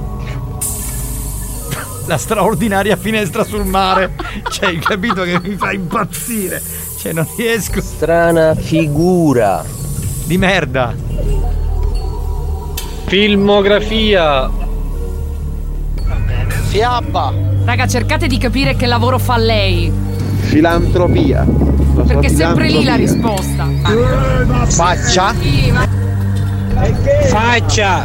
La straordinaria finestra sul mare. Cioè, hai capito che mi fa impazzire. Cioè, non riesco. Strana figura. Di merda. Filmografia. Fiabba. Raga, cercate di capire che lavoro fa lei. Filantropia. Perché è sempre lì la risposta. Faccia. Sì, ma- Faccia.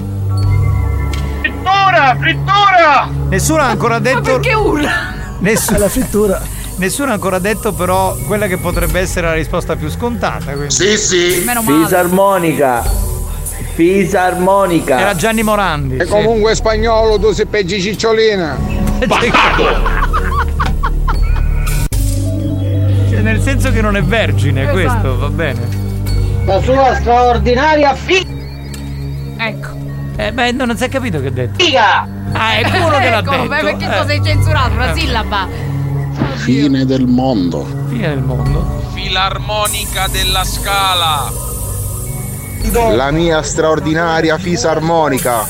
Frittura, frittura! Nessuno ha ancora detto. perché urla? Nessuno. La frittura. Nessuno ha ancora detto però quella che potrebbe essere la risposta più scontata. Quindi. Sì, sì. Meno male. Fisarmonica. Fisarmonica. Era Gianni Morandi. E sì. comunque spagnolo tu sei peggio cicciolina. Cioè, nel senso che non è vergine, Esatto. questo va bene. La sua straordinaria figa. Ecco. Eh, beh, non si è capito che ha detto. Figa. Ah, è uno che l'ha Ecco, detto. beh, perché eh. tu sei censurato, una Eh. sillaba. Fine del mondo. Fine del mondo. Filarmonica della Scala. La mia straordinaria fisarmonica.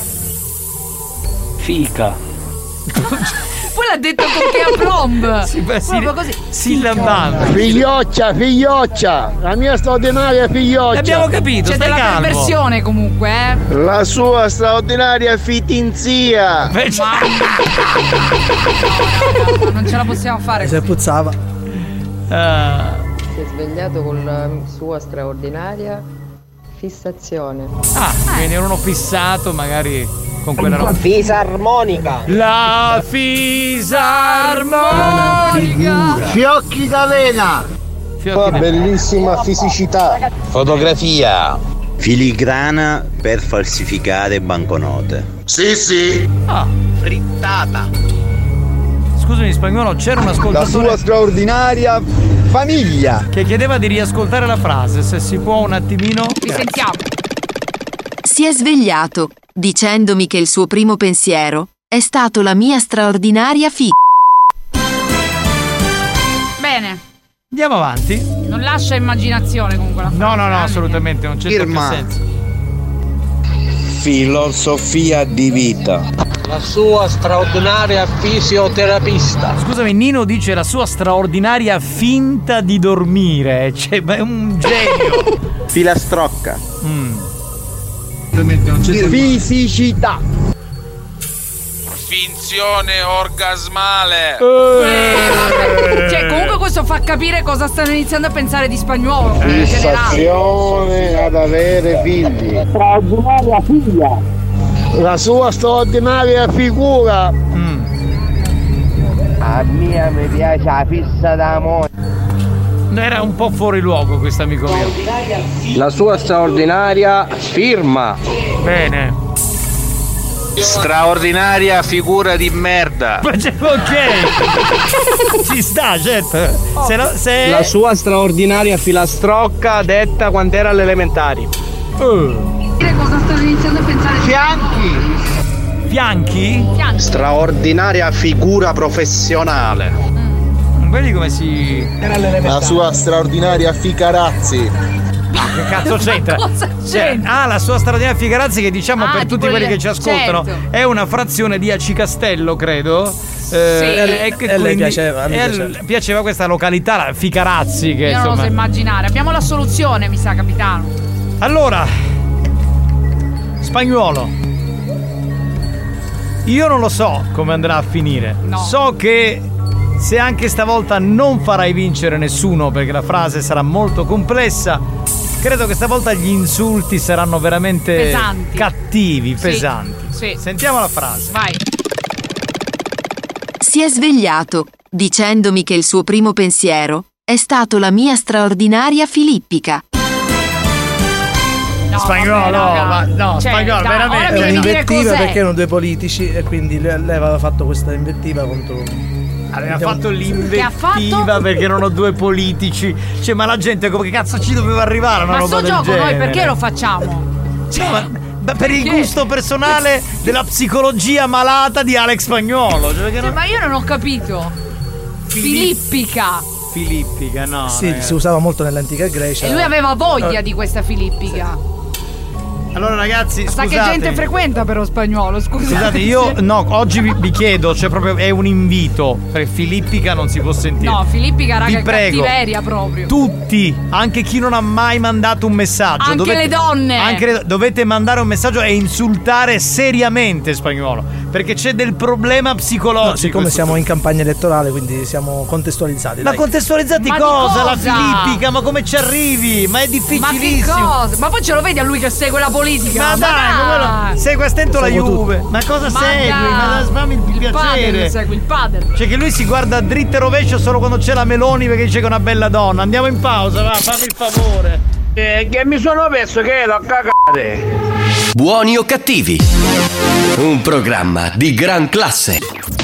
Fica. Poi l'ha detto con che a plomb. Sì, beh, sì, Proprio così. sillabando. Figlioccia, figlioccia. La mia straordinaria figlioccia. Abbiamo capito, C'è stai della calmo. perversione comunque, eh. La sua straordinaria fitinzia. Beh, c- Ma... No, raga, non ce la possiamo fare Se così. puzzava. Ah, Si è svegliato con la sua straordinaria fissazione. ah, quindi era uno fissato magari con quella roba. Fisarmonica. La fisarmonica. Fiocchi d'avena. Fiocchi di- Bellissima fisicità. Fotografia. Filigrana per falsificare banconote. Sì, sì. Ah, Frittata. scusami spagnolo, c'era un La ascoltatore. sua straordinaria famiglia. Che chiedeva di riascoltare la frase, se si può un attimino. Risentiamo. Si è svegliato, dicendomi che il suo primo pensiero è stato la mia straordinaria fi... Bene. Andiamo avanti. Non lascia immaginazione comunque la frase. No, no, no, assolutamente, non c'è più Firma. senso. Filosofia di vita. La sua straordinaria fisioterapista. Scusami, Nino dice la sua straordinaria finta di dormire. Cioè, ma è un genio. Filastrocca. Mm. Fisicità. Finzione orgasmale. Cioè, comunque questo fa capire cosa stanno iniziando a pensare di Spagnuolo. In generale. Fissazione ad avere figli. Straordinaria figlia. La sua straordinaria figura. Mm. A mia mi piace la fissa d'amore. Era un po' fuori luogo questo amico mio. La sua straordinaria firma. Bene. Straordinaria figura di merda. Ma c'è, ok. Ci sta, certo. Se lo, se... La sua straordinaria filastrocca detta quando era alle elementari. Uh. Cosa stanno iniziando a pensare? Fianchi. Fianchi? Fianchi. Straordinaria figura professionale. Mm. Vedi come si... La sua straordinaria ficarazzi. Che cazzo c'entra? Cosa Cioè, ah, la sua straordinaria Figarazzi, che diciamo Ah, per tipo tutti quelli il- che ci ascoltano, certo. è una frazione di Aci Castello, credo. Sì. e che E le quindi- piaceva, a me e piaceva. al- piaceva questa località, la Ficarazzi, che Io non insomma. oso immaginare. Abbiamo la soluzione, mi sa, capitano. Allora, Spagnuolo, io non lo so come andrà a finire. No. So che se anche stavolta non farai vincere nessuno, perché la frase sarà molto complessa, credo che stavolta gli insulti saranno veramente Pesanti. cattivi, Sì, pesanti. sì. Sentiamo la frase. Vai. Si è svegliato, dicendomi che il suo primo pensiero è stato la mia straordinaria filippica. No, Spagnolo, vabbè, raga. ma no, Cioè, Spagnolo, dai, veramente. ora mi Era devi dire invettiva cos'è. perché erano due politici e quindi lei lei aveva fatto questa invettiva contro. Aveva Andiamo- fatto Che ha fatto? l'invettiva perché erano due politici. Cioè, ma la gente come cazzo ci doveva arrivare a una Ma roba sto del gioco genere? noi perché lo facciamo? Cioè, ma, ma per il Perché? gusto personale della psicologia malata di Alex Spagnuolo. Cioè, perché Cioè, non... ma io non ho capito. Filippica. Filippica, no. Sì, ragazzi. si usava molto nell'antica Grecia. E lui aveva voglia di questa filippica. Allora, ragazzi, Sa scusate. che gente frequenta però Spagnuolo, scusate. Scusate, io no, oggi vi, vi chiedo, cioè proprio è un invito, perché filippica non si può sentire. No, filippica, raga, Vi è prego, cattiveria proprio. tutti, anche chi non ha mai mandato un messaggio, Anche dovete, le donne. anche le- dovete mandare un messaggio e insultare seriamente Spagnuolo, perché c'è del problema psicologico. No, siccome siamo in campagna elettorale, quindi siamo contestualizzati. Ma dai. contestualizzati Ma di cosa? La cosa? filippica, ma come ci arrivi? Ma è Ma che difficilissimo. cosa? Ma poi ce lo vedi a lui che segue la politica? Ma dai, ma quello- segui a stento la Seguo Juve. Ma cosa Ma segui? dai. Ma fammi il Il padre piacere. segui, il padre. Cioè che lui si guarda dritto e rovescio solo quando c'è la Meloni perché dice che è una bella donna. Andiamo in pausa, va, fammi il favore. Eh, che mi sono perso che l'ho cagate. Buoni o cattivi? Un programma di gran classe.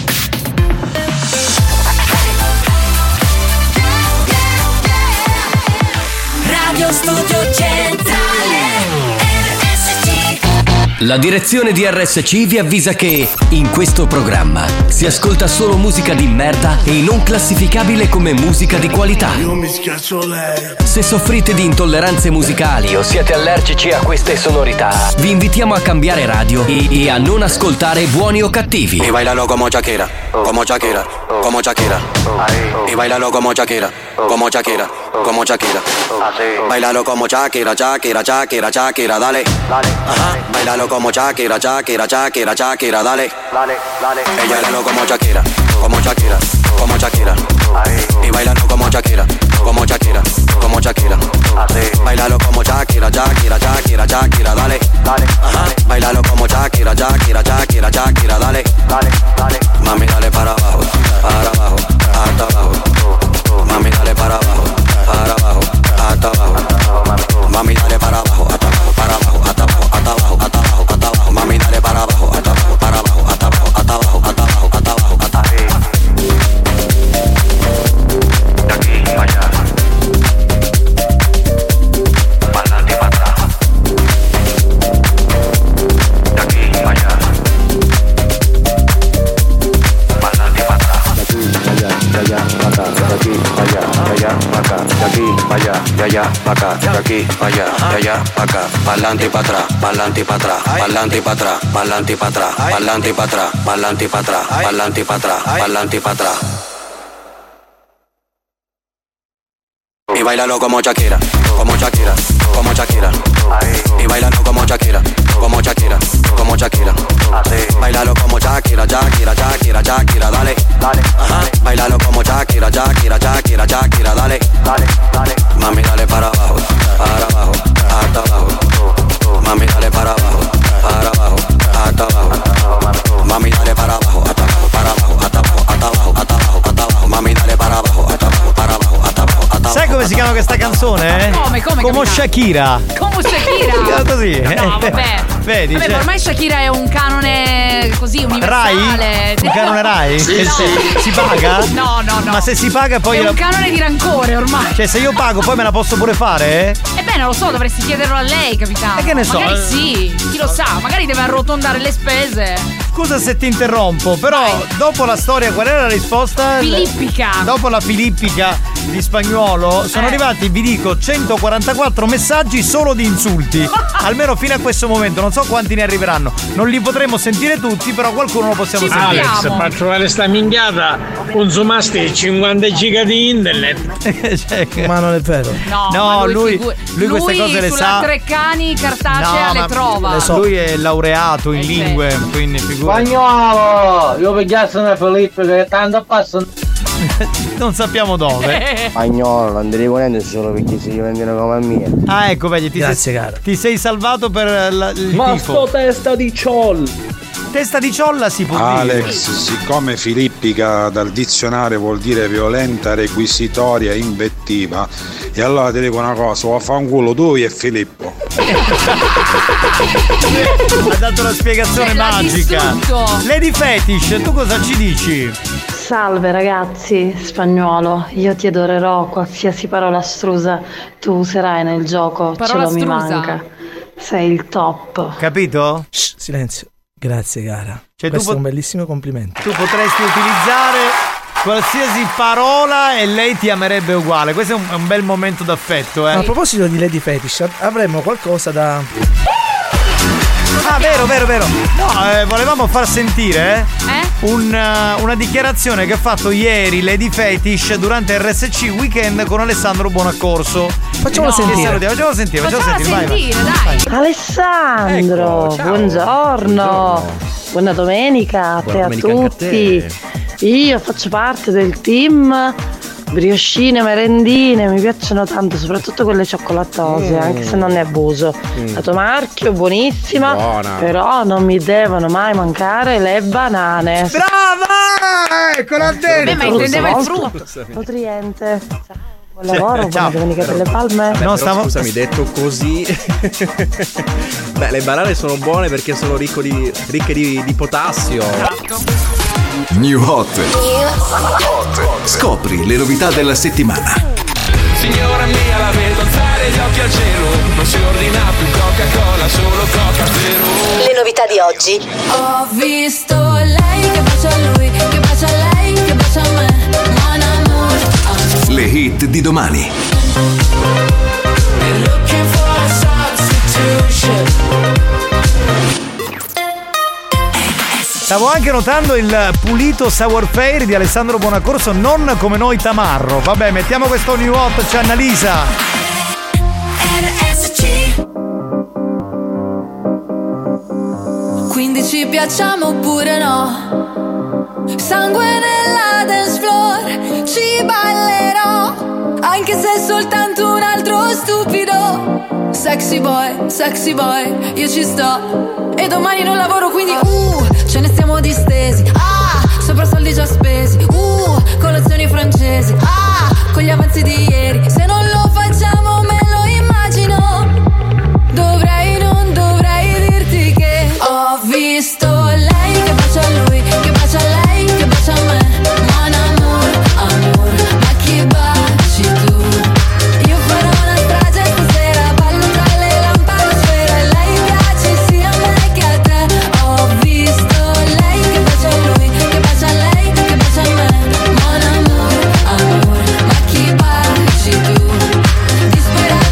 Radio Studio Centrale R S C. La direzione di R S C vi avvisa che in questo programma si ascolta solo musica di merda e non classificabile come musica di qualità. Io mi schiaccio lei. Se soffrite di intolleranze musicali o siete allergici a queste sonorità, vi invitiamo a cambiare radio e, e a non ascoltare Buoni o Cattivi. Y bailalo como Shakira, como Shakira, como Shakira. Y bailalo como Shakira, como Shakira, como Shakira. Bailalo como Shakira, Shakira, Shakira, Shakira, dale. Ajá. Bailalo como Shakira, Shakira, Shakira, Shakira, dale. Ella bailalo como Shakira, como Shakira, como Shakira. Y bailalo como Shakira, como Shakira, como Shakira. Bailalo como Shakira, Shakira, Shakira, Shakira, dale. Ajá. Bailalo como Shakira, Shakira, Shakira, Shakira, dale. Mami, dale para abajo, para abajo, hasta abajo. Mami, dale para abajo, para abajo, hasta abajo. Mami, dale para abajo, hasta abajo, para abajo, hasta abajo, hasta abajo, hasta abajo, hasta abajo. Mami, dale para abajo, hasta abajo, para abajo, hasta abajo, hasta abajo, hasta abajo, hasta abajo, hasta abajo. De aquí para allá. pa' allá, de allá pa' acá, pa'lante y pa' atrás, pa'lante y pa' atrás, pa'lante y pa' atrás, pa'lante y pa' atrás, pa'lante y pa' atrás, pa'lante y pa' atrás, pa'lante y pa' atrás, pa'lante y pa' atrás. Y bailalo como Shakira, como Shakira, como Shakira. Y bailalo como Shakira, como Shakira, como Shakira. Bailalo como Shakira, Shakira, Shakira, Shakira, dale, dale. Ajá. Bailalo como Shakira, Shakira, Shakira, Shakira, dale, dale, dale. Mami, dale para abajo, para abajo, hasta abajo. Mami, dale para abajo, para abajo, hasta abajo. Mami, dale para abajo, hasta abajo, para abajo, hasta abajo, hasta abajo, hasta abajo, hasta abajo. Mami, dale para abajo, hasta abajo, para abajo, hasta abajo, hasta abajo. Sai come si chiama questa canzone? Come, come, Come Shakira. Come Shakira? Si chiama così. No, vabbè. Vedi, vabbè, cioè- ormai Shakira è un canone così universale. Rai? Un canone Rai? Sì, Che no. si- Si paga? No, no, no. Ma se si paga poi È la- un canone di rancore ormai. Cioè se io pago poi me la posso pure fare? Ebbene, lo so, dovresti chiederlo a lei, capitano. E che ne so? Magari sì, chi lo sa, magari deve arrotondare le spese. Scusa se ti interrompo, però dopo la storia qual era la risposta? Filippica. Dopo la filippica di Spagnuolo sono Eh. arrivati, vi dico, centoquarantaquattro messaggi solo di insulti. Almeno fino a questo momento, non so quanti ne arriveranno. Non li potremo sentire tutti, però qualcuno lo possiamo Ci sentire. sentiamo. Alex, per trovare sta minchiata consumasti cinquanta giga di internet. Ma non è vero. No, No, ma lui- figu- lui queste cose le sulla sa. Treccani cartacea No, le ma trova. Lui è laureato in Eh, lingue, quindi figurati. Spagnolo! Io pigliassi una Filippo che tanto passa. Non sappiamo dove. Spagnolo, non ti dico niente solo perché si vendono come a mia. Ah, ecco, vedi, ti, Grazie, sei, cara. ti sei salvato per la, il Ma tifo. sto testa di ciol. Testa di ciolla si può dire. Alex, siccome filippica dal dizionario vuol dire violenta, requisitoria, invettiva, e allora ti dico una cosa, vaffanculo tu e Filippo. Ha dato la spiegazione L'ha magica. distrutto. Lady Fetish, tu cosa ci dici? Salve ragazzi, Spagnuolo, io ti adorerò, qualsiasi parola astrusa tu userai nel gioco, Parola ce lo mi astrusa. manca. Sei il top. Capito? Shh, silenzio. Grazie cara. Cioè, tu Questo pot- è un bellissimo complimento. Tu potresti utilizzare qualsiasi parola e lei ti amerebbe uguale. Questo è un, è un bel momento d'affetto, eh. A proposito di Lady Fetish, avremmo qualcosa da. Ah, vero, vero, vero. No, eh, volevamo far sentire Eh? un, uh, una dichiarazione che ha fatto ieri Lady Fetish durante il R S C Weekend con Alessandro Buonaccorso. Facciamolo No. sentire. Che salutiamo, Facciamolo sentire, facciamo Facciamola sentire, vai, vai. sentire, dai. Alessandro, Ecco, ciao. buongiorno. Buona domenica a te Buona a domenica anche a tutti. te. Io faccio parte del team briochine, merendine, mi piacciono tanto, soprattutto quelle cioccolatose, Mm. anche se non ne abuso. Mm. La tua marchio, buonissima, Buona. però non mi devono mai mancare le banane. Brava! Ecco, l'ha Beh, detto. ma intendeva il Molto frutto. Nutriente. Buon lavoro, ciao. buona domenica delle palme. Beh, No, però, stavo- scusami, detto così. Beh, le banane sono buone perché sono ricco di, ricche di, di potassio. New Hot. Scopri le novità della settimana. Signora mia, la vedo alzare gli occhi al cielo. Non si ordina più Coca-Cola, solo Coca Zero. Le novità di oggi. Ho visto lei che bacia a lui, che bacia a lei, che bacia a me. Mon amour, amour. Le hit di domani. And looking for a substitution. Stavo anche notando il pulito sour fare di Alessandro Buonaccorso, non come noi tamarro. Vabbè, mettiamo questo New Hot, c'è Annalisa. Quindi ci piacciamo oppure no? Sangue nella dance floor, ci ballerò. Anche se è soltanto un altro stupido. Sexy boy, sexy boy, io ci sto. E domani non lavoro quindi uh, ce ne stiamo distesi. Ah, sopra soldi già spesi. Uh, colazioni francesi. Ah, con gli avanzi di ieri. Se non lo facciamo me lo immagino. Dovrei, non dovrei dirti che ho visto lei che bacia a lui, che bacia a lei, che bacia a me. Mon amour, amour, ma chi baci tu? Io farò una strage stasera, ballo tra le lampadosfere. A lei piace sia a me che a te. Ho visto lei che bacia a lui, che bacia a lei, che bacia a me. Mon amour, amour, ma chi baci tu? Disperata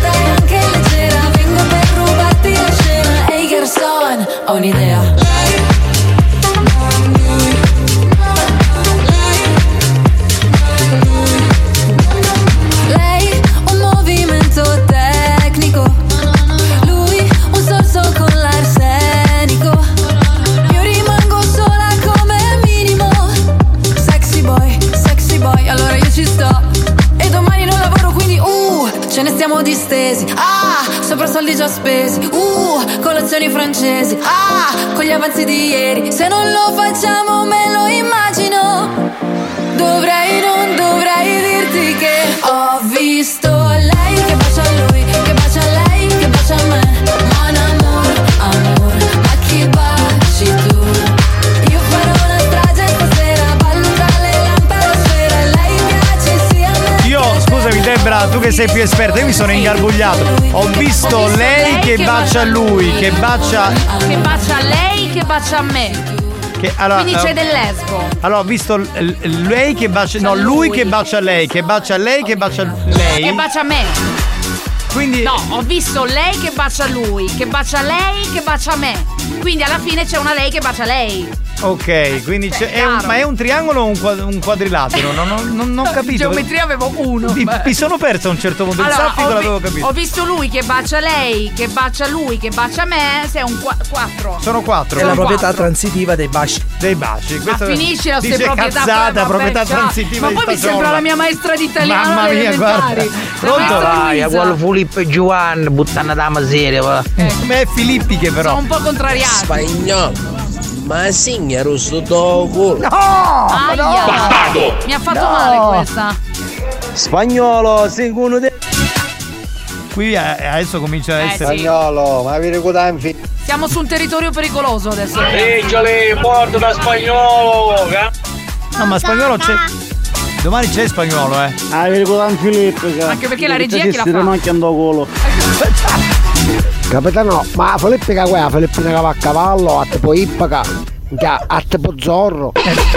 Ah, sopra soldi già spesi. Uh, colazioni francesi. Ah, con gli avanzi di ieri. Se non lo facciamo me lo immagino. Dovrei, non dovrei dirti che ho visto lei che bacia a lui, che bacia a lei, che bacia a me. Mon amour, amor, ma chi baci tu? Io farò una strage stasera, ballo tra le lampade e lei piace sia a me. Io, scusami Debra, tu che sei più esperta, io mi sono ingarbugliato. Ho visto lei che bacia a lui, che bacia... Che bacia a lei, che bacia a me. Che, allora, Quindi c'è del lesbo. Allora ho visto l- l- lei che bacia. No, lui che bacia lei, che bacia lei, che bacia lei. Che bacia me. Quindi. No, ho visto lei che bacia lui, che bacia lei, che bacia me. Quindi alla fine c'è una lei che bacia lei. Ok, quindi c'è, è un, ma è un triangolo o un, quad- un quadrilatero? Non, non, non, non ho capito. Geometria avevo uno. Mi, mi sono perso a un certo punto. Allora, il saffico ho, l'avevo vi- capito. ho visto lui che bacia lei, che bacia lui, che bacia me. Sei un qua- quattro. Sono quattro. È la proprietà quattro. transitiva dei baci. Dei baci. Ma finisci la dice sue proprietà. cazzata, poi, proprietà vabbè, transitiva Ma di poi mi Spagnola. sembra la mia maestra di italiano. Mamma alle mia, elementari. guarda. La maestra Dai, a Luisa. quello Filippo e Giovanni buttano da miseria, va. Come è Filippi che però. Sono un po' contrariati. Spagnolo. Ma signa rosso do culo. No! Aia. Bastardo! Mi ha fatto No. male questa. Spagnolo, secondo te. Qui eh, adesso comincia a Eh, essere. sì. Spagnolo, ma vi ricordate? Siamo su un territorio pericoloso adesso. Reggiole, porto da spagnolo. No, ma spagnolo c'è. Domani c'è spagnolo, eh. Ah, vi ricordate Filippo? Anche perché la regia chi la fa? Non chiando culo. Capitano, ma Filippo che qua, Filippina che va a cavallo, a tipo ippaca, a tipo zorro.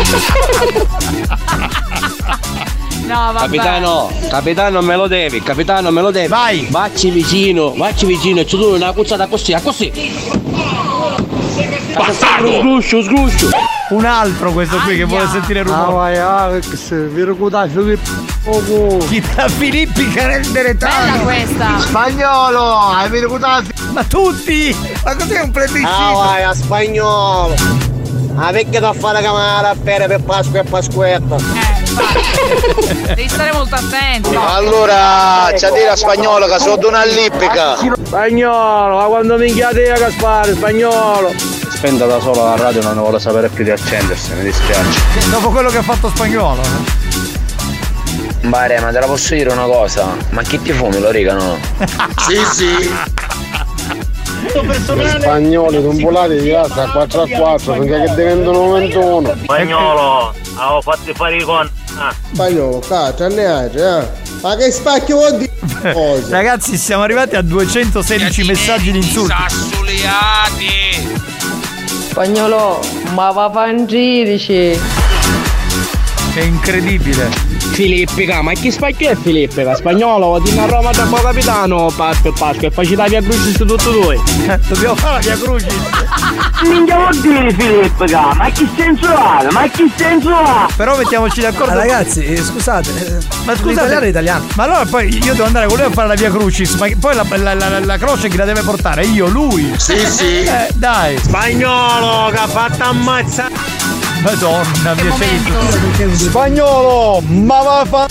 No, vabbè. Capitano, capitano me lo devi, capitano me lo devi. Vai. Vacci vicino, vacci vicino, c'è tu una cuzzata così, a così. Bastardo! Sguscio, sguscio. Un altro questo qui che vuole sentire il rumore. vai, ah, che se vi ricordate Filippo? Chi da Filippi che rendere Bella questa. Spagnolo, hai vi ricordate? Ma tutti! Ma cos'è un plebiscito? Ah, vai, a spagnolo. Ah, perché da fare la camera per per Pasqua e Pasquetta? Eh, devi stare molto attento. Allora, c'è a dire a spagnolo che sono una lippica. Spagnolo, ma quando minchiate io Gaspare, spagnolo. Spenta da solo la radio, non ne vuole sapere più di accendersi, mi dispiace. Dopo quello che ha fatto spagnolo. eh. Bare, ma te la posso dire una cosa? Ma chi ti fumi, lo rigano? Sì, sì. Spagnoli, non volate di casa a quattro a quattro perché che diventano ventuno. Spagnolo, avevo fatto fare i con. Ah. Spagnolo, cazzo, ne hai, eh? Ma che spacchio vuol dire? Cosa? Ragazzi, siamo arrivati a duecentosedici messaggi di insulti. Sassuliati! Spagnolo, ma va pangirici. È incredibile. Filippica, ma chi spacchio è Filippica? Spagnolo, di a Roma da po' capitano, Pasqua e Pasqua, e facci la via Crucis tutti due. Dobbiamo fare la via Crucis. Minchia vuol dire Filippica? Ma che senso ha? Ma che senso ha? Però mettiamoci d'accordo. Ah, ragazzi, eh, scusate. eh, Ma scusate, l'italiano è italiano. Ma allora poi io devo andare con lui a fare la via Crucis, ma poi la, la, la, la croce chi la deve portare? Io, lui? Sì, sì. Eh, dai. Spagnolo, che ha fatto ammazzare! Madonna mia, momento. Spagnolo, ma va a fa...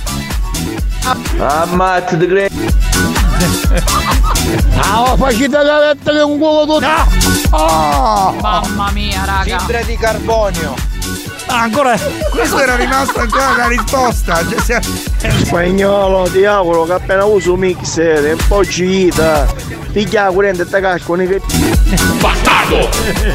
Ammazza di gre... Ah, facci la letta che un uovo tutto... Oh! Mamma mia, raga. Fibra di carbonio. Ah, ancora. Questo era rimasto ancora la risposta. Cioè, sia... Spagnolo, ti auguro che appena uso un mixer è un po' gita. Piglia la corrente e te casco che... Bastardo!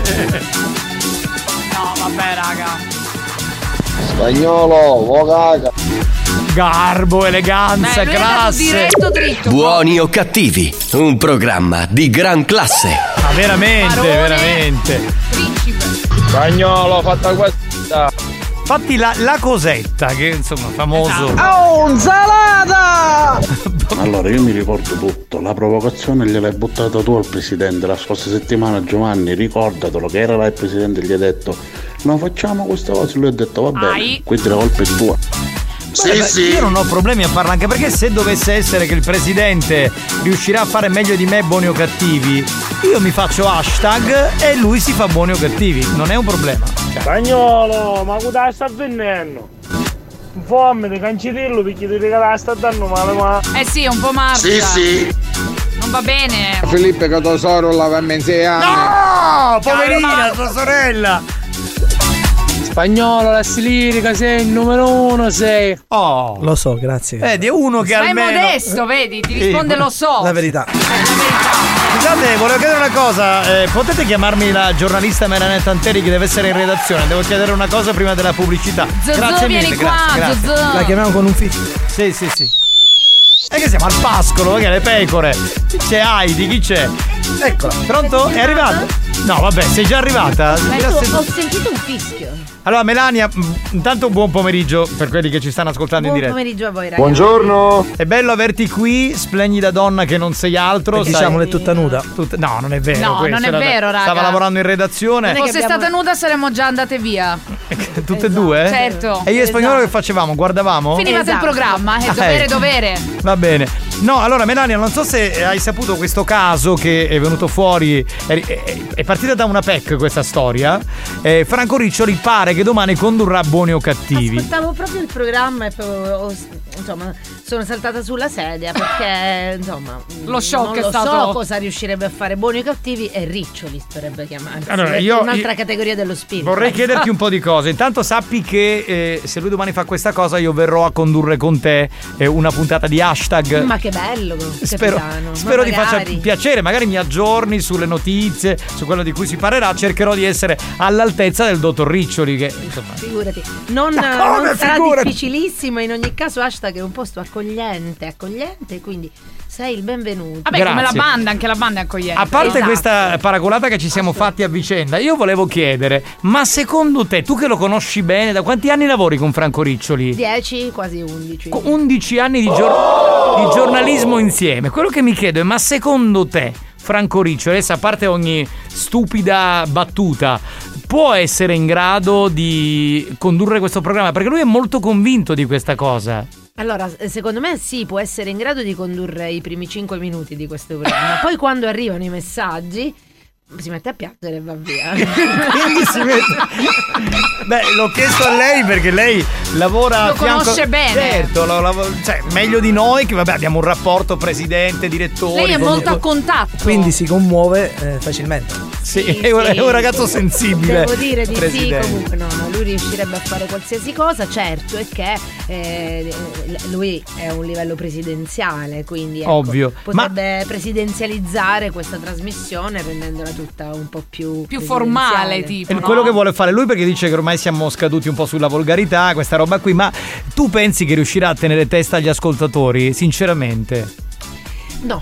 No, vabbè, raga. Spagnolo, vocaca. Garbo, eleganza, Beh, lui è andato classe. diretto dritto. Buoni o cattivi, un programma di gran classe. Ma veramente, Barone. veramente. Principe. Spagnolo, fatta questa. Infatti la, la cosetta, che insomma famoso. Oh, insalata! Allora io mi ricordo tutto, la provocazione gliel'hai buttata tu al presidente la scorsa settimana, Giovanni, ricordatelo che era là il presidente e gli ha detto no facciamo questa cosa, lui ha detto va bene, Ai. quindi la colpa è tua. Beh, beh, io non ho problemi a farlo, anche perché se dovesse essere che il presidente riuscirà a fare meglio di me buoni o cattivi, io mi faccio hashtag e lui si fa buoni o cattivi, non è un problema. Cioè, Spagnolo, ma cosa sta avvenendo? Fommi di cancello perché ti regala sta dando male ma... Eh sì, è un po' marcia. Sì, sì. va bene. Filippo che tesoro lava in sei anni. No, poverina, tua sorella. Spagnolo, la lirica, sei il numero uno, sei. Oh, lo so, grazie. Vedi, è uno che Stai almeno modesto, vedi, ti risponde lo so. La verità. Scusate, volevo chiedere una cosa, eh, potete chiamarmi la giornalista Melanetta Anteri che deve essere in redazione? Devo chiedere una cosa prima della pubblicità. Zozzo, Grazie vieni mille, qua, grazie, Zozzo. grazie. La chiamiamo con un fischio. Sì, sì, sì. E che siamo al pascolo, che le pecore. C'è Heidi, chi c'è? Eccola, pronto? È arrivata? No, vabbè, sei già arrivata? Ma tu, ho sentito un fischio. Allora, Melania, intanto buon pomeriggio per quelli che ci stanno ascoltando Buon in diretta. pomeriggio a voi, ragazzi. Buongiorno. È bello averti qui, splendida donna che non sei altro. E diciamo, è tutta nuda. Tutta... No, non è vero. No, non è era... vero, raga. Stava lavorando in redazione. Se fosse abbiamo... stata nuda saremmo già andate via. Tutte esatto. e due? Certo. E io e Spagnolo Esatto. che facevamo? Guardavamo? Finivate Esatto. il programma, è Ah, dovere, ecco. dovere. Va bene. No, allora Melania, non so se hai saputo questo caso che è venuto fuori. È, è, è partita da una P E C questa storia. Eh, Franco Riccioli pare che domani condurrà Buoni o Cattivi. Ascoltavo proprio il programma e poi, ho- insomma, sono saltata sulla sedia perché insomma Lo shock non è lo stato- so cosa riuscirebbe a fare Buoni o Cattivi e Riccioli dovrebbe chiamarsi. Allora, È io- un'altra io- categoria dello spirito. Vorrei chiederti un po' di cose. Intanto sappi che eh, se lui domani fa questa cosa io verrò a condurre con te eh, una puntata di hashtag. Ma che bello, Spero, capitano. Ma spero ti faccia magari. piacere, magari mi aggiorni sulle notizie, su quello di cui si parlerà. Cercherò di essere all'altezza del dottor Riccioli che insomma. Figurati, non, Ma non come, sarà figurati? difficilissimo. In ogni caso, hashtag è un posto accogliente, accogliente, quindi sei il benvenuto. Vabbè, come la banda, anche la banda è accogliente. A parte Esatto. questa paracolata che ci siamo fatti a vicenda, io volevo chiedere, ma secondo te, tu che lo conosci bene, da quanti anni lavori con Franco Riccioli? dieci, quasi undici. undici anni di, gior- di giornalismo insieme. Quello che mi chiedo è, ma secondo te Franco Riccioli, adesso a parte ogni stupida battuta, può essere in grado di condurre questo programma? Perché lui è molto convinto di questa cosa. Allora, secondo me sì, può essere in grado di condurre i primi cinque minuti di questo programma. Poi quando arrivano i messaggi si mette a piangere e va via. Quindi si mette... Beh, l'ho chiesto a lei perché lei lavora Lo a fianco... conosce bene. Certo, lo lav- cioè meglio di noi che vabbè abbiamo un rapporto presidente, direttore. Lei è molto a contatto. Quindi si commuove eh, facilmente. Sì, Sì, è, un, sì. è un ragazzo sensibile. Devo dire di sì, Presidente. comunque no, no, lui riuscirebbe a fare qualsiasi cosa. Certo è che eh, lui è a un livello presidenziale, quindi ecco, Ovvio. potrebbe presidenzializzare questa trasmissione rendendola tutta un po' più Più formale, tipo. È no? quello che vuole fare lui perché dice che ormai siamo scaduti un po' sulla volgarità, questa roba qui, ma tu pensi che riuscirà a tenere testa agli ascoltatori? Sinceramente. No.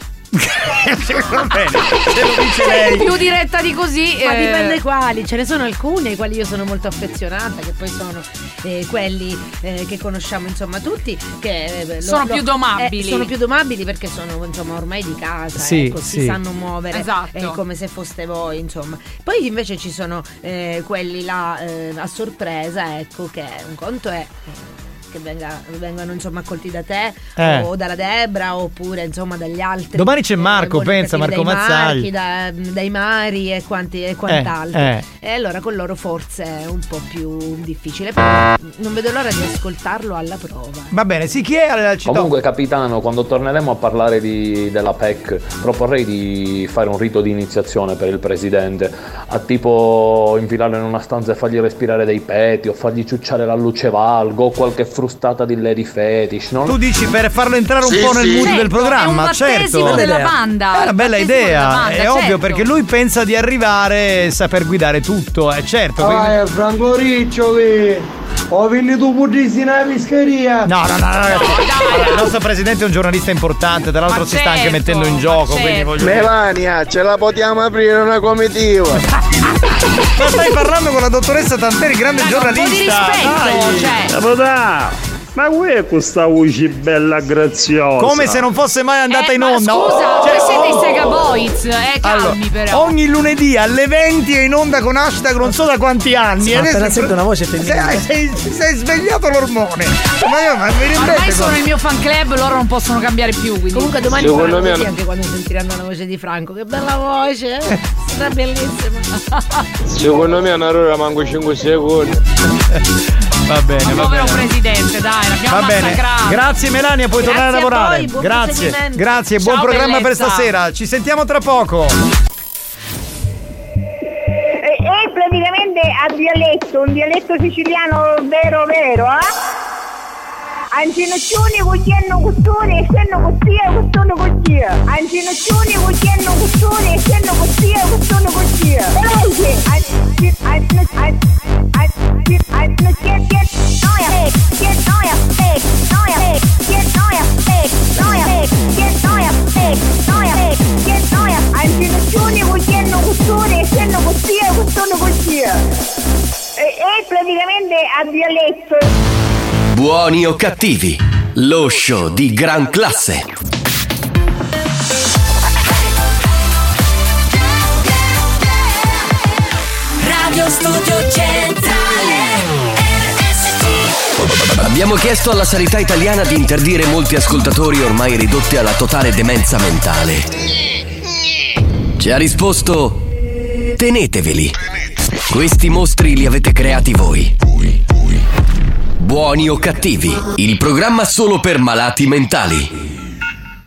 Va bene, se lo dice lei. Più diretta di così. Ma eh, dipende quali, ce ne sono alcuni ai quali io sono molto affezionata, che poi sono eh, quelli eh, che conosciamo insomma tutti, che eh, lo- Sono lo- più domabili. eh, sono più domabili perché sono insomma ormai di casa, Sì, ecco, sì. si sanno muovere Esatto. eh, come se foste voi insomma. Poi invece ci sono eh, quelli là eh, a sorpresa, ecco, che un conto è eh, che venga, vengano insomma accolti da te Eh. o dalla Debra oppure insomma dagli altri. Domani c'è Marco, buoni pensa, cattivi, Marco dai Mazzagli. Marchi, da- dai Mari e, quanti, e quant'altro. eh. E allora con loro forse è un po' più difficile, però non vedo l'ora di ascoltarlo alla prova. Va bene, sì, chi è al città? Comunque capitano, quando torneremo a parlare di- della P E C proporrei di fare un rito di iniziazione per il presidente, a tipo infilarlo in una stanza e fargli respirare dei peti o fargli ciucciare la luce valgo o qualche frustata di Lady Fetish, no? Tu dici per farlo entrare un Sì, po' nel sì. mood Certo, del programma, è un certo. battesimo della banda. È una bella Il battesimo idea, della banda, è ovvio certo. perché lui pensa di arrivare e saper guidare tutto, è certo. quindi- Ah, è Franco Riccioli. Ho venuto pudrisi nella pescheria. No, no, no, no, ragazzi. Allora, il nostro presidente è un giornalista importante, tra l'altro Ma si sta anche certo, mettendo in ma gioco, certo. quindi voglio dire. Melania, ce la possiamo aprire una comitiva. Ma stai parlando con la dottoressa Tanteri, grande giornalista. Dai. cioè. Capità, ma qui è questa voce bella graziosa. Come se non fosse mai andata Eh, in ma onda. scusa, Cioè, voi siete i oh, Sega Boys, eh, calmi allora, però. ogni lunedì alle venti è in onda con hashtag non so da quanti anni. Sì, E ma adesso appena sento una voce femminile. sei, sei, sei svegliato l'ormone. Ma io ma mi Ormai rendete sono conto? il mio fan club, loro non possono cambiare più. Quindi. Comunque domani Secondo faranno me così no. anche quando sentiranno la voce di Franco. Che bella voce, eh? Sarà bellissima. Secondo me è una ora manco cinque secondi. Va bene, ma va povero bene. presidente, dai, l'abbiamo Va bene. massacrato. Grazie Melania, puoi Grazie tornare a a lavorare. voi, buon Grazie. proseguimento. Grazie, Ciao, buon programma bellezza. per stasera. Ci sentiamo tra poco. È praticamente a dialetto, un dialetto siciliano vero vero, eh? Ancinoccioni cucchiano custone e senno costia e custone costia. Ancinoccioni cucchiano custone e senno costia e custone costia. Veloce! Ancinoccioni cucchiano custone e senno costia e custone costia. È praticamente a dialetto. Buoni o cattivi, lo show di gran classe. Radio Studio Centrale R S C. Abbiamo chiesto alla sanità italiana di interdire molti ascoltatori ormai ridotti alla totale demenza mentale. Ci ha risposto: teneteveli. Questi mostri li avete creati voi. Buoni o cattivi, il programma solo per malati mentali.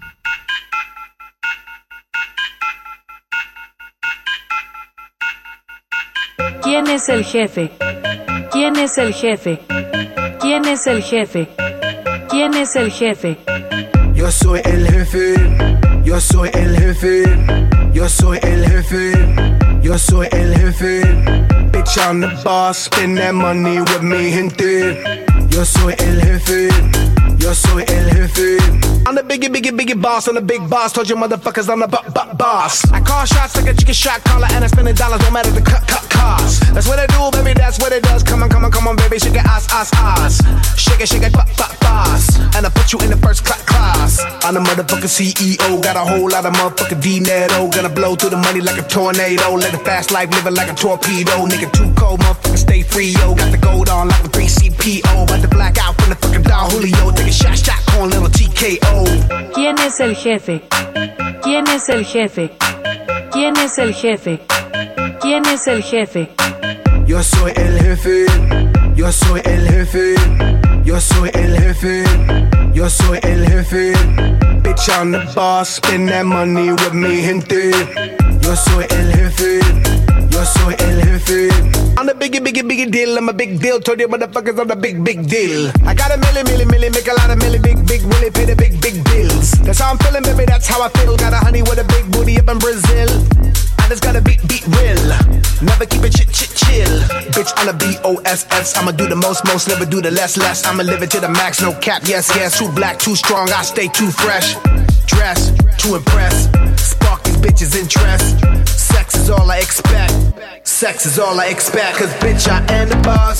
¿Quién es el jefe? ¿Quién es el jefe? ¿Quién es el jefe? ¿Quién es el jefe? Yo soy el jefe, yo soy el jefe, yo soy el jefe, yo soy el jefe. Bitch, I'm the boss, spend that money with me, gente. Yo soy el jefe, yo soy el jefe. I'm the biggie, biggie, biggie boss, I'm the big boss. Told you motherfuckers I'm the b- b- boss. I call shots like a chicken shot caller, and I spend the dollars no matter the cut, cut cost. That's what I do, baby, that's what it does. Come on, come on, come on, baby, shake it, ass, ass, ass. Shake it, shake it, pop, pop, boss. And I put you in the first cla- class. I'm the motherfucking C E O, got a whole lot of motherfucking dinero. Gonna blow through the money like a tornado. Let the fast life, living like a torpedo. Nigga too cold, motherfucker stay free, yo. Got the gold on like a three C P O. About to black out from the fucking Don Julio. Take a shot, shot, corn, little T K O. ¿Quién es el jefe? ¿Quién es el jefe? ¿Quién es el jefe? ¿Quién es el jefe? Yo soy el jefe, yo soy el jefe, yo soy el jefe, yo soy el jefe. Bitch, I'm the boss, spend that money with me, gente. Yo soy el jefe, yo soy el jefe. I'm the biggie, biggie, biggie deal, I'm a big deal. Told you motherfuckers I'm the big, big deal. I got a milli, milli, milli, make a lot of milli, big, big, really pay the big, big bills. That's how I'm feeling, baby, that's how I feel. Got a honey with a big booty up in Brazil. I just gotta beat, beat real. Never keep it chit, chit, chill. Bitch, I'm a B O S S. I'ma do the most, most, never do the less, less. I'ma live it to the max, no cap, yes, yes. Too black, too strong, I stay too fresh. Dress, to impress. Spark these bitches' interest. Sex is all I expect. Sex is all I expect. Cause bitch, I am the boss.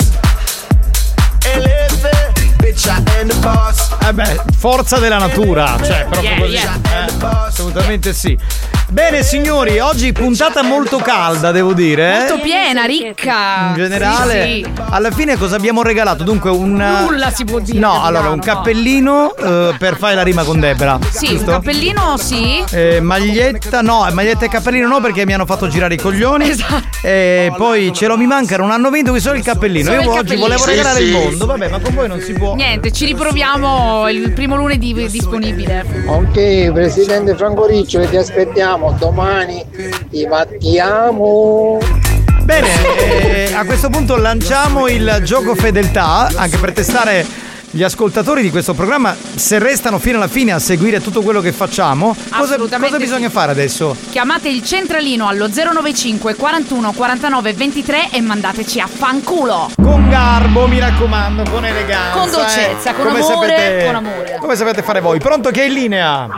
El jefe. Bitch, I am the boss. Eh beh, forza della natura, cioè proprio Yeah, così. yeah. Eh, assolutamente sì. Bene signori, oggi puntata molto calda, devo dire. eh? Molto piena, ricca. In generale, Sì, sì. alla fine cosa abbiamo regalato? Dunque un Nulla si può dire. No, capitano, allora un no. cappellino eh, per fare la rima con Debra. Sì, un giusto? cappellino sì. Eh, maglietta, no, maglietta e cappellino no perché mi hanno fatto girare i coglioni. Esatto. E poi ce lo mi manca, non hanno vinto qui solo il cappellino. Solo Io il oggi cappellino. volevo Sì, regalare sì. il mondo, vabbè, ma con voi non si può. Niente, ci riproviamo il primo lunedì disponibile. Ok, presidente Franco Riccioli, ti aspettiamo domani, ti battiamo. Bene, eh, a questo punto lanciamo il gioco fedeltà, anche per testare gli ascoltatori di questo programma, se restano fino alla fine a seguire tutto quello che facciamo. Cosa, Assolutamente cosa bisogna sì. fare adesso? Chiamate il centralino allo zero nove cinque quarantuno quarantanove ventitré e mandateci a fanculo. Con garbo, mi raccomando, con eleganza. Con dolcezza, eh. con Come amore, sapete, con amore. Come sapete fare voi? Pronto, chi è in linea?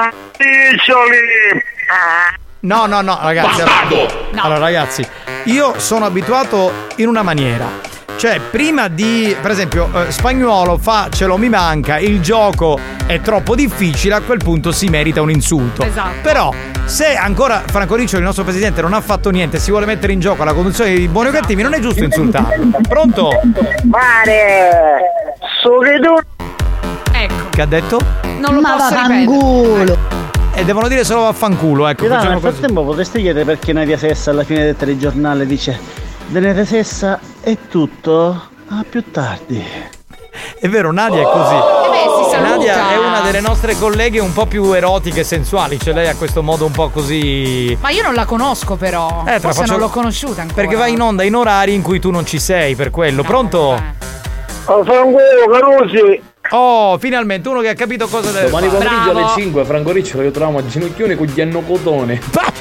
No, no, no, ragazzi. Allora, No. allora, ragazzi, io sono abituato in una maniera. Cioè, prima di, per esempio, eh, Spagnuolo fa ce lo mi manca, il gioco è troppo difficile, a quel punto si merita un insulto. Esatto. Però, se ancora Franco Riccioli, il nostro presidente, non ha fatto niente e si vuole mettere in gioco alla conduzione di Buoni o Cattivi, non è giusto insultarlo. Pronto? Mare, so che tu. Ecco, Che ha detto? non lo Ma posso vaffanculo. ripetere. E devono dire solo vaffanculo, ecco. Però facciamo nel così. frattempo potresti chiedere perché Nadia Sessa alla fine del telegiornale dice Venere Sessa è tutto? A più tardi. È vero, Nadia è così. Eh beh, si saluta. Nadia è una delle nostre colleghe un po' più erotiche e sensuali, cioè lei ha questo modo un po' così. Ma io non la conosco però. Eh, te la Forse faccio- non l'ho conosciuta ancora. Perché va in onda in orari in cui tu non ci sei, per quello. Pronto? Oh, Franco Carusi. Oh, finalmente uno che ha capito cosa deve Domani fare. pomeriggio Bravo. alle cinque Franco Riccio lo ritroviamo a ginocchioni con Gianno Cotone.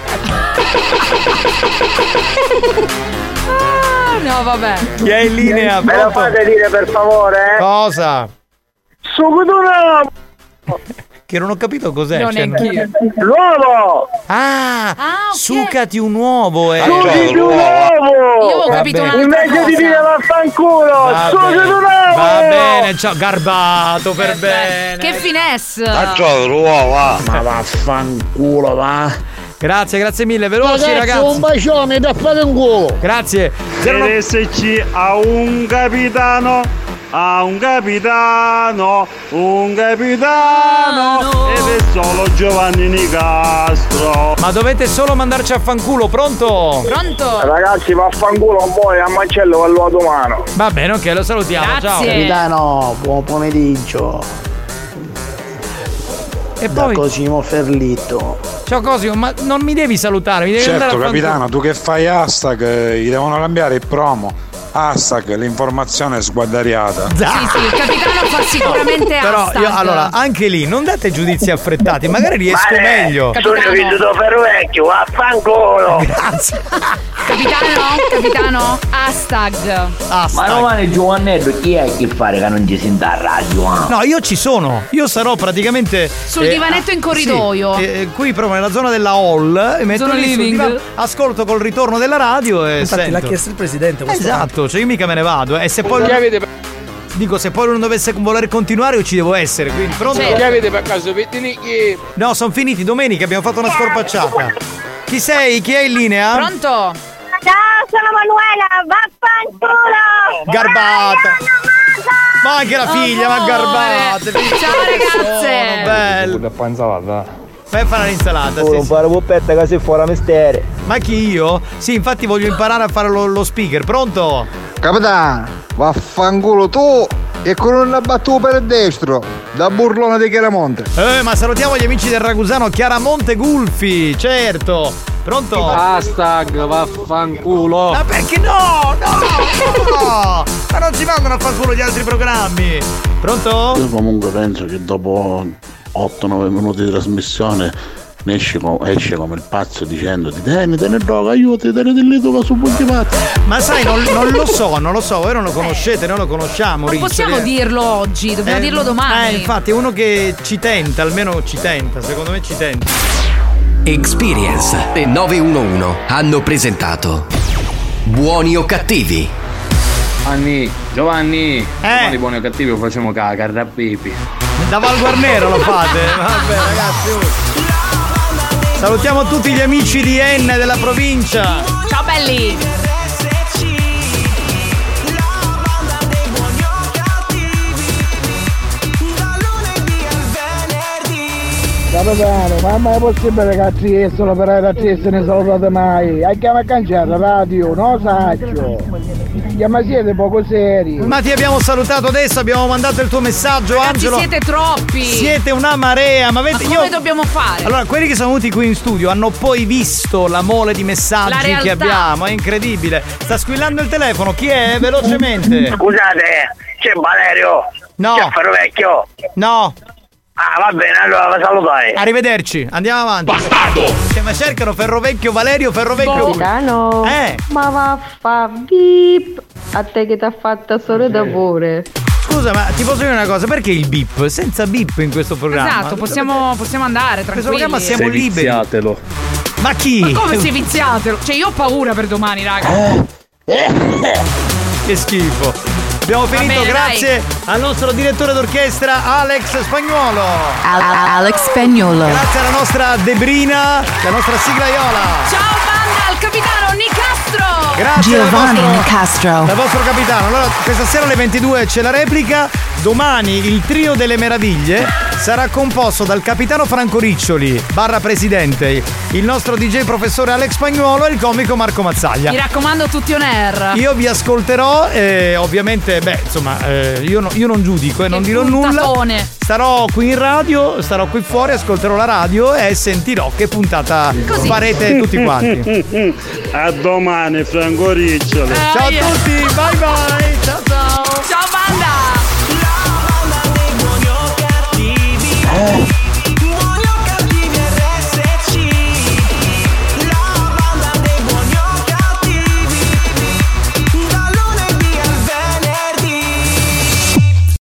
Ah, no, vabbè. Chi è in linea? Me lo Pronto? fate dire per favore? Eh? Cosa? Sucutuna! Che non ho capito cos'è. Non cioè, neanch'io. L'uovo! Ah, Ah, ok. sucati un uovo. Eh. Sucati un uovo! Io avevo Va capito bene. un'altra Invece cosa. di dire vaffanculo, Va sucati bene. un uovo! Va bene, ciao, garbato per bene. Che finesse. Ma vaffanculo, va. Grazie, grazie mille, veloci Un ragazzi. bacione da fare un culo. Grazie. Zero no- esserci a un capitano, a un capitano, un capitano ed è solo Giovanni Nicastro. Ma dovete solo mandarci a fanculo, pronto? Pronto? Ragazzi, vaffanculo a voi, a Mancello con l'uovo umano. Va bene, ok, lo salutiamo. Ciao. Grazie. Capitano, buon pomeriggio. E Da poi, Cosimo Ferlito. ciao Cosimo, ma non mi devi salutare, mi devi andare Certo, a fanculo. capitano, tu che fai hashtag, eh, gli devono cambiare il promo. Hashtag, l'informazione sguaddariata. Sì, sì, il capitano fa sicuramente Però hashtag. io, allora, anche lì non date giudizi affrettati, magari riesco meglio. Sono venuto per vecchio, vaffanculo! Grazie. Capitano, capitano, hashtag. Hashtag. domani Giovannello chi è che fare che non ci senta a radio? Ah? No, io ci sono. Io sarò praticamente Sul divanetto in corridoio. Sì, eh, qui proprio nella zona della hall e metto Zona lì sul living. divano, ascolto col ritorno della radio e Infatti sento. l'ha chiesto il presidente questo Esatto, cioè io mica me ne vado. E se poi dico, se poi lui non dovesse voler continuare io ci devo essere. Quindi pronto? Sì. Che avete per caso pettinicchi? No, sono finiti domenica, abbiamo fatto una scorpacciata. Chi sei? Chi è in linea? Pronto? Ciao, sono Manuela, vaffanculo! Garbata. Ma anche la figlia, ma Amore. garbate. Ciao, ragazze. Sono bello. La panzalata. Fai fare l'insalata. Tu sì, non sì. fare puppetta che sei fuori mestiere. Ma chi io? Sì, infatti voglio imparare a fare lo, lo speaker. Pronto? Capitano, vaffanculo tu e con una battuta per il destro, da burlone di Chiaramonte. Eh, ma salutiamo gli amici del Ragusano, Chiaramonte Gulfi, certo. Pronto? Hashtag vaffanculo. Ma perché no? No! No! Ma non ci mandano a fanculo gli altri programmi. Pronto? Io comunque penso che dopo otto nove minuti di trasmissione ne esce, co- esce come il pazzo dicendoti Tieni, te ne droga, aiuti, tieni di lì tu che su punti pazzi. Ma sai, non, non lo so, non lo so, voi non lo conoscete, noi lo conosciamo. Non Riccio, possiamo eh. dirlo oggi, dobbiamo Eh, dirlo domani. Eh, infatti è uno che ci tenta, almeno ci tenta, secondo me ci tenta. Experience e nove uno uno hanno presentato Buoni o cattivi? Anni, Giovanni, Eh. domani buoni o cattivi lo facciamo caca, rappipi. Da Val Guarnero lo fate? Vabbè ragazzi. uh. Salutiamo tutti gli amici di Enna e della provincia. Ciao belli. Capitano, ma mai è possibile che a Trieste l'operaio da Trieste ne salutate mai? Hai chiamato a cangiare radio, no saggio? Ma siete poco seri. Ma ti abbiamo salutato adesso, abbiamo mandato il tuo messaggio, Ragazzi, Angelo. siete troppi. Siete una marea, ma, avete, Ma come io... dobbiamo fare? Allora, quelli che sono venuti qui in studio hanno poi visto la mole di La messaggi realtà. che abbiamo, è incredibile. Sta squillando il telefono, chi è? Velocemente. Scusate, c'è Valerio? No. C'è Ferrovecchio? No. Ah, va bene, allora la salutai. Arrivederci, andiamo avanti. Bastardo! Che ma cercano Ferrovecchio Valerio, Ferrovecchio. Capitano, Eh. ma vaffa bip a te che t'ha fatta solo d'amore. Scusa, ma ti posso dire una cosa, perché il bip? Senza bip in questo programma. Esatto, possiamo, possiamo andare In questo tranquilli. programma siamo liberi. Viziatelo. Ma chi? Ma come si è viziato? Cioè io ho paura per domani, raga. Che schifo. Abbiamo finito, bene, grazie al nostro direttore d'orchestra Alex Spagnuolo. Alex Spagnuolo. Grazie alla nostra Debrina, la nostra siglaiola. Ciao banda, al capitano Nicastro. Grazie Giovanni al vostro, Nicastro. al vostro capitano. Allora, questa sera alle ventidue c'è la replica. Domani il trio delle meraviglie sarà composto dal capitano Franco Riccioli, barra presidente, il nostro D J professore Alex Spagnuolo e il comico Marco Mazzaglia. Mi raccomando, tutti on air. Io vi ascolterò e ovviamente, beh, insomma, eh, io, no, io non giudico e non dirò puntatone. nulla. Starò qui in radio, starò qui fuori, ascolterò la radio e sentirò che puntata Così. farete tutti quanti. A domani, Franco Riccioli. Ciao a tutti, bye bye. Ciao ciao. Ciao, bye.